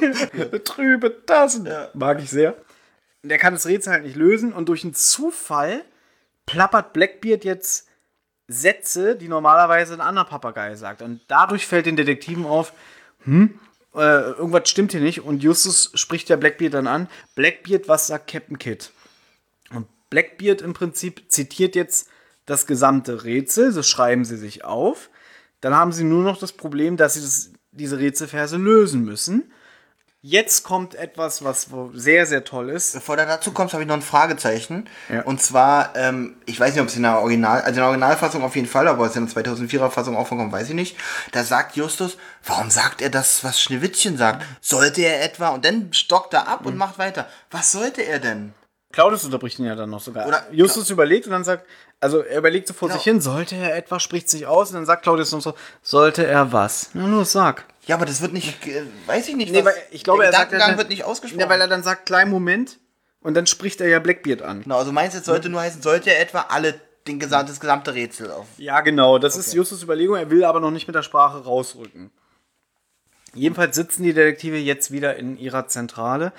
Trübe Tassen. Ja. Mag ich sehr. Der kann das Rätsel halt nicht lösen und durch einen Zufall plappert Blackbeard jetzt Sätze, die normalerweise ein anderer Papagei sagt. Und dadurch fällt den Detektiven auf, hm, äh, irgendwas stimmt hier nicht. Und Justus spricht ja Blackbeard dann an. Blackbeard, was sagt Captain Kidd? Und Blackbeard im Prinzip zitiert jetzt das gesamte Rätsel. Das schreiben sie sich auf. Dann haben sie nur noch das Problem, dass sie das, diese Rätselverse lösen müssen. Jetzt kommt etwas, was sehr, sehr toll ist. Bevor du dazu kommst, habe ich noch ein Fragezeichen. Ja. Und zwar, ähm, ich weiß nicht, ob es in der Original, also in der Originalfassung auf jeden Fall, aber ob es in der zweitausendvierer Fassung auch vorkommt, weiß ich nicht. Da sagt Justus, warum sagt er das, was Schneewittchen sagt? Sollte er etwa, und dann stockt er ab mhm. und macht weiter. Was sollte er denn? Claudius unterbricht ihn ja dann noch sogar. Oder Justus Cla- überlegt und dann sagt, also er überlegt so vor genau. sich hin, sollte er etwa, spricht sich aus und dann sagt Claudius noch so, sollte er was? Na los, sag. Ja, aber das wird nicht, äh, weiß ich nicht, Nee, was, weil ich glaube, der er sagt, Gedankengang er, wird nicht ausgesprochen. Ja, weil er dann sagt, kleinen Moment und dann spricht er ja Blackbeard an. Genau, also meinst du, es sollte nur heißen, sollte er etwa alle, den gesam- das gesamte Rätsel auf. Ja, genau, das Okay. ist Justus' Überlegung, er will aber noch nicht mit der Sprache rausrücken. Jedenfalls sitzen die Detektive jetzt wieder in ihrer Zentrale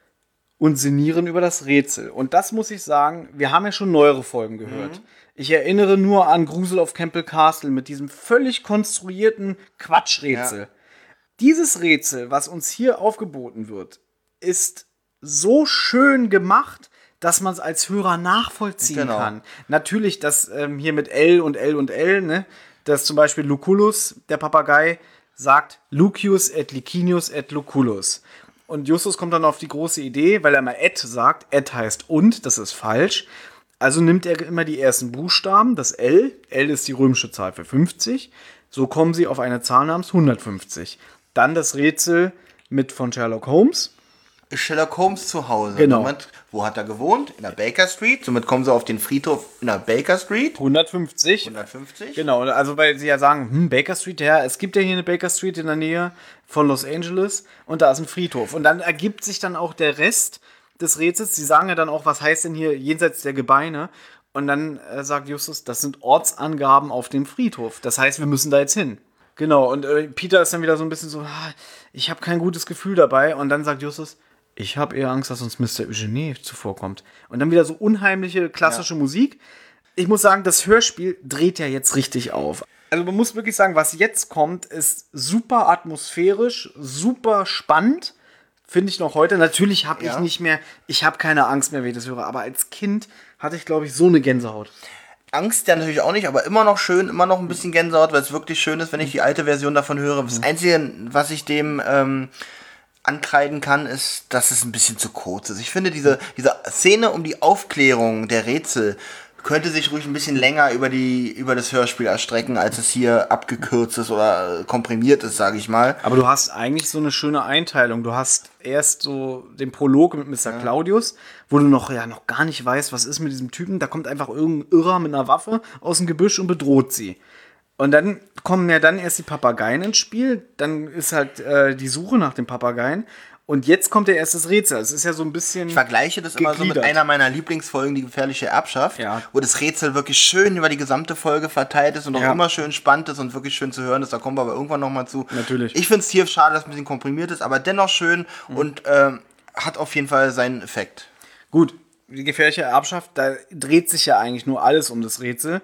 und sinnieren über das Rätsel. Und das muss ich sagen, wir haben ja schon neuere Folgen gehört. Mhm. Ich erinnere nur an Grusel auf Campbell Castle mit diesem völlig konstruierten Quatschrätsel. Ja. Dieses Rätsel, was uns hier aufgeboten wird, ist so schön gemacht, dass man es als Hörer nachvollziehen Genau. kann. Natürlich, das ähm, hier mit L und L und L, ne? Dass zum Beispiel Lucullus, der Papagei, sagt Lucius et Licinius et Lucullus. Und Justus kommt dann auf die große Idee, weil er mal et sagt, et heißt und, das ist falsch. Also nimmt er immer die ersten Buchstaben, das L, L ist die römische Zahl für fünfzig, so kommen sie auf eine Zahl namens hundertfünfzig. Dann das Rätsel mit von Sherlock Holmes. Ist Sherlock Holmes zu Hause? Genau. Somit, wo hat er gewohnt? In der Baker Street. Somit kommen sie auf den Friedhof in der Baker Street. hundertfünfzig. hundertfünfzig. Genau, also weil sie ja sagen, hm, Baker Street, ja, es gibt ja hier eine Baker Street in der Nähe von Los Angeles und da ist ein Friedhof. Und dann ergibt sich dann auch der Rest des Rätsels. Sie sagen ja dann auch, was heißt denn hier jenseits der Gebeine? Und dann äh, sagt Justus, das sind Ortsangaben auf dem Friedhof. Das heißt, wir müssen da jetzt hin. Genau, und äh, Peter ist dann wieder so ein bisschen so, ah, ich habe kein gutes Gefühl dabei. Und dann sagt Justus, ich habe eher Angst, dass uns Mister Eugenie zuvorkommt. Und dann wieder so unheimliche, klassische ja. Musik. Ich muss sagen, das Hörspiel dreht ja jetzt richtig auf. Also man muss wirklich sagen, was jetzt kommt, ist super atmosphärisch, super spannend. Finde ich noch heute. Natürlich habe ich ja. nicht mehr, ich habe keine Angst mehr, wenn ich das höre. Aber als Kind hatte ich, glaube ich, so eine Gänsehaut. Angst ja natürlich auch nicht, aber immer noch schön, immer noch ein bisschen Gänsehaut, weil es wirklich schön ist, wenn ich die alte Version davon höre. Das Einzige, was ich dem ähm, ankreiden kann, ist, dass es ein bisschen zu kurz ist. Ich finde, diese, diese Szene um die Aufklärung der Rätsel könnte sich ruhig ein bisschen länger über, die, über das Hörspiel erstrecken, als es hier abgekürzt ist oder komprimiert ist, sage ich mal. Aber du hast eigentlich so eine schöne Einteilung. Du hast erst so den Prolog mit Mister Ja. Claudius, wo du noch, ja, noch gar nicht weißt, was ist mit diesem Typen. Da kommt einfach irgendein Irrer mit einer Waffe aus dem Gebüsch und bedroht sie. Und dann kommen ja dann erst die Papageien ins Spiel. Dann ist halt äh, die Suche nach den Papageien. Und jetzt kommt ja erst das Rätsel. Es ist ja so ein bisschen. Ich vergleiche das immer so mit einer meiner Lieblingsfolgen, die gefährliche Erbschaft, ja. wo das Rätsel wirklich schön über die gesamte Folge verteilt ist und auch ja. immer schön spannend ist und wirklich schön zu hören ist. Da kommen wir aber irgendwann nochmal zu. Natürlich. Ich finde es hier schade, dass es ein bisschen komprimiert ist, aber dennoch schön mhm. und ähm, hat auf jeden Fall seinen Effekt. Gut, die gefährliche Erbschaft, da dreht sich ja eigentlich nur alles um das Rätsel.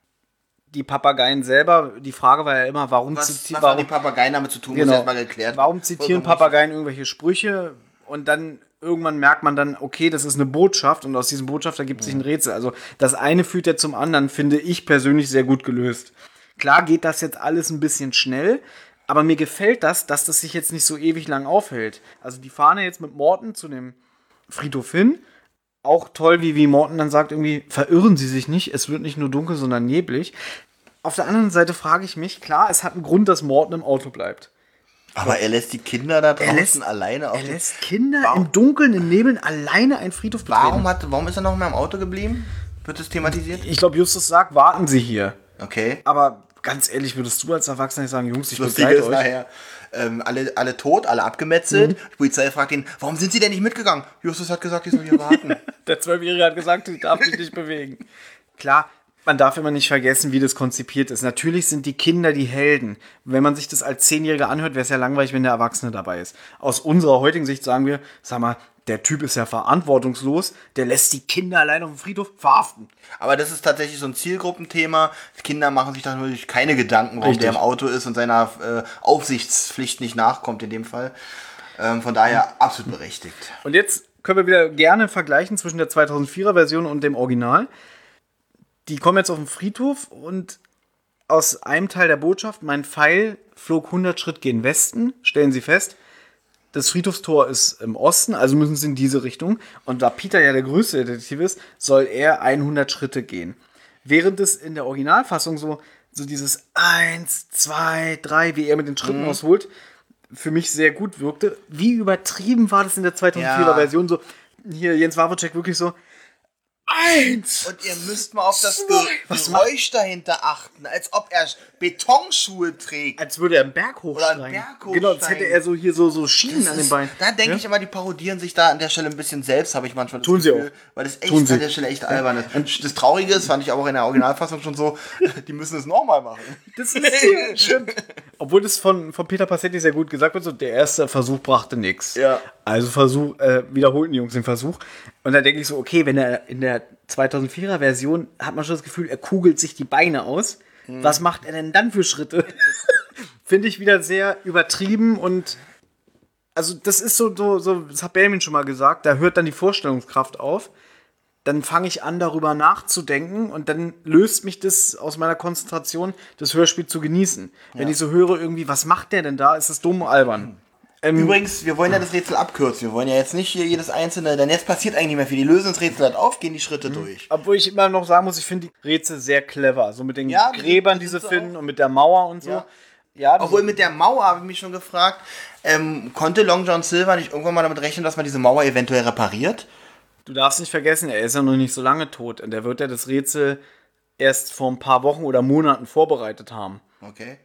Die Papageien selber, die Frage war ja immer, warum Was, zitieren was haben die Papageien damit zu tun, genau. muss erstmal geklärt. Warum zitieren Papageien irgendwelche Sprüche und dann irgendwann merkt man dann, okay, das ist eine Botschaft und aus diesem Botschaft ergibt sich ein Rätsel. Also das eine führt ja zum anderen, finde ich persönlich sehr gut gelöst. Klar geht das jetzt alles ein bisschen schnell, aber mir gefällt das, dass das sich jetzt nicht so ewig lang aufhält. Also die fahren ja jetzt mit Morten zu dem Friedhof hin. Auch toll, wie, wie Morten dann sagt, irgendwie, verirren Sie sich nicht, es wird nicht nur dunkel, sondern neblig. Auf der anderen Seite frage ich mich, klar, es hat einen Grund, dass Morten im Auto bleibt. Aber er lässt die Kinder da draußen lässt, alleine auf Er den- lässt Kinder Warum? im Dunkeln, im Nebeln alleine einen Friedhof betreten. Warum, hat, warum ist er noch mehr im Auto geblieben? Wird das thematisiert? Ich glaube, Justus sagt, warten Sie hier. Okay. Aber ganz ehrlich, würdest du als Erwachsener nicht sagen, Jungs, ich Lustig begleite ist euch? nachher, ähm, alle, alle tot, alle abgemetzelt. Mhm. Die Polizei fragt ihn, warum sind sie denn nicht mitgegangen? Justus hat gesagt, ich soll hier warten. Der Zwölfjährige hat gesagt, ich darf mich nicht bewegen. Klar, man darf immer nicht vergessen, wie das konzipiert ist. Natürlich sind die Kinder die Helden. Wenn man sich das als Zehnjähriger anhört, wäre es ja langweilig, wenn der Erwachsene dabei ist. Aus unserer heutigen Sicht sagen wir, sag mal, der Typ ist ja verantwortungslos, der lässt die Kinder allein auf dem Friedhof verhaften. Aber das ist tatsächlich so ein Zielgruppenthema. Kinder machen sich da natürlich keine Gedanken, warum Richtig. der im Auto ist und seiner äh, Aufsichtspflicht nicht nachkommt in dem Fall. Ähm, von daher absolut berechtigt. Und jetzt können wir wieder gerne vergleichen zwischen der zweitausendvierer Version und dem Original. Die kommen jetzt auf den Friedhof und aus einem Teil der Botschaft, mein Pfeil flog hundert Schritt gen Westen, stellen Sie fest, das Friedhofstor ist im Osten, also müssen sie in diese Richtung. Und da Peter ja der größte Detektiv ist, soll er hundert Schritte gehen. Während es in der Originalfassung so, so dieses eins, zwei, drei, wie er mit den Schritten Mhm. ausholt, für mich sehr gut wirkte. Wie übertrieben war das in der zweitausendvierer Ja. Version? So, hier Jens Wawrczyk wirklich so, eins! Und ihr müsst mal auf das Zwei. Was Geräusch dahinter achten, als ob er Betonschuhe trägt. Als würde er einen Berg Oder einen hochsteigen. Berg Genau, als hochsteigen. hätte er so hier so, so Schienen Das an den ist- Beinen. Da denke Ja? ich immer, die parodieren sich da an der Stelle ein bisschen selbst, habe ich manchmal das Tun sie Gefühl, auch. weil das echt Tun sie. an der Stelle echt albern ist. Das Traurige ist, fand ich aber auch in der Originalfassung schon so, die müssen es nochmal machen. Das ist ja, stimmt. Obwohl das von, von Peter Passetti sehr gut gesagt wird, so der erste Versuch brachte nichts. Ja. Also Versuch, äh, wiederholten die Jungs den Versuch. Und da denke ich so, okay, wenn er in der zweitausendvierer Version hat man schon das Gefühl, er kugelt sich die Beine aus. Was macht er denn dann für Schritte? Finde ich wieder sehr übertrieben und Also das ist so, so, so, das hat Benjamin schon mal gesagt, da hört dann die Vorstellungskraft auf. Dann fange ich an, darüber nachzudenken und dann löst mich das aus meiner Konzentration, das Hörspiel zu genießen. Ja. Wenn ich so höre irgendwie, was macht der denn da, ist es dumm und albern. Ähm, Übrigens, wir wollen ja das Rätsel abkürzen. Wir wollen ja jetzt nicht hier jedes einzelne, denn jetzt passiert eigentlich nicht mehr viel. Die lösen das Rätsel halt auf, gehen die Schritte mhm. durch. Obwohl ich immer noch sagen muss, ich finde die Rätsel sehr clever. So mit den ja, Gräbern, die sie finden und mit der Mauer und so. Ja. Ja, obwohl mit der Mauer, habe ich mich schon gefragt, ähm, konnte Long John Silver nicht irgendwann mal damit rechnen, dass man diese Mauer eventuell repariert? Du darfst nicht vergessen, er ist ja noch nicht so lange tot. Und der wird ja das Rätsel erst vor ein paar Wochen oder Monaten vorbereitet haben. Okay.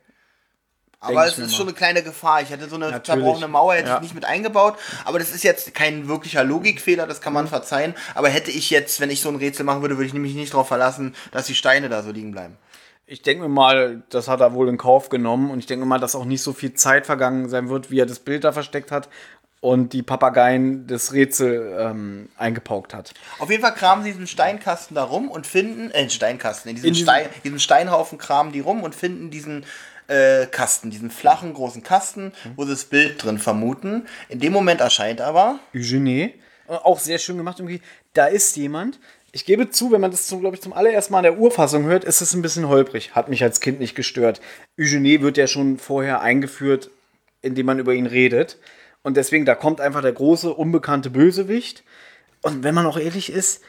Aber es ist schon eine kleine Gefahr. Ich hätte so eine Natürlich. zerbrochene Mauer jetzt Ja. nicht mit eingebaut. Aber das ist jetzt kein wirklicher Logikfehler, das kann man Mhm. verzeihen. Aber hätte ich jetzt, wenn ich so ein Rätsel machen würde, würde ich nämlich nicht darauf verlassen, dass die Steine da so liegen bleiben. Ich denke mir mal, das hat er wohl in Kauf genommen. Und ich denke mir mal, dass auch nicht so viel Zeit vergangen sein wird, wie er das Bild da versteckt hat und die Papageien das Rätsel ähm, eingepaukt hat. Auf jeden Fall kramen sie diesen Steinkasten da rum und finden, äh, Steinkasten, in diesem, In diesem- Stein, diesem Steinhaufen kramen die rum und finden diesen äh, Kasten, diesen flachen, großen Kasten, wo sie das Bild drin vermuten. In dem Moment erscheint aber... Eugenie. Auch sehr schön gemacht irgendwie. Da ist jemand. Ich gebe zu, wenn man das, glaube ich, zum allerersten Mal in der Urfassung hört, ist es ein bisschen holprig. Hat mich als Kind nicht gestört. Eugenie wird ja schon vorher eingeführt, indem man über ihn redet. Und deswegen, da kommt einfach der große, unbekannte Bösewicht. Und wenn man auch ehrlich ist,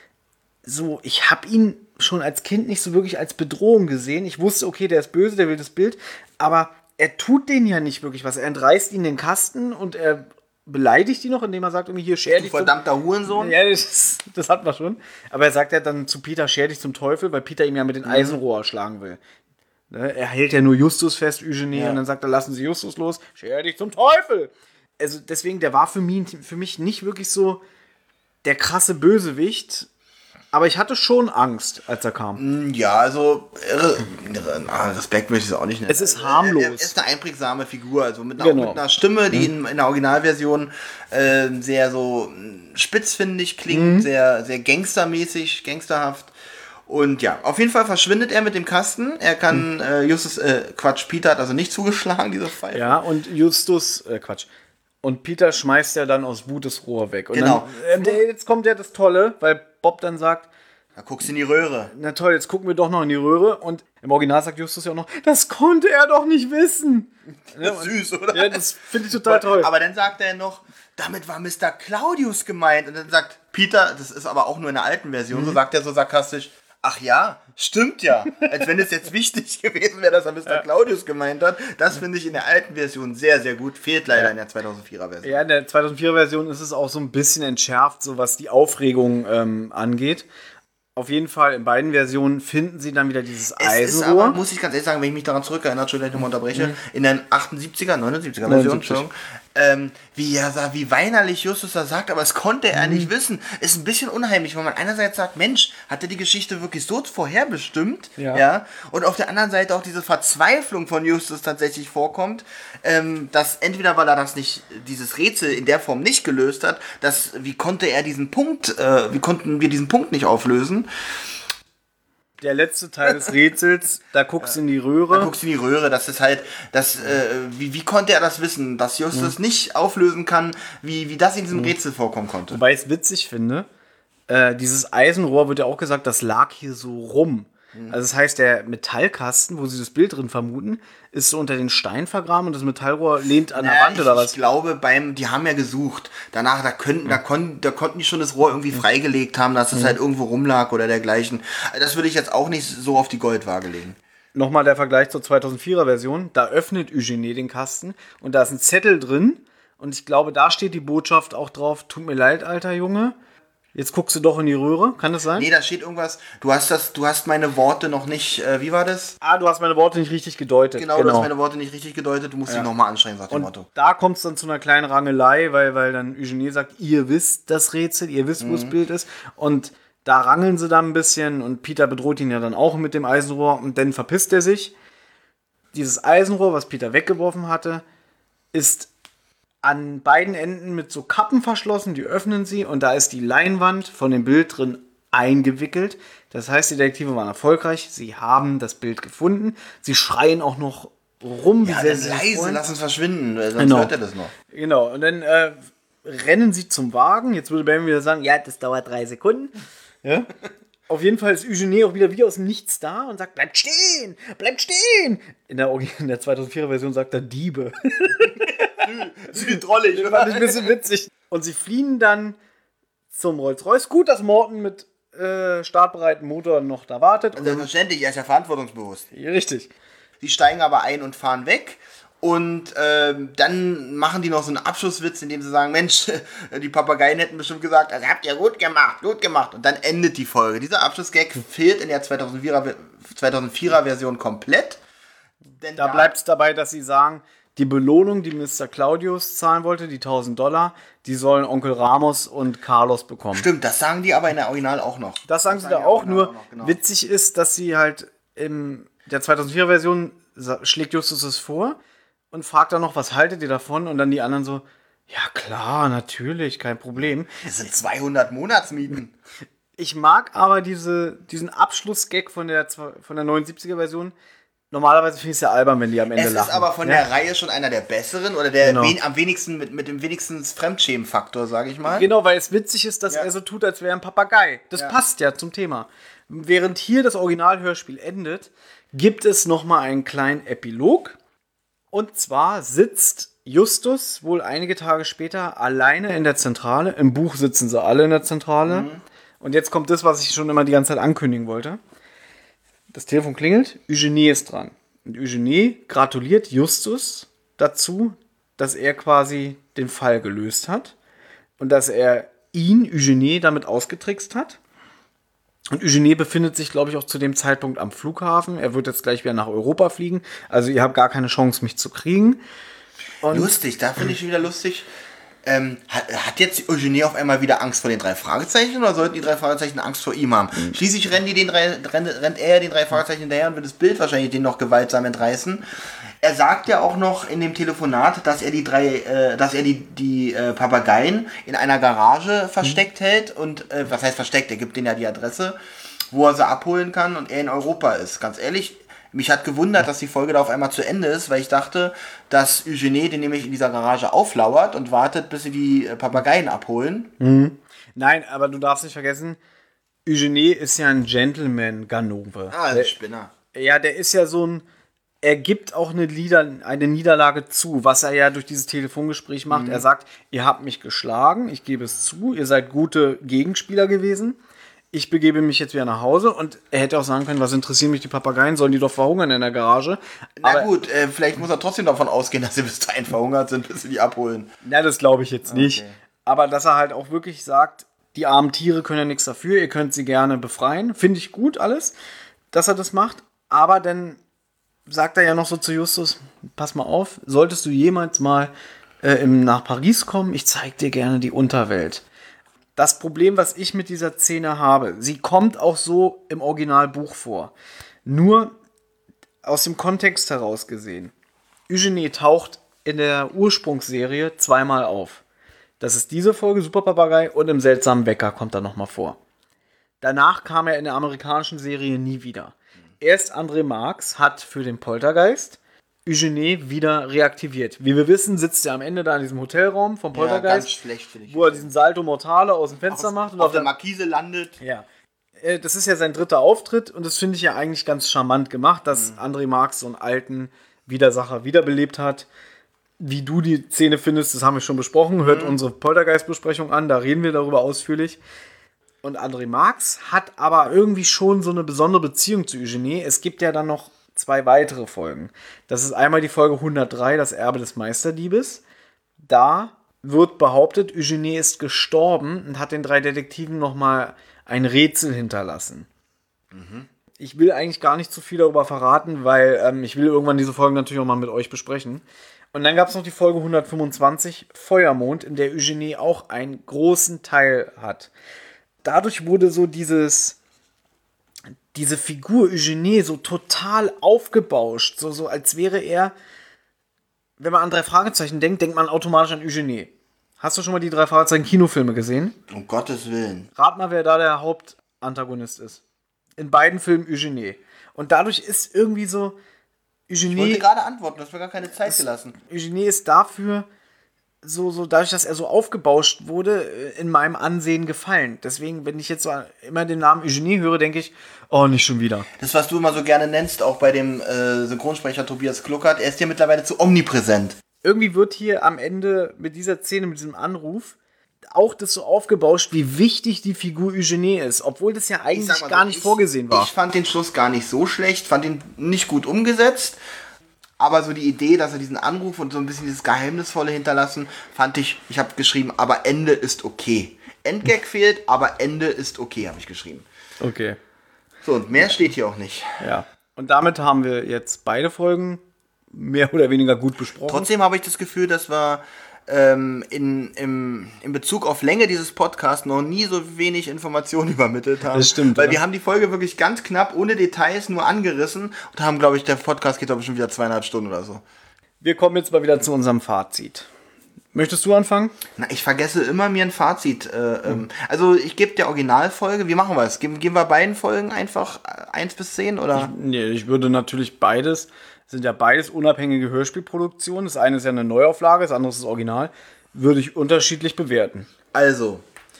so, ich habe ihn schon als Kind nicht so wirklich als Bedrohung gesehen. Ich wusste, okay, der ist böse, der will das Bild. Aber er tut denen ja nicht wirklich was. Er entreißt ihnen den Kasten und er beleidigt ihn noch, indem er sagt, irgendwie hier, scher Du dich zum... verdammter Hurensohn. Ja, das, das hatten wir schon. Aber er sagt ja dann zu Peter, scher dich zum Teufel, weil Peter ihm ja mit den Eisenrohr schlagen will. Ne? Er hält ja nur Justus fest, Eugenie, Ja. und dann sagt er, lassen Sie Justus los, scher dich zum Teufel. Also deswegen, der war für mich, für mich nicht wirklich so der krasse Bösewicht, aber ich hatte schon Angst, als er kam. Ja, also irre, irre, na, Respekt möchte ich es auch nicht nennen. Es ist harmlos. Er ist eine einprägsame Figur, also mit einer, Genau. mit einer Stimme, die in, in der Originalversion äh, sehr so mh, spitzfindig klingt, Mhm. sehr, sehr gangstermäßig, gangsterhaft. Und ja, auf jeden Fall verschwindet er mit dem Kasten. Er kann, Mhm. äh, Justus, äh, Quatsch, Peter hat also nicht zugeschlagen, diese Pfeife. Ja, und Justus, äh, Quatsch. Und Peter schmeißt ja dann aus Wut das Rohr weg. Und Genau. Dann, äh, der- jetzt kommt ja das Tolle, weil Bob dann sagt, Da guckst du in die Röhre. na toll, jetzt gucken wir doch noch in die Röhre. Und im Original sagt Justus ja auch noch, das konnte er doch nicht wissen. Ja, und- Süß, oder? Ja, das finde ich total toll. Aber dann sagt er noch, damit war Mister Claudius gemeint. Und dann sagt Peter, das ist aber auch nur in der alten Version, Mhm. so sagt er so sarkastisch, ach ja, stimmt ja. Als wenn es jetzt wichtig gewesen wäre, dass er Mister Claudius gemeint hat. Das finde ich in der alten Version sehr, sehr gut. Fehlt leider Ja. in der zweitausendvierer Version. Ja, in der zweitausendvierer Version ist es auch so ein bisschen entschärft, so was die Aufregung ähm, angeht. Auf jeden Fall, in beiden Versionen finden sie dann wieder dieses Es ist Eisenrohr. aber, muss ich ganz ehrlich sagen, wenn ich mich daran zurückerinnere, Entschuldigung, dass ich nochmal unterbreche, in der achtundsiebziger, neunundsiebziger Version, neunundsiebzig. Entschuldigung, ähm, wie, er, sa- wie weinerlich Justus da sagt, aber es konnte er Mhm. nicht wissen. Ist ein bisschen unheimlich, weil man einerseits sagt, Mensch, hat er die Geschichte wirklich so vorherbestimmt? Ja. Ja. Und auf der anderen Seite auch diese Verzweiflung von Justus tatsächlich vorkommt, ähm, dass entweder, weil er das nicht, dieses Rätsel in der Form nicht gelöst hat, dass, wie konnte er diesen Punkt, äh, wie konnten wir diesen Punkt nicht auflösen? Der letzte Teil des Rätsels, da guckst du in die Röhre. Da guckst du in die Röhre, das ist halt, das, äh, wie, wie konnte er das wissen, dass Justus nicht auflösen kann, wie, wie das in diesem Rätsel vorkommen konnte. Wobei ich es witzig finde, äh, dieses Eisenrohr wird ja auch gesagt, das lag hier so rum. Also das heißt, der Metallkasten, wo sie das Bild drin vermuten, ist so unter den Stein vergraben und das Metallrohr lehnt an der Ja, Wand ich, oder ich was? glaube, beim, die haben ja gesucht. Danach, da könnten, da konnten, da konnten die schon das Rohr irgendwie freigelegt haben, dass es halt irgendwo rumlag oder dergleichen. Das würde ich jetzt auch nicht so auf die Goldwaage legen. Nochmal der Vergleich zur zweitausendvierer Version. Da öffnet Eugenie den Kasten und da ist ein Zettel drin. Und ich glaube, da steht die Botschaft auch drauf, tut mir leid, alter Junge. Jetzt guckst du doch in die Röhre. Kann das sein? Nee, da steht irgendwas, du hast das, du hast meine Worte noch nicht, äh, wie war das? Ah, du hast meine Worte nicht richtig gedeutet. Genau, du hast meine Worte nicht richtig gedeutet, du musst dich nochmal anstrengen, sagt dem Und Motto. da kommt es dann zu einer kleinen Rangelei, weil, weil dann Eugenie sagt, ihr wisst das Rätsel, ihr wisst, wo das Bild ist. Und da rangeln sie dann ein bisschen und Peter bedroht ihn ja dann auch mit dem Eisenrohr und dann verpisst er sich. Dieses Eisenrohr, was Peter weggeworfen hatte, ist an beiden Enden mit so Kappen verschlossen, die öffnen sie und da ist die Leinwand von dem Bild drin eingewickelt. Das heißt, die Detektive waren erfolgreich, sie haben das Bild gefunden. Sie schreien auch noch rum, wie Ja, sehr dann sie sich leise, freuen. lass uns verschwinden, sonst Genau. hört er das noch. Genau, und dann äh, rennen sie zum Wagen. Jetzt würde Benjamin wieder sagen, ja, das dauert drei Sekunden. Ja? Auf jeden Fall ist Eugenie auch wieder wie aus dem Nichts da und sagt, bleibt stehen, bleibt stehen. In der, in der zweitausendvierer Version sagt er Diebe. Das ist drollig, Das fand ich ein bisschen witzig. Und sie fliehen dann zum Rolls-Royce. Gut, dass Morton mit äh, startbereiten Motor noch da wartet. Und Selbstverständlich, er ist ja verantwortungsbewusst. richtig. Die steigen aber ein und fahren weg. Und ähm, dann machen die noch so einen Abschlusswitz, indem sie sagen, Mensch, die Papageien hätten bestimmt gesagt, das habt ihr gut gemacht, gut gemacht. Und dann endet die Folge. Dieser Abschlussgag fehlt in der zweitausendvierer Version komplett. Denn Da bleibt es dabei, dass sie sagen, die Belohnung, die Mister Claudius zahlen wollte, die tausend Dollar, die sollen Onkel Ramos und Carlos bekommen. Stimmt, das sagen die aber in der Original auch noch. Das sagen sie da die auch, Original nur auch noch, genau. witzig ist, dass sie halt in der zweitausendvierer Version sa- schlägt Justus es vor und fragt dann noch, was haltet ihr davon? Und dann die anderen so, ja klar, natürlich, kein Problem. Das sind zweihundert Monatsmieten. Ich mag aber diese, diesen Abschlussgag von der, zwe- von der neunundsiebziger Version. Normalerweise finde ich es ja albern, wenn die am Ende Es lachen. ist aber von ja? der Reihe schon einer der besseren oder der Genau. wen, am wenigsten mit, mit dem wenigsten Fremdschämen-Faktor, sage ich mal. Genau, weil es witzig ist, dass Ja. er so tut, als wäre er ein Papagei. Das Ja. passt ja zum Thema. Während hier das Originalhörspiel endet, gibt es nochmal einen kleinen Epilog. Und zwar sitzt Justus wohl einige Tage später alleine in der Zentrale. Im Buch sitzen sie alle in der Zentrale. Mhm. Und jetzt kommt das, was ich schon immer die ganze Zeit ankündigen wollte. Das Telefon klingelt, Eugenie ist dran. Und Eugenie gratuliert Justus dazu, dass er quasi den Fall gelöst hat. Und dass er ihn, Eugenie, damit ausgetrickst hat. Und Eugenie befindet sich, glaube ich, auch zu dem Zeitpunkt am Flughafen. Er wird jetzt gleich wieder nach Europa fliegen. Also ihr habt gar keine Chance, mich zu kriegen. Und Lustig, da finde ich wieder lustig. Ähm, hat, hat jetzt Eugenie auf einmal wieder Angst vor den drei Fragezeichen oder sollten die drei Fragezeichen Angst vor ihm haben? Mhm. Schließlich rennen die den drei, rennt, rennt er den drei Fragezeichen hinterher und wird das Bild wahrscheinlich den noch gewaltsam entreißen. Er sagt ja auch noch in dem Telefonat, dass er die drei, äh, dass er die, die äh, Papageien in einer Garage versteckt Mhm. hält und äh, was heißt versteckt? Er gibt denen ja die Adresse, wo er sie abholen kann und er in Europa ist. Ganz ehrlich, mich hat gewundert, dass die Folge da auf einmal zu Ende ist, weil ich dachte, dass Eugenie den nämlich in dieser Garage auflauert und wartet, bis sie die äh, Papageien abholen. nein, aber du darfst nicht vergessen, Eugenie ist ja ein Gentleman-Ganove. Ah, ein Spinner. Ja, der ist ja so ein. Er gibt auch eine, Lieder, eine Niederlage zu, was er ja durch dieses Telefongespräch macht. Er sagt, ihr habt mich geschlagen, ich gebe es zu, ihr seid gute Gegenspieler gewesen. Ich begebe mich jetzt wieder nach Hause und er hätte auch sagen können, was interessieren mich die Papageien, sollen die doch verhungern in der Garage. Na Aber, gut, äh, vielleicht muss er trotzdem davon ausgehen, dass sie bis dahin verhungert sind, bis sie die abholen. na, das glaube ich jetzt nicht. Okay. Aber dass er halt auch wirklich sagt, die armen Tiere können ja nichts dafür, ihr könnt sie gerne befreien. Finde ich gut alles, dass er das macht. Aber dann sagt er ja noch so zu Justus, pass mal auf, solltest du jemals mal äh, im, nach Paris kommen, ich zeig dir gerne die Unterwelt. Das Problem, was ich mit dieser Szene habe, sie kommt auch so im Originalbuch vor. Nur aus dem Kontext heraus gesehen. Eugenie taucht in der Ursprungsserie zweimal auf. Das ist diese Folge, Super Papagei, und im seltsamen Wecker kommt er nochmal vor. Danach kam er in der amerikanischen Serie nie wieder. Erst André Marx hat für den Poltergeist Eugenie wieder reaktiviert. Wie wir wissen, sitzt er am Ende da in diesem Hotelraum vom Ja, ganz Poltergeist, schlecht, finde ich. wo er diesen Salto Mortale aus dem Fenster auf, macht. Und auf auf der der Markise landet. ja. Äh, Das ist ja sein dritter Auftritt und das finde ich ja eigentlich ganz charmant gemacht, dass André Marx so einen alten Widersacher wiederbelebt hat. Wie du die Szene findest, das haben wir schon besprochen. Hört unsere Poltergeist-Besprechung an, da reden wir darüber ausführlich. Und André Marx hat aber irgendwie schon so eine besondere Beziehung zu Eugenie. Es gibt ja dann noch zwei weitere Folgen. Das ist einmal die Folge hundertdrei, das Erbe des Meisterdiebes. Da wird behauptet, Eugenie ist gestorben und hat den drei Detektiven nochmal ein Rätsel hinterlassen. Ich will eigentlich gar nicht zu viel darüber verraten, weil ähm, ich will irgendwann diese Folgen natürlich auch mal mit euch besprechen. Und dann gab es noch die Folge hundertfünfundzwanzig, Feuermond, in der Eugenie auch einen großen Teil hat. Dadurch wurde so dieses, diese Figur Eugenie so total aufgebauscht, so, so als wäre er, wenn man an drei Fragezeichen denkt, denkt man automatisch an Eugenie. Hast du schon mal die drei Fragezeichen Kinofilme gesehen? Um Gottes Willen. Rat mal, wer da der Hauptantagonist ist. In beiden Filmen Eugenie. Und dadurch ist irgendwie so, Ich wollte Eugenie, gerade antworten, du hast mir gar keine Zeit gelassen. Eugenie ist dafür, so, so dadurch, dass er so aufgebauscht wurde, in meinem Ansehen gefallen. Deswegen, wenn ich jetzt so immer den Namen Eugenie höre, denke ich, oh, nicht schon wieder. Das, was du immer so gerne nennst, auch bei dem äh, Synchronsprecher Tobias Kluckert, er ist dir mittlerweile zu omnipräsent. Irgendwie wird hier am Ende mit dieser Szene, mit diesem Anruf, auch das so aufgebauscht, wie wichtig die Figur Eugenie ist, obwohl das ja Ich eigentlich sag mal so, gar nicht ich, vorgesehen war. Ich fand den Schluss gar nicht so schlecht, fand ihn nicht gut umgesetzt, aber so die Idee, dass er diesen Anruf und so ein bisschen dieses Geheimnisvolle hinterlassen, fand ich, ich habe geschrieben, aber Ende ist okay. Endgag fehlt, aber Ende ist okay, habe ich geschrieben. Okay. So, und mehr steht hier auch nicht. Ja. Und damit haben wir jetzt beide Folgen mehr oder weniger gut besprochen. Trotzdem habe ich das Gefühl, dass wir ähm, in, im, in Bezug auf Länge dieses Podcasts noch nie so wenig Informationen übermittelt haben. Das stimmt, Weil ja. wir haben die Folge wirklich ganz knapp, ohne Details, nur angerissen und haben, glaube ich, der Podcast geht glaube ich schon wieder zweieinhalb Stunden oder so. Wir kommen jetzt mal wieder zu unserem Fazit. Möchtest du anfangen? Na, ich vergesse immer mir ein Fazit. Äh, ähm, also ich gebe der Originalfolge, wie machen wir es? Geben, geben wir beiden Folgen einfach eins bis zehn oder? Nee, ich würde natürlich beides, sind ja beides unabhängige Hörspielproduktionen. Das eine ist ja eine Neuauflage, das andere ist das Original. Würde ich unterschiedlich bewerten. Also,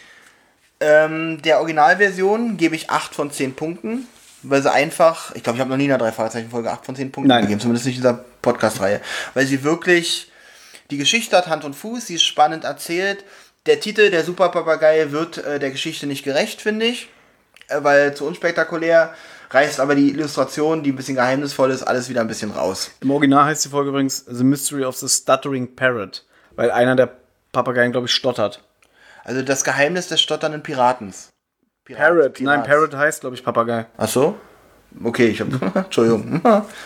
ähm, der Originalversion gebe ich acht von zehn Punkten, weil sie einfach, ich glaube, ich habe noch nie in einer drei Fragezeichen Folge acht von zehn Punkten Nein. gegeben, zumindest nicht in dieser Podcast-Reihe, weil sie wirklich, die Geschichte hat Hand und Fuß, sie ist spannend erzählt. Der Titel, der Superpapagei, wird äh, der Geschichte nicht gerecht, finde ich, äh, weil zu unspektakulär, reißt aber die Illustration, die ein bisschen geheimnisvoll ist, alles wieder ein bisschen raus. Im Original heißt die Folge übrigens The Mystery of the Stuttering Parrot, weil einer der Papageien, glaube ich, stottert. Also das Geheimnis des stotternden Piratens. Pirat- Parrot, Pirats. nein, Parrot heißt, glaube ich, Papagei. Ach so? Okay, ich habe. Entschuldigung.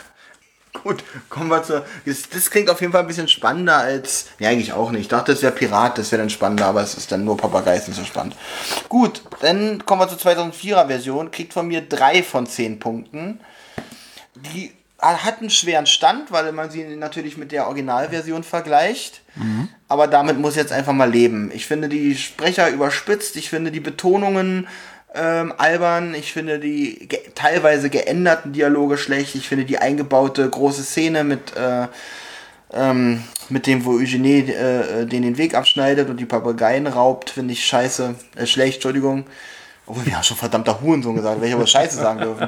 Gut, kommen wir zu. Das, das klingt auf jeden Fall ein bisschen spannender als. Ja, eigentlich auch nicht. Ich dachte, es wäre Pirat, das wäre dann spannender, aber es ist dann nur Papagei, ist nicht so spannend. Gut, dann kommen wir zur zweitausendvierer Version. Kriegt von mir drei von zehn Punkten. Die hat einen schweren Stand, weil man sie natürlich mit der Originalversion vergleicht. Mhm. Aber damit muss ich jetzt einfach mal leben. Ich finde die Sprecher überspitzt, ich finde die Betonungen ähm, albern, ich finde die ge- teilweise geänderten Dialoge schlecht, ich finde die eingebaute große Szene mit, äh, ähm, mit dem, wo Eugenie äh, den den Weg abschneidet und die Papageien raubt, finde ich scheiße, äh, schlecht, Entschuldigung. Obwohl, wir haben schon verdammter Hurensohn gesagt, welche aber Scheiße sagen dürfen.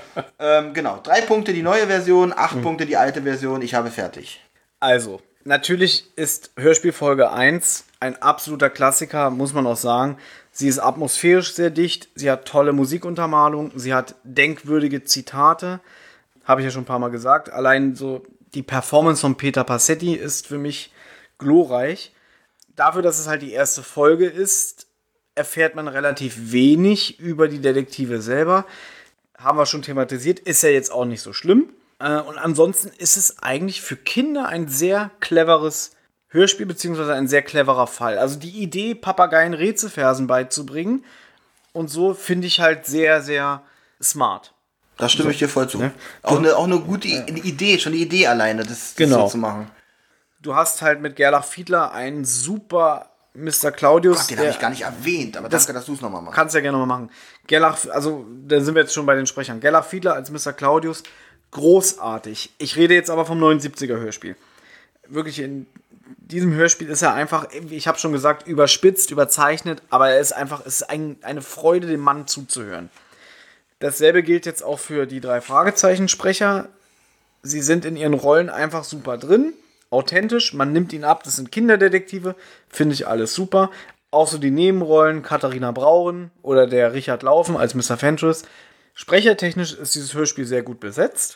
ähm, genau, drei Punkte die neue Version, acht mhm. Punkte die alte Version, ich habe fertig. Also, natürlich ist Hörspielfolge eins ein absoluter Klassiker, muss man auch sagen. Sie ist atmosphärisch sehr dicht, sie hat tolle Musikuntermalung, sie hat denkwürdige Zitate, habe ich ja schon ein paar Mal gesagt. Allein so die Performance von Peter Passetti ist für mich glorreich. Dafür, dass es halt die erste Folge ist, erfährt man relativ wenig über die Detektive selber. Haben wir schon thematisiert, ist ja jetzt auch nicht so schlimm. Und ansonsten ist es eigentlich für Kinder ein sehr cleveres Hörspiel, beziehungsweise ein sehr cleverer Fall. Also die Idee, Papageien Rätselversen beizubringen und so finde ich halt sehr, sehr smart. Da stimme so. ich dir voll zu. Ne? Auch eine, auch eine gute I- eine Idee, schon die Idee alleine, das, das Genau. so zu machen. Du hast halt mit Gerlach Fiedler einen super Mister Claudius. Gott, den habe ich gar nicht erwähnt, aber das danke, dass du es nochmal machst. Kannst ja gerne nochmal machen. Gerlach, also da sind wir jetzt schon bei den Sprechern. Gerlach Fiedler als Mister Claudius, großartig. Ich rede jetzt aber vom neunundsiebziger Hörspiel. Wirklich in diesem Hörspiel ist er einfach, ich habe schon gesagt, überspitzt, überzeichnet, aber er ist einfach, es ist ein, eine Freude, dem Mann zuzuhören. Dasselbe gilt jetzt auch für die drei Fragezeichen-Sprecher. Sie sind in ihren Rollen einfach super drin, authentisch, man nimmt ihn ab, das sind Kinderdetektive, finde ich alles super. Auch so die Nebenrollen, Katharina Brauren oder der Richard Laufen als Mister Fentress. Sprechertechnisch ist dieses Hörspiel sehr gut besetzt.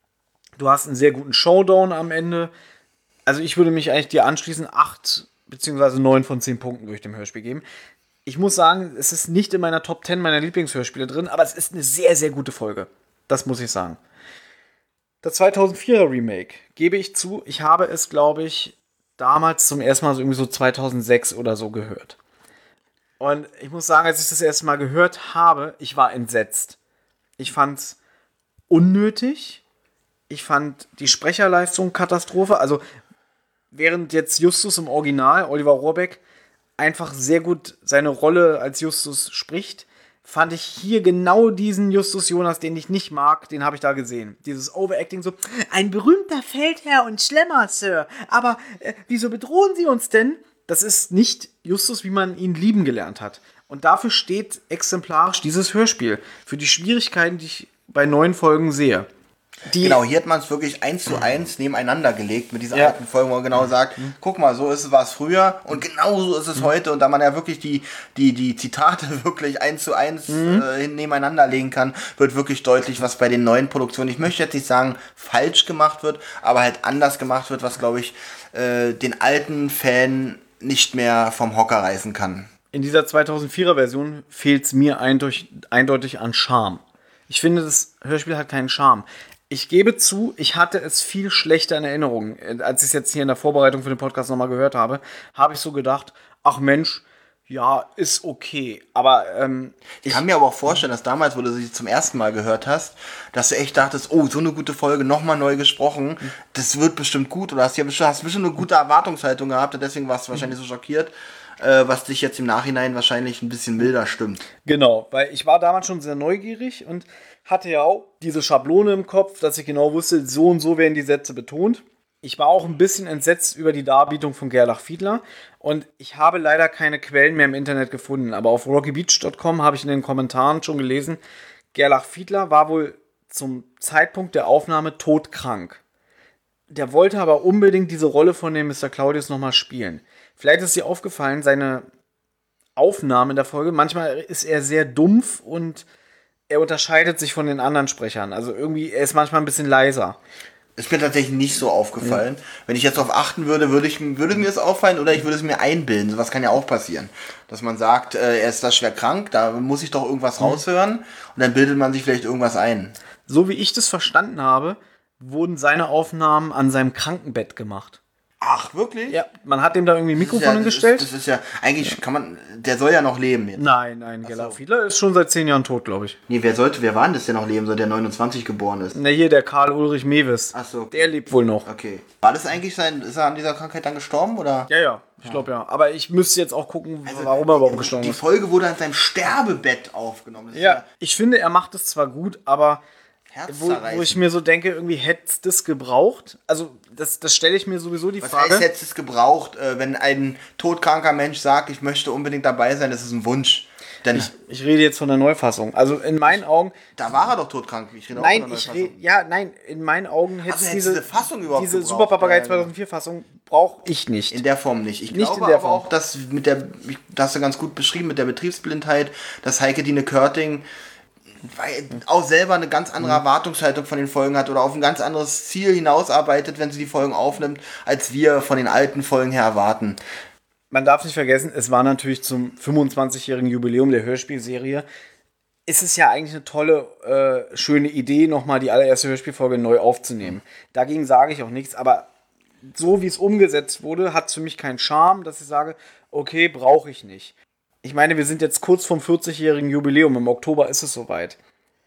Du hast einen sehr guten Showdown am Ende. Also ich würde mich eigentlich dir anschließen, acht beziehungsweise neun von zehn Punkten würde ich dem Hörspiel geben. Ich muss sagen, es ist nicht in meiner Top zehn meiner Lieblingshörspiele drin, aber es ist eine sehr, sehr gute Folge. Das muss ich sagen. Das zweitausendvierer Remake, gebe ich zu, ich habe es, glaube ich, damals zum ersten Mal so irgendwie so zweitausendsechs oder so gehört. Und ich muss sagen, als ich das erste Mal gehört habe, ich war entsetzt. Ich fand es unnötig. Ich fand die Sprecherleistung Katastrophe. Also während jetzt Justus im Original, Oliver Rohrbeck, einfach sehr gut seine Rolle als Justus spricht, fand ich hier genau diesen Justus Jonas, den ich nicht mag, den habe ich da gesehen. Dieses Overacting so, ein berühmter Feldherr und Schlemmer, Sir. Aber äh, wieso bedrohen Sie uns denn? Das ist nicht Justus, wie man ihn lieben gelernt hat. Und dafür steht exemplarisch dieses Hörspiel. Für die Schwierigkeiten, die ich bei neuen Folgen sehe. Die Genau, hier hat man es wirklich eins zu eins nebeneinander gelegt mit dieser Ja. alten Folge, wo man genau sagt, guck mal, so ist es was früher und genau so ist es heute. Und da man ja wirklich die, die, die Zitate wirklich eins zu eins äh, nebeneinander legen kann, wird wirklich deutlich, was bei den neuen Produktionen, ich möchte jetzt nicht sagen, falsch gemacht wird, aber halt anders gemacht wird, was, glaube ich, äh, den alten Fan nicht mehr vom Hocker reißen kann. In dieser zweitausendvierer Version fehlt es mir eindeutig, eindeutig an Charme. Ich finde, das Hörspiel hat keinen Charme. Ich gebe zu, ich hatte es viel schlechter in Erinnerung. Als ich es jetzt hier in der Vorbereitung für den Podcast nochmal gehört habe, habe ich so gedacht, ach Mensch, ja, ist okay. Aber ähm, Ich kann mir aber auch vorstellen, dass damals, wo du sie zum ersten Mal gehört hast, dass du echt dachtest, oh, so eine gute Folge, nochmal neu gesprochen, das wird bestimmt gut. Oder hast ja bestimmt, hast bestimmt eine gute Erwartungshaltung gehabt und deswegen warst du wahrscheinlich so schockiert, äh, was dich jetzt im Nachhinein wahrscheinlich ein bisschen milder stimmt. Genau, weil ich war damals schon sehr neugierig und hatte ja auch diese Schablone im Kopf, dass ich genau wusste, so und so werden die Sätze betont. Ich war auch ein bisschen entsetzt über die Darbietung von Gerlach Fiedler und ich habe leider keine Quellen mehr im Internet gefunden, aber auf rocky beach punkt com habe ich in den Kommentaren schon gelesen, Gerlach Fiedler war wohl zum Zeitpunkt der Aufnahme todkrank. Der wollte aber unbedingt diese Rolle von dem Mister Claudius nochmal spielen. Vielleicht ist dir aufgefallen, seine Aufnahme in der Folge, manchmal ist er sehr dumpf und er unterscheidet sich von den anderen Sprechern. Also irgendwie, er ist manchmal ein bisschen leiser. Ist mir tatsächlich nicht so aufgefallen. Ja. Wenn ich jetzt darauf achten würde, würde, ich, würde mir das auffallen oder ich würde es mir einbilden. Sowas kann ja auch passieren. Dass man sagt, äh, er ist da schwer krank, da muss ich doch irgendwas mhm. raushören und dann bildet man sich vielleicht irgendwas ein. So wie ich das verstanden habe, wurden seine Aufnahmen an seinem Krankenbett gemacht. Ach, wirklich? Ja, man hat dem da irgendwie ein Mikrofon ja, hingestellt. Das ist, das ist ja, eigentlich ja. kann man, der soll ja noch leben jetzt. Nein, nein, Gerlach Fiedler ist schon seit zehn Jahren tot, glaube ich. Nee, wer sollte, wer war denn das, der noch leben soll, der neunundzwanzig geboren ist? Na hier, der Karl Ulrich Mewis. Ach so. Der lebt wohl noch. Okay. War das eigentlich sein, ist er an dieser Krankheit dann gestorben, oder? Ja, ja, ich glaube ja. Aber ich müsste jetzt auch gucken, also, warum er überhaupt gestorben die ist. Die Folge wurde an seinem Sterbebett aufgenommen. Ja, ja, ich finde, er macht es zwar gut, aber Wo, wo ich mir so denke, irgendwie hätte es das gebraucht. Also, das, das stelle ich mir sowieso die Was Frage. Was heißt, hätte es gebraucht, äh, wenn ein todkranker Mensch sagt, ich möchte unbedingt dabei sein, das ist ein Wunsch. Denn ich, ich rede jetzt von der Neufassung. Also, in meinen Augen... Da war er doch todkrank. Ich rede nein, auch von der ich Neufassung. rede... Ja, nein, in meinen Augen hätte also, es diese, diese Fassung überhaupt diese gebraucht. Super Papagei ja, zweitausendvier Fassung brauche ich nicht. In der Form nicht. Ich nicht glaube in der aber Form. auch, dass mit der, das hast du ganz gut beschrieben, mit der Betriebsblindheit, dass Heike Dine Körting weil auch selber eine ganz andere Erwartungshaltung von den Folgen hat oder auf ein ganz anderes Ziel hinausarbeitet, wenn sie die Folgen aufnimmt, als wir von den alten Folgen her erwarten. Man darf nicht vergessen, es war natürlich zum fünfundzwanzigjährigen Jubiläum der Hörspielserie. Es ist ja eigentlich eine tolle, äh, schöne Idee, nochmal die allererste Hörspielfolge neu aufzunehmen. Dagegen sage ich auch nichts, aber so wie es umgesetzt wurde, hat es für mich keinen Charme, dass ich sage, okay, brauche ich nicht. Ich meine, wir sind jetzt kurz vom vierzigjährigen Jubiläum. Im Oktober ist es soweit.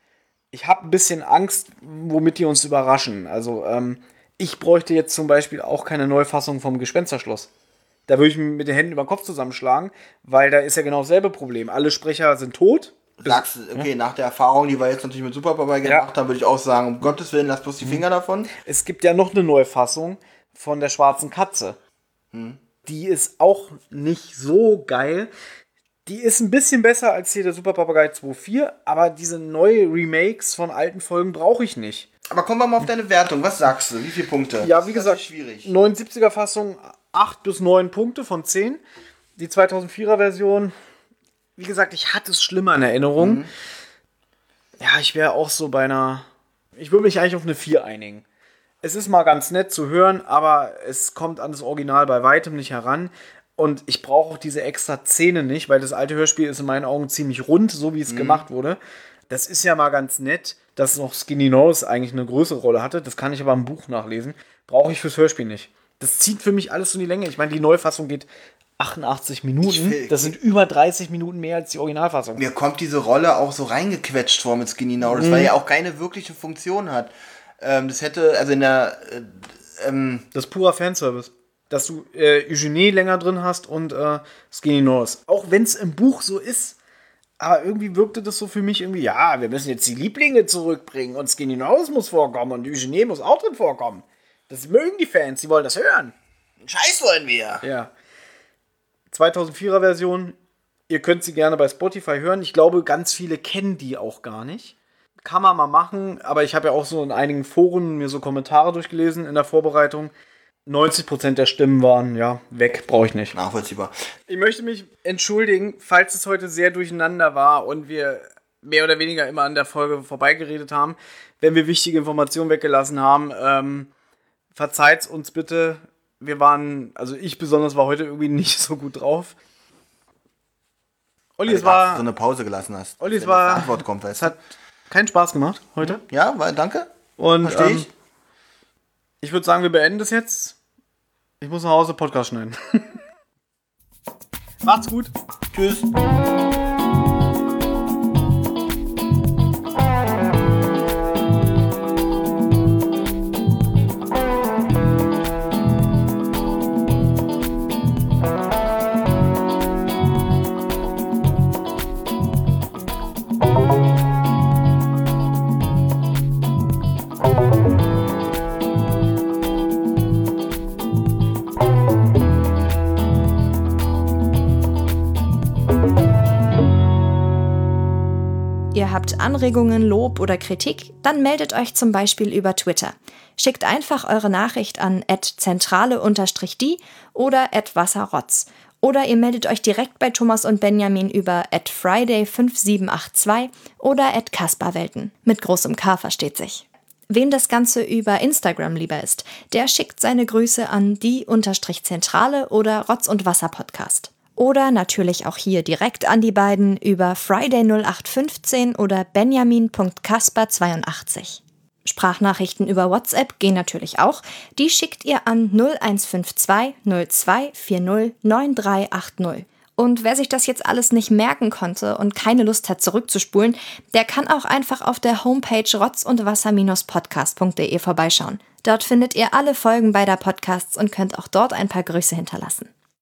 Ich habe ein bisschen Angst, womit die uns überraschen. Also, ähm, ich bräuchte jetzt zum Beispiel auch keine Neufassung vom Gespensterschloss. Da würde ich mich mit den Händen über den Kopf zusammenschlagen, weil da ist ja genau dasselbe Problem. Alle Sprecher sind tot. Sagst du, okay, ja? Nach der Erfahrung, die wir jetzt natürlich mit Super Papagei gemacht haben, würde ich auch sagen, um Gottes Willen, lass bloß die Finger davon. Es gibt ja noch eine Neufassung von der Schwarzen Katze. Hm. Die ist auch nicht so geil. Die ist ein bisschen besser als hier der Super Papagei zwei Punkt vier, aber diese neue Remakes von alten Folgen brauche ich nicht. Aber kommen wir mal auf deine Wertung. Was sagst du? Wie viele Punkte? Ja, wie gesagt, schwierig. neunundsiebziger Fassung acht bis neun Punkte von zehn. Die zweitausendvierer Version, wie gesagt, ich hatte es schlimmer in Erinnerung. Mhm. Ja, ich wäre auch so bei einer... Ich würde mich eigentlich auf eine vier einigen. Es ist mal ganz nett zu hören, aber es kommt an das Original bei weitem nicht heran. Und ich brauche auch diese extra Szene nicht, weil das alte Hörspiel ist in meinen Augen ziemlich rund, so wie es mhm. gemacht wurde. Das ist ja mal ganz nett, dass noch Skinny Norris eigentlich eine größere Rolle hatte. Das kann ich aber im Buch nachlesen. Brauche ich fürs Hörspiel nicht. Das zieht für mich alles so in die Länge. Ich meine, die Neufassung geht achtundachtzig Minuten. Will, das sind über dreißig Minuten mehr als die Originalfassung. Mir kommt diese Rolle auch so reingequetscht vor mit Skinny Norris, mhm. weil er ja auch keine wirkliche Funktion hat. Ähm, das hätte, also in der... Äh, ähm das ist purer Fanservice. Dass du äh, Eugenie länger drin hast und äh, Skinny Norris. Auch wenn es im Buch so ist, Aber irgendwie wirkte das so für mich irgendwie, ja, wir müssen jetzt die Lieblinge zurückbringen und Skinny Nose muss vorkommen und Eugenie muss auch drin vorkommen. Das mögen die Fans, die wollen das hören. Scheiß wollen wir. Ja. zweitausendvierer Version, ihr könnt sie gerne bei Spotify hören. Ich glaube, ganz viele kennen die auch gar nicht. Kann man mal machen, aber ich habe ja auch so in einigen Foren mir so Kommentare durchgelesen in der Vorbereitung. neunzig Prozent der Stimmen waren, ja, weg, brauche ich nicht. Nachvollziehbar. Ich möchte mich entschuldigen, falls es heute sehr durcheinander war und wir mehr oder weniger immer an der Folge vorbeigeredet haben. Wenn wir wichtige Informationen weggelassen haben, ähm, verzeiht's uns bitte. Wir waren, also ich besonders war heute irgendwie nicht so gut drauf. Olli, es war... so eine Pause gelassen hast. Olli, es war... Antwort kommt, weißt es hat keinen Spaß gemacht heute. Ja, weil, danke. Und Verstehe ähm, ich. ich würde sagen, wir beenden das jetzt. Ich muss nach Hause Podcast schneiden. Macht's gut. Tschüss. Ihr habt Anregungen, Lob oder Kritik? Dann meldet euch zum Beispiel über Twitter. Schickt einfach eure Nachricht an at zentrale die oder at wasserrotz. Oder ihr meldet euch direkt bei Thomas und Benjamin über at friday fünf sieben acht zwei oder at kasperwelten. Mit großem K versteht sich. Wem das Ganze über Instagram lieber ist, der schickt seine Grüße an die-zentrale oder Rotz und Wasser Podcast. Oder natürlich auch hier direkt an die beiden über friday null acht fünfzehn oder benjamin punkt kasper zweiundachtzig. Sprachnachrichten über WhatsApp gehen natürlich auch. Die schickt ihr an null eins fünf zwei null zwei vier null neun drei acht null. Und wer sich das jetzt alles nicht merken konnte und keine Lust hat zurückzuspulen, der kann auch einfach auf der Homepage rotz und wasser podcast punkt de vorbeischauen. Dort findet ihr alle Folgen beider Podcasts und könnt auch dort ein paar Grüße hinterlassen.